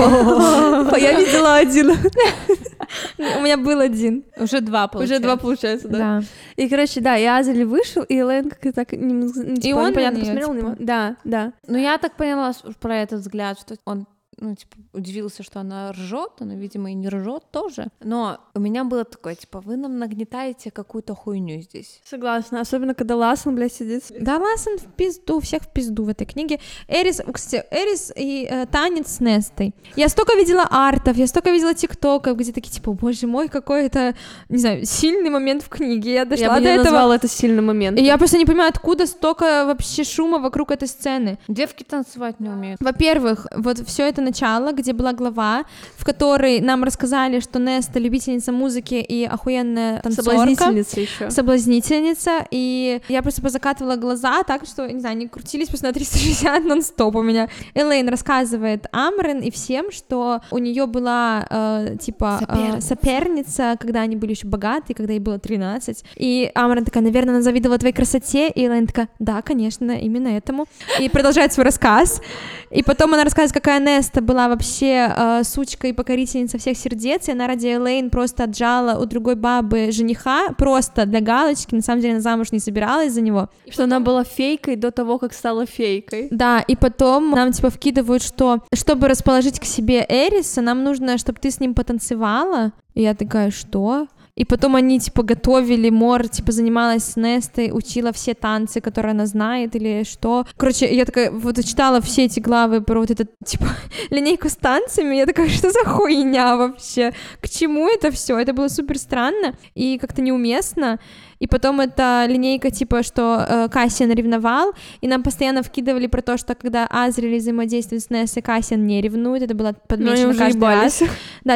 видела один. У меня был один. Уже 2, получается. Уже 2, получается, да. И, короче, да, и Азриэль вышел, и Элейн как-то так непонятно посмотрел на него. Да. Ну, я так поняла про этот взгляд, что он, удивился, что она ржет, она, видимо, и не ржет тоже. Но у меня было такое, вы нам нагнетаете какую-то хуйню здесь. Согласна, особенно когда Лассен, блядь, сидит. Да, Лассен в пизду, всех в пизду в этой книге. Кстати, Эрис и танец с Нестой. Я столько видела артов, я столько видела тиктоков, где такие, боже мой, какой это, не знаю, сильный момент в книге. Я дошла до этого. Я бы не назвала это сильным моментом. И я просто не понимаю, откуда столько вообще шума вокруг этой сцены. Девки танцевать не умеют. Во-первых, вот все это начало, где была глава, в которой нам рассказали, что Неста любительница музыки и охуенная танцорка. Соблазнительница еще. Соблазнительница. И я просто позакатывала глаза так, что, не знаю, они крутились просто на 360 нон-стоп у меня. Элейн рассказывает Амрен и всем, что у нее была, соперница, когда они были еще богаты, когда ей было 13. И Амрен такая: наверное, она завидовала твоей красоте. И Элейн такая: да, конечно, именно этому. И продолжает свой рассказ. И потом она рассказывает, какая Неста была вообще сучка и покорительница всех сердец, и она ради Элейн просто отжала у другой бабы жениха, просто для галочки, на самом деле она замуж не собиралась за него. Что она была фейкой до того, как стала фейкой. Да, и потом нам вкидывают, что чтобы расположить к себе Эриса, нам нужно, чтобы ты с ним потанцевала. И я такая: что? И потом они, готовили, Мор, занималась с Нестой, учила все танцы, которые она знает, или что. Короче, я такая, читала все эти главы про эту, линейку с танцами, я такая: что за хуйня вообще? К чему это все? Это было супер странно и как-то неуместно. И потом эта линейка, что Кассиан ревновал, и нам постоянно вкидывали про то, что когда Азриэль взаимодействует с Нессой, Кассиан не ревнует, это было подмечено каждый раз. Да,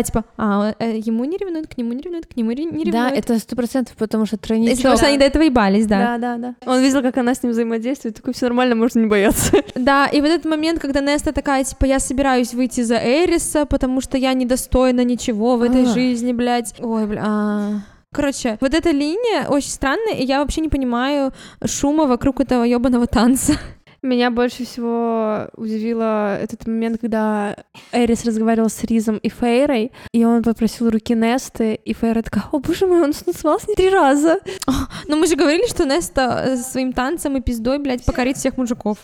ему не ревнует, к нему не ревнует, к нему не ревнует. Да, это 100%, потому что тройничок. Потому что они до этого ебались, да. Да. Он видел, как она с ним взаимодействует, такой: все нормально, можно не бояться. Да, и вот этот момент, когда Неста такая, я собираюсь выйти за Эриса, потому что я недостойна ничего в этой жизни, блядь. Ой, Короче, вот эта линия очень странная, и я вообще не понимаю шума вокруг этого ёбаного танца. Меня больше всего удивило этот момент, когда Эрис разговаривал с Ризом и Фейрой, и он попросил руки Несты, и Фейра такая: о, боже мой, он снова с ней 3 раза. Но мы же говорили, что Неста своим танцем и пиздой, блядь, покорит всех мужиков.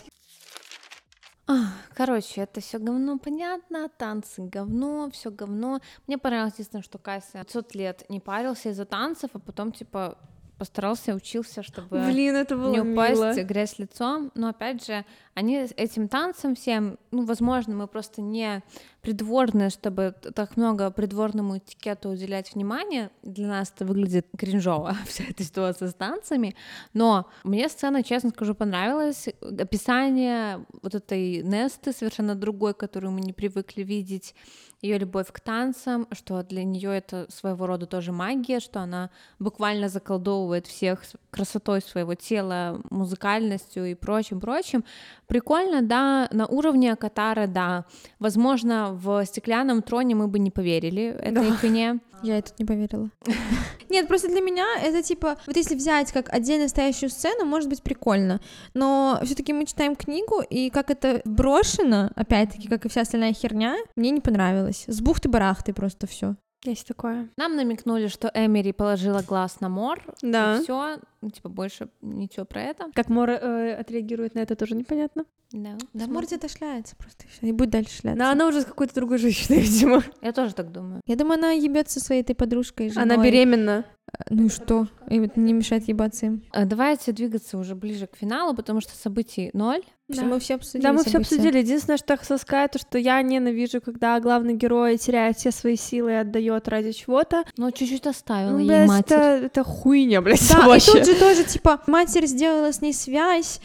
Короче, это все говно, понятно, танцы говно, все говно. Мне понравилось, естественно, что Кассиан 500 лет не парился из-за танцев, а потом, постарался, учился, чтобы Блин, это было не упасть мило. грязь лицом. Но опять же, они этим танцем всем, ну, возможно, мы просто не придворные, чтобы так много придворному этикету уделять внимание. Для нас это выглядит кринжово, вся эта ситуация с танцами. Но мне сцена, честно скажу, понравилась. Описание вот этой Несты, совершенно другой, которую мы не привыкли видеть, ее любовь к танцам, что для нее это своего рода тоже магия, что она буквально заколдовывает всех красотой своего тела, музыкальностью и прочим. Прикольно, да, на уровне Катара, да. Возможно, в «Стеклянном троне» мы бы не поверили этой хуйне. Я и тут не поверила. Нет, просто для меня это типа, вот если взять как отдельно стоящую сцену, может быть прикольно, но все-таки мы читаем книгу, и как это брошено, опять-таки, как и вся остальная херня, мне не понравилось. С бухты-барахты просто все. Есть такое. Нам намекнули, что Эмери положила глаз на Мор, Да. и все, типа больше ничего про это. Как Мор отреагирует на это, тоже непонятно. Да. Да, Мор где-то шляется просто, и всё, и будет дальше шляться. Но она уже с какой-то другой женщиной, видимо. Я тоже так думаю. Я думаю, она ебется со своей этой подружкой, женой. Она беременна. Ну и что? И это не мешает ебаться им. Давайте двигаться уже ближе к финалу, потому что событий 0. Всё, мы все обсудили. Да, мы все события. обсудили. Единственное, что я хотела сказать, то, что я ненавижу, когда главный герой теряет все свои силы и отдает ради чего-то. Но чуть-чуть оставила Ну, ей блядь, матерь. это хуйня, блядь, Да, вообще. и тут же тоже, типа, матерь сделала с ней связь,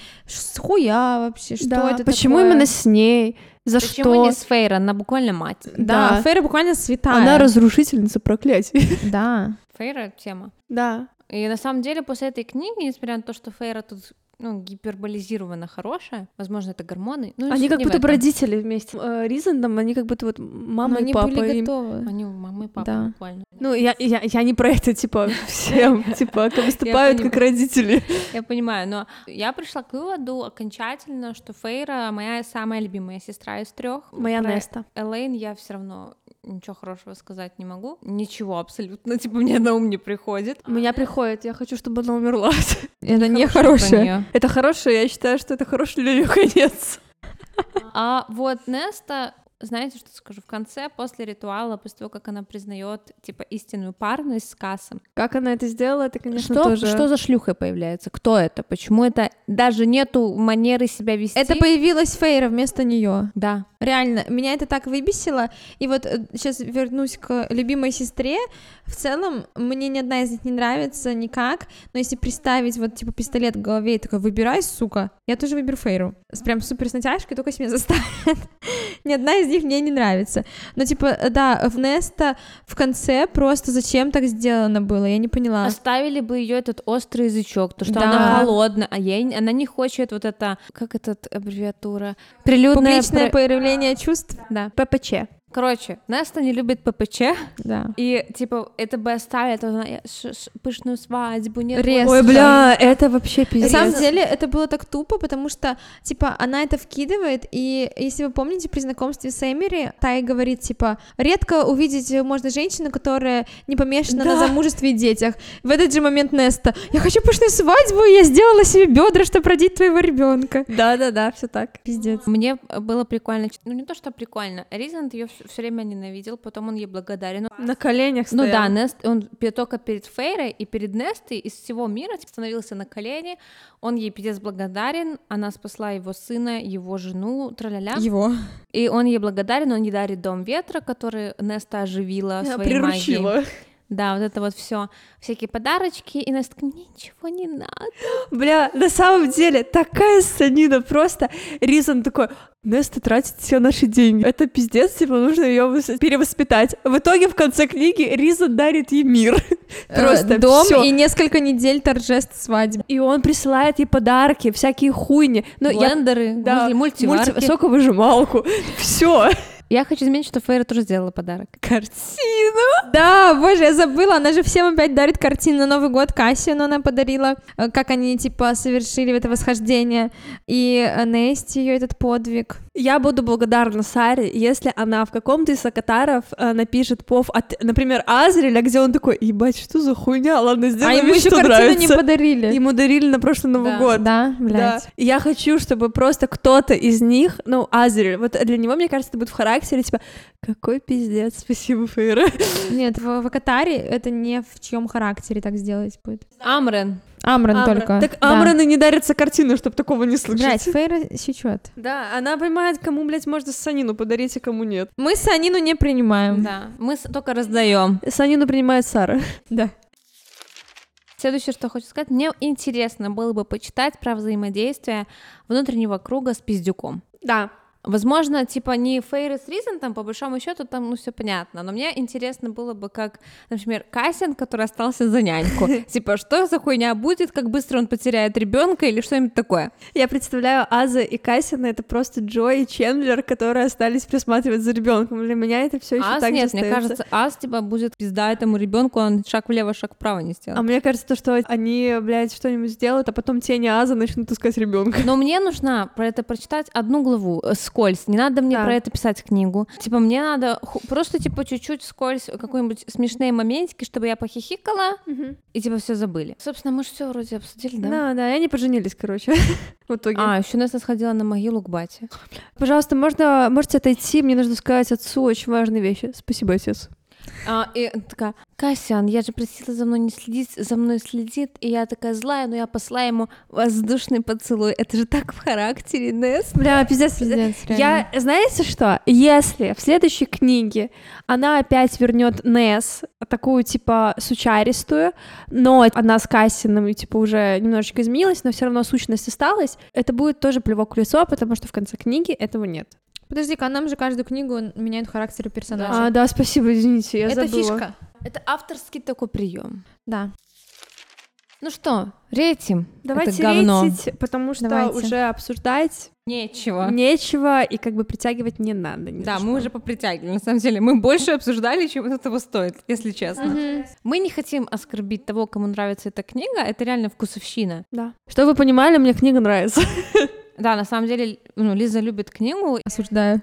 хуя вообще, что Да, это почему такое? именно с ней? За Почему что? не с Фейра? Она буквально мать. Да, Фейра буквально святая. Она разрушительница проклятий. Да. Фейра — тема. Да. И на самом деле после этой книги, несмотря на то, что Фейра тут гиперболизированно хорошая, возможно, это гормоны. Ну, Они суть как не в будто бы этом. родители вместе. Ризандом, они как будто вот мама Но и они папа. были им- готовы. Они мама и папа Да. буквально. Ну, я не про это, типа, всем, типа, как выступают как родители. Я понимаю, но я пришла к выводу окончательно, что Фейра моя самая любимая сестра из 3. Моя Про Неста. Элейн я все равно ничего хорошего сказать не могу. Ничего абсолютно, типа, мне на ум не приходит. У меня приходит, я хочу, чтобы она умерла. Это не Про хорошее. неё. Это хорошее, я считаю, что это хороший для неё конец. А вот Неста, знаете, что скажу? В конце, после ритуала, после того, как она признает типа истинную парность с Кассом, Как она это сделала, это, конечно, тоже... что за шлюхой появляется? Кто это? Почему это даже нету манеры себя вести? Это появилась Фейра вместо нее. Да. Реально, меня это так выбесило. И вот сейчас вернусь к любимой сестре. В целом, мне ни одна из них не нравится никак. Но если представить вот типа пистолет в голове и такой, выбирай, сука, я тоже выберу Фейру. Прям супер с натяжкой, только если меня заставят. Ни одна из них мне не нравится. Но типа, да, в Неста в конце просто зачем так сделано было, я не поняла. Оставили бы ее этот острый язычок, то, что Да. она холодная, а она не хочет вот это, как эта аббревиатура? Прилюдное... Публичное проявление чувств. Да. ППЧ. Короче, Неста не любит ППЧ, Да. и, типа, это бы оставили, то она пышную свадьбу, нет... Резко. Ой, бля, это вообще На пиздец. самом деле это было так тупо, потому что, типа, она это вкидывает, и если вы помните, при знакомстве с Эмери, Тай говорит, типа, редко увидеть можно женщину, которая не помешана на Да. замужестве и детях. В этот же момент Неста, я хочу пышную свадьбу, и я сделала себе бедра, чтобы родить твоего ребенка. Да-да-да, все так. Пиздец. Мне было прикольно, ну не то, что прикольно, Ризант ее все время ненавидел, потом он ей благодарен. На коленях Ну стоял. да, Нест, он только перед Фейрой и перед Нестой из всего мира становился на колени, он ей пиздец благодарен, она спасла его сына, его жену, траля-ля, Его. и он ей благодарен, он ей дарит дом ветра, который Неста оживила своей магией. Приручила. Да, вот это вот все, всякие подарочки, и Неста такая, мне ничего не надо. Бля, на самом деле, такая сценина просто. Ризан такой, Неста тратит все наши деньги. Это пиздец, типа, нужно ее перевоспитать. В итоге, в конце книги, Ризан дарит ей мир. Просто Дом всё. и несколько недель торжеств свадьбы. И он присылает ей подарки, всякие хуйни. Ну, Блендеры, да, мультиварки. соковыжималку. Все. Я хочу заметить, что Фейра тоже сделала подарок. Картина. Да, боже, я забыла, она же всем опять дарит картины на Новый год. Кассиану она подарила, как они, типа, совершили это восхождение. И Несте ее этот подвиг. Я буду благодарна Саре, если она в каком-то из Сакатаров напишет пов от, например, Азриэля, где он такой: ебать, что за хуйня, ладно, сделай ему вид, еще что картину нравится. не подарили. Ему дарили на прошлый Новый год. Да, блядь. Да. И я хочу, чтобы просто кто-то из них, ну, Азриэль, вот для него, мне кажется, это будет в характере, типа, какой пиздец, спасибо, Фейра. Нет, в Аватаре это не в чьем характере так сделать будет. Амрен. Амрен только. Так да. Амрены не дарятся картину, чтобы такого не слышать. Блядь, Фейра сечет. Да, она понимает, кому, блядь, можно Санину подарить, а кому нет. Мы Санину не принимаем. Да, мы только раздаем. Санину принимает Сара. Да. Следующее, что хочу сказать, мне интересно было бы почитать про взаимодействие внутреннего круга с пиздюком. Да. Возможно, типа не Фейра с Ризен, там, по большому счету, там, ну, все понятно, но мне интересно было бы, как, например, Кассиан, который остался за няньку, типа, что за хуйня будет, как быстро он потеряет ребенка или что-нибудь такое. Я представляю Аза и Кассиана, это просто Джо и Чендлер, которые остались присматривать за ребенком. Для меня это все еще Ас так нет, же мне остаётся. кажется, Ас, типа, будет пизда этому ребенку, он шаг влево, шаг вправо не сделает. А мне кажется, то, что они, блядь, что-нибудь сделают, а потом тени Аза начнут искать ребенка. Но мне нужно про это прочитать одну главу скользь. Не надо мне Да. про это писать книгу. Типа, мне надо просто, типа, чуть-чуть скользь какой-нибудь смешные моментики, чтобы я похихикала, и, типа, все забыли. Собственно, мы же все вроде обсудили, да? Да, и они поженились, короче, в итоге. Еще Неста сходила на могилу к бате. Пожалуйста, можете отойти, мне нужно сказать отцу очень важные вещи. Спасибо, отец. И такая: Кассиан, я же просила за мной не следить, за мной следит, и я такая злая, но я посла ему воздушный поцелуй. Это же так в характере, Несс. Бля, пиздец. Я, знаете что, если в следующей книге она опять вернет Несс, такую, типа, сучаристую, но она с Кассианом, типа, уже немножечко изменилась, но все равно сущность осталась, это будет тоже плевок в лицо, потому что в конце книги этого нет. Подожди-ка, нам же каждую книгу меняют характер персонажа. Да, спасибо, извините, я Это забыла. фишка. Это авторский такой прием. Да. Ну что, рейтим Давайте это говно. рейтить, потому что Давайте. уже обсуждать Нечего. нечего и как бы притягивать не надо. ни Да, за мы что. уже попритягивали, на самом деле. Мы больше обсуждали, чем это того стоит, если честно. Мгм. Мы не хотим оскорбить того, кому нравится эта книга. Это реально вкусовщина. Да. Чтобы вы понимали, мне книга нравится. Да, на самом деле, Лиза любит книгу. Осуждаю.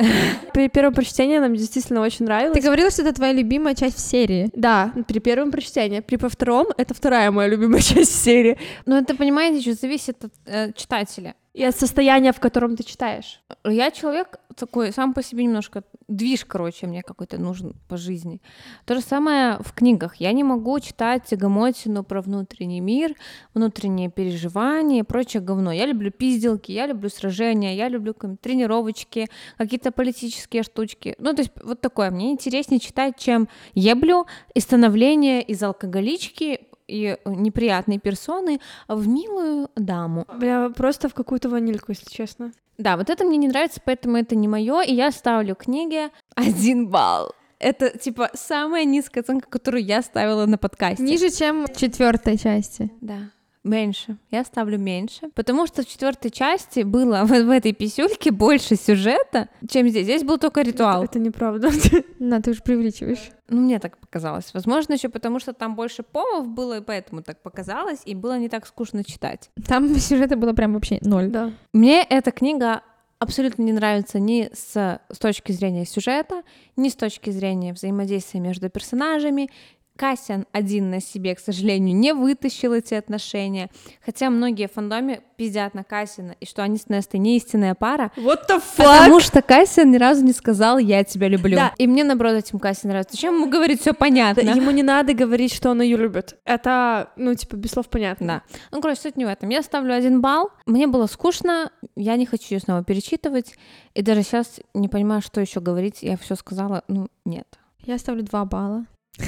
При первом прочтении она мне действительно очень нравилась. Ты говорила, что это твоя любимая часть в серии. Да, при первом прочтении. При втором это вторая моя любимая часть серии. Но это, понимаете, что зависит от читателя. И от состояния, в котором ты читаешь. Я человек такой, сам по себе немножко движ, короче, мне какой-то нужен по жизни. То же самое в книгах. Я не могу читать тягомотину про внутренний мир, внутренние переживания и прочее говно. Я люблю пизделки, я люблю сражения, я люблю тренировочки, какие-то политические штучки. Ну, то есть вот такое. Мне интереснее читать, чем еблю и становление из алкоголички и неприятной персоны в милую даму. Бля, просто в какую-то ванильку, если честно. Да, вот это мне не нравится, поэтому это не мое, и я ставлю книге 1 балл. Это, типа, самая низкая оценка, которую я ставила на подкасте. Ниже, чем в 4 части. Да. Меньше. Я ставлю меньше. Потому что в 4 части было в этой писюльке больше сюжета, чем здесь. Здесь был только ритуал. Это неправда. Да, ты уж преувеличиваешь. Ну, мне так показалось. Возможно, еще потому, что там больше помов было, и поэтому так показалось, и было не так скучно читать. Там сюжета было прям вообще 0. Да. Мне эта книга абсолютно не нравится ни с точки зрения сюжета, ни с точки зрения взаимодействия между персонажами. Кассиан один на себе, к сожалению, не вытащил эти отношения, хотя многие в фандоме пиздят на Кассиана, и что они с Нестой не истинная пара, What the fuck? потому что Кассиан ни разу не сказал «я тебя люблю». Да. И мне, наоборот, этим Кассиан нравится. Зачем ему говорить все понятно? Да, ему не надо говорить, что он ее любит. Это, ну, типа, без слов понятно. Да. Ну, короче, суть не в этом. Я ставлю 1 балл. Мне было скучно, я не хочу ее снова перечитывать, и даже сейчас не понимаю, что еще говорить. Я все сказала, ну, нет. Я ставлю 2 балла.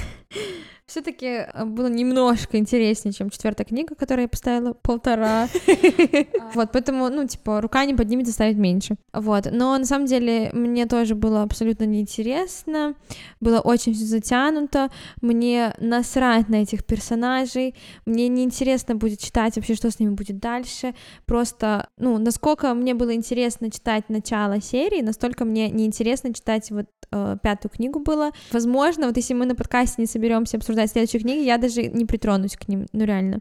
Все-таки было немножко интереснее, чем 4 книга, которую я поставила 1,5. Вот, поэтому, ну, типа, рука не поднимется ставить меньше. Вот, но на самом деле мне тоже было абсолютно неинтересно, было очень все затянуто, мне насрать на этих персонажей, мне неинтересно будет читать вообще, что с ними будет дальше, просто, ну, насколько мне было интересно читать начало серии, настолько мне неинтересно читать вот 5 книгу было. Возможно, вот если мы на подкасте не соберемся обсуждать обсуждать следующие книги, я даже не притронусь к ним, ну реально.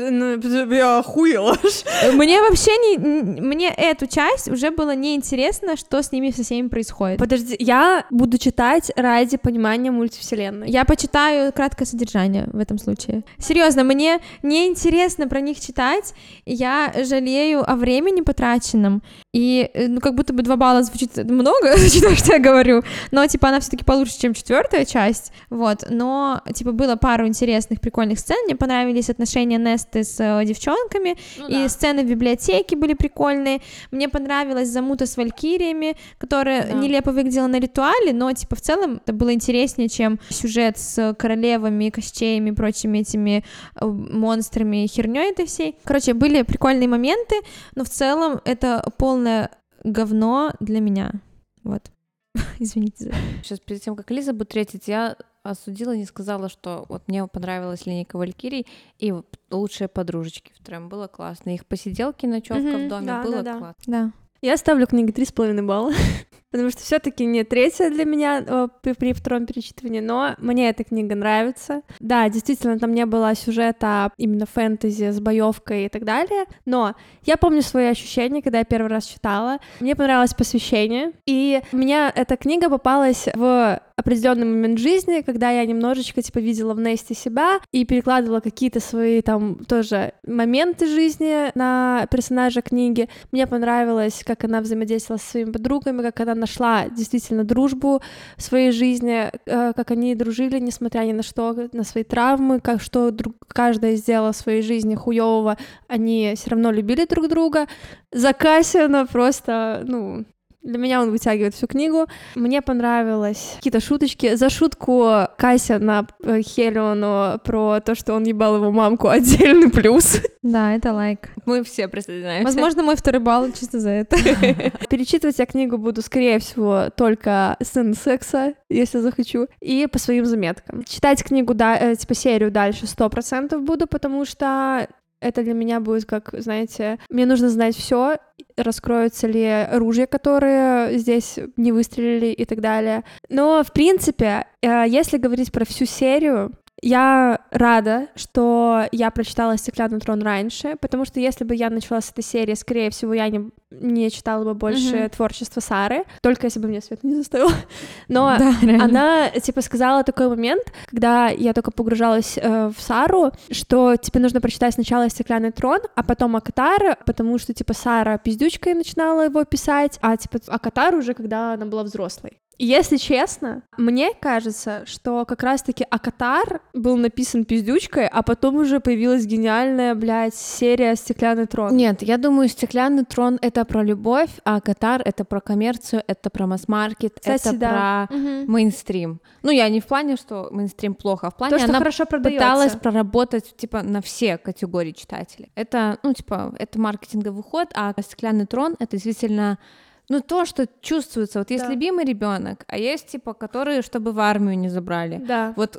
Я охуела. Мне вообще мне эту часть уже было неинтересно, что с ними со всеми происходит. Подожди, я буду читать ради понимания мультивселенной. Я почитаю краткое содержание в этом случае. Серьезно, мне неинтересно про них читать, я жалею о времени потраченном, и, ну, как будто бы 2 балла звучит много, что я говорю, но, типа, она все-таки получше, чем 4-я часть, вот, но, типа, было пару интересных, прикольных сцен, мне понравились отношения Несты с девчонками, и сцены в библиотеке были прикольные, мне понравилась замута с валькириями, которая нелепо выглядела на ритуале, но, типа, в целом это было интереснее, чем сюжет с королевами, кощеями, прочими этими монстрами, херней этой всей. Короче, были прикольные моменты, но в целом это полное говно для меня. Вот. Извините за это. Сейчас, перед тем, как Лиза будет третить, я осудила, не сказала, что вот мне понравилась линейка Валькирий и лучшие подружечки втроем. Было классно. Их посиделки, ночевка в доме, было классно. Да. Я ставлю книге 3,5 балла, потому что все-таки не 3-я для меня при втором перечитывании, но мне эта книга нравится. Да, действительно, там не было сюжета именно фэнтези с боевкой и так далее, но я помню свои ощущения, когда я первый раз читала. Мне понравилось посвящение, и мне эта книга попалась в определенный момент жизни, когда я немножечко, типа, видела в Несте себя и перекладывала какие-то свои там тоже моменты жизни на персонажа книги. Мне понравилось, как она взаимодействовала со своими подругами, как она нашла действительно дружбу в своей жизни, как они дружили, несмотря ни на что, на свои травмы, как что каждая сделала в своей жизни хуёвого, они все равно любили друг друга. За Кассиана просто, ну... Для меня он вытягивает всю книгу. Мне понравилось какие-то шуточки. За шутку Кассиана Хелиону про то, что он ебал его мамку, отдельный плюс. Да, это лайк. Мы все присоединяемся. Возможно, мой 2-й балл чисто за это. Перечитывать я книгу буду, скорее всего, только сцены секса, если захочу, и по своим заметкам. Читать книгу, типа серию дальше 100% буду, потому что это для меня будет как, знаете, мне нужно знать все, раскроются ли ружья, которые здесь не выстрелили и так далее. Но, в принципе, если говорить про всю серию, я рада, что я прочитала «Стеклянный трон» раньше, потому что если бы я начала с этой серии, скорее всего, я не читала бы больше творчества Сары, только если бы меня Света не заставила. Но она, типа, сказала такой момент, когда я только погружалась в Сару, что тебе нужно прочитать сначала «Стеклянный трон», а потом «Акатар», потому что, типа, Сара пиздючкой начинала его писать, а, типа, «Акатар» уже когда она была взрослой. И если честно, мне кажется, что как раз-таки «Акатар» был написан пиздючкой, а потом уже появилась гениальная, блядь, серия «Стеклянный трон». Нет, я думаю, «Стеклянный трон» — это про любовь, а «Акатар» — это про коммерцию, это про масс-маркет, это про мейнстрим. Ну, я не в плане, что мейнстрим плохо, а в плане, то, что она хорошо пыталась проработать, типа, на все категории читателей. Это, ну, типа, это маркетинговый ход, а «Стеклянный трон» — это действительно... Ну, то, что чувствуется. Вот есть любимый ребенок, а есть, типа, которые, чтобы в армию не забрали. Да. Вот.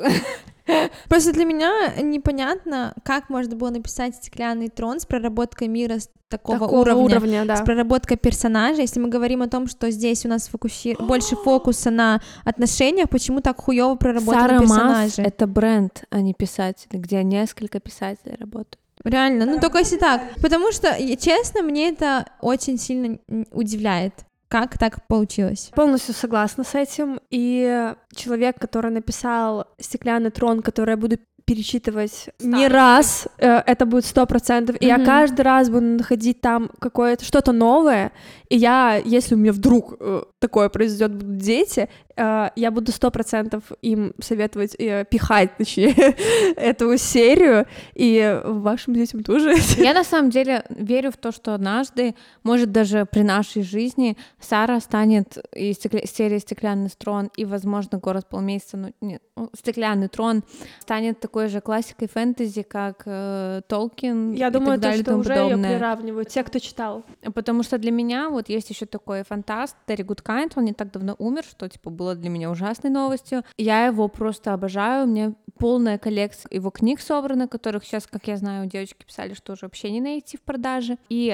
Просто для меня непонятно, как можно было написать «Стеклянный трон» с проработкой мира такого уровня да. С проработкой персонажа. Если мы говорим о том, что здесь у нас больше фокуса на отношениях, почему так хуёво проработаны персонажи? Сара Масс — это бренд, а не писатель, где несколько писателей работают. Реально, ну только если так. Потому что, честно, мне это очень сильно удивляет. Как так получилось? Полностью согласна с этим. И человек, который написал «Стеклянный трон», который я буду перечитывать не раз, это будет 100%, и я каждый раз буду находить там какое-то что-то новое, и если у меня вдруг такое произойдет, будут дети, я буду 100% им советовать, пихать, точнее, эту серию, и вашим детям тоже. Я на самом деле верю в то, что однажды, может, даже при нашей жизни, Сара станет из серии «Стеклянный трон» и, возможно, «Город полмесяца», «Стеклянный трон» станет такой же классикой фэнтези, как Толкин. Я думаю, то, что уже её приравнивают те, кто читал. Потому что для меня вот есть еще такой фантаст Терри Гудкайнд, он не так давно умер, что типа было для меня ужасной новостью. Я его просто обожаю, у меня полная коллекция его книг собрана, которых сейчас, как я знаю, девочки писали, что уже вообще не найти в продаже. И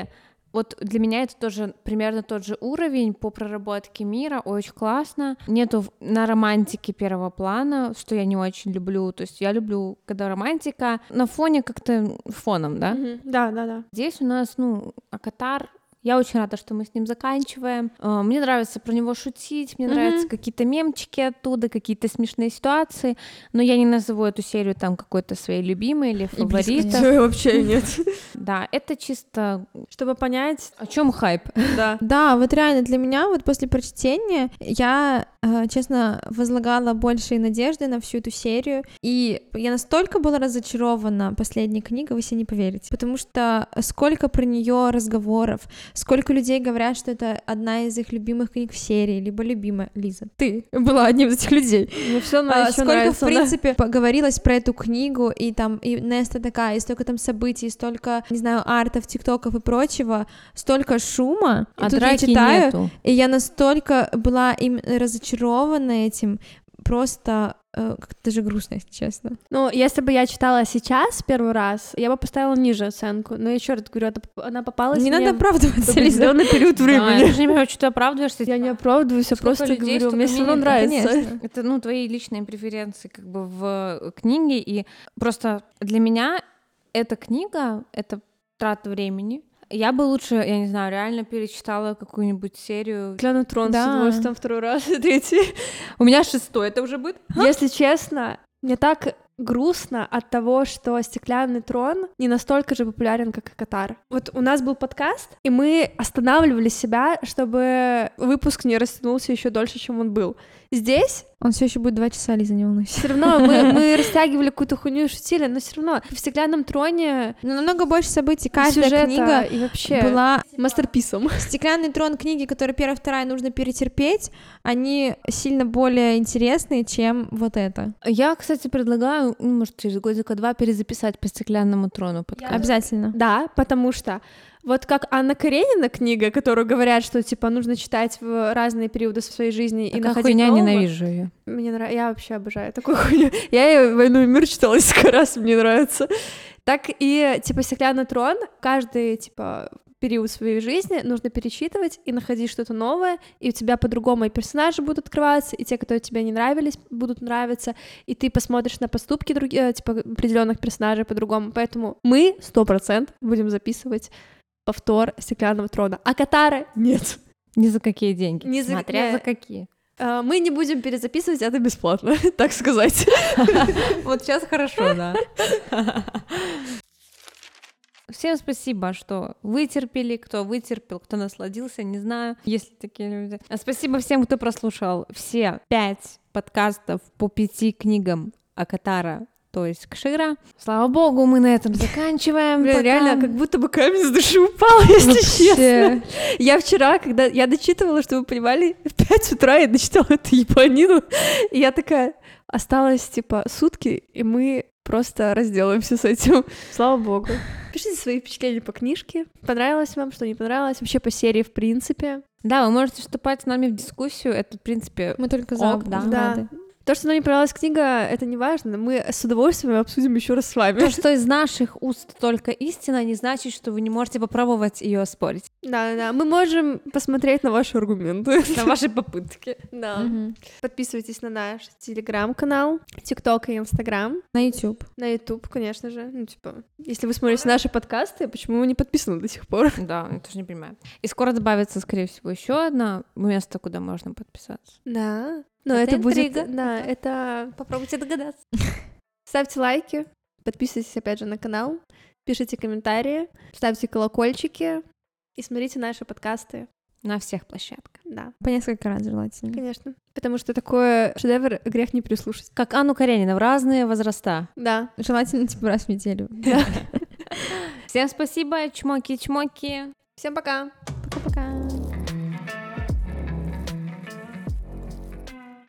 Вот для меня это тоже примерно тот же уровень по проработке мира, очень классно. Нету на романтике первого плана, что я не очень люблю. То есть я люблю, когда романтика на фоне как-то фоном, да? Да. Здесь у нас, АКОТАР. Я очень рада, что мы с ним заканчиваем. Мне нравится про него шутить, мне нравятся какие-то мемчики оттуда, какие-то смешные ситуации, но я не назову эту серию там какой-то своей любимой или фаворитой. Вообще нет. Да, это чисто... Чтобы понять... О чем хайп? Да. Да, вот реально для меня вот после прочтения я, честно, возлагала большие надежды на всю эту серию, и я настолько была разочарована последней книгой, вы себе не поверите, потому что сколько про нее разговоров, сколько людей говорят, что это одна из их любимых книг в серии, либо любимая. Лиза, ты была одним из этих людей. Мне все Сколько, нравится, в принципе, говорилось про эту книгу, и там и Неста такая, и столько там событий, и столько, не знаю, артов, тиктоков и прочего, столько шума. И А тут драки я читаю, нету. и я настолько была им разочарована этим, просто как-то даже грустно, если честно. Ну, если бы я читала сейчас первый раз, я бы поставила ниже оценку. Но еще раз говорю, она попалась Не мне надо оправдываться, в определенный период Да, времени. я даже не понимаю, что ты оправдываешься. Я не оправдываюсь, я Сколько просто людей, говорю, мне столько все равно мнений. нравится. Конечно. Это, твои личные преференции как бы в книге, и просто для меня эта книга — это трата времени. Я бы лучше, я не знаю, реально перечитала какую-нибудь серию. «Стеклянный трон» Да. с удовольствием второй раз, третий. У меня 6-й это уже будет. Если честно, мне так грустно от того, что «Стеклянный трон» не настолько же популярен, как «АКОТАР». Вот у нас был подкаст, и мы останавливали себя, чтобы выпуск не растянулся еще дольше, чем он был. Здесь Он все еще будет 2 часа, Лиза, не волнуйся. все равно мы растягивали какую-то хуйню и шутили, но все равно в «Стеклянном троне» Но намного больше событий. Каждая сюжета книга и вообще была... мастерписом. «Стеклянный трон», книги, которые первая, вторая нужно перетерпеть, они сильно более интересные, чем вот это. Я, кстати, предлагаю, может, через годика 2 перезаписать по «Стеклянному трону» подкаст. Обязательно. Да, потому что вот как Анна Каренина книга, которую говорят, что типа нужно читать в разные периоды своей жизни и Такая находить хуйня, нового. ненавижу ее. Мне нравится, я вообще обожаю такую хуйню. Я и «Войну и мир» читала несколько раз, мне нравится. Так и типа «Стеклянный трон» каждый типа период своей жизни нужно перечитывать и находить что-то новое, и у тебя по-другому и персонажи будут открываться, и те, которые тебе не нравились, будут нравиться, и ты посмотришь на поступки других, типа определенных персонажей по-другому. Поэтому мы 100% будем записывать повтор «Стеклянного трона», а «АКОТАРа» нет. Ни за какие деньги. Ни за- Смотря за какие. Мы не будем перезаписывать, это бесплатно, так сказать. Вот сейчас хорошо, да. Всем спасибо, что вытерпели, кто вытерпел, кто насладился, не знаю, есть ли такие люди. Спасибо всем, кто прослушал все 5 подкастов по 5 книгам АКОТАРа, то есть Кшира. Слава богу, мы на этом заканчиваем. Блин, Пока. реально, как будто бы камень с души упал, если честно. Вообще. Я вчера, когда я дочитывала, чтобы вы понимали, в 5 утра я дочитала эту ебанину, и я такая, осталось, типа, сутки, и мы просто разделаемся с этим. Слава богу. Пишите свои впечатления по книжке. Понравилось вам, что не понравилось, вообще по серии в принципе. Да, вы можете вступать с нами в дискуссию, это, в принципе, Мы только за. Ок, да. рады. То, что нам не понравилась книга, это не важно. Мы с удовольствием обсудим еще раз с вами. то, что из наших уст только истина, не значит, что вы не можете попробовать ее оспорить. Да, мы можем посмотреть на ваши аргументы. На ваши попытки. Да. Мгм. Подписывайтесь на наш телеграм-канал, тикток и инстаграм, На YouTube. на ютуб, конечно же. Ну, типа, если вы смотрите наши подкасты, почему вы не подписаны до сих пор? Да, я тоже не понимаю. И скоро добавится, скорее всего, еще одно место, куда можно подписаться. Да. Но Это это будет... интрига. Да, это... Попробуйте догадаться. Ставьте лайки, подписывайтесь опять же на канал, пишите комментарии, ставьте колокольчики и смотрите наши подкасты. На всех площадках. Да, По несколько раз желательно. конечно. Потому что такой шедевр грех не прислушать. Как Анну Каренину в разные возраста. Да. Желательно, типа, раз в неделю. Всем спасибо, чмоки-чмоки. Всем пока!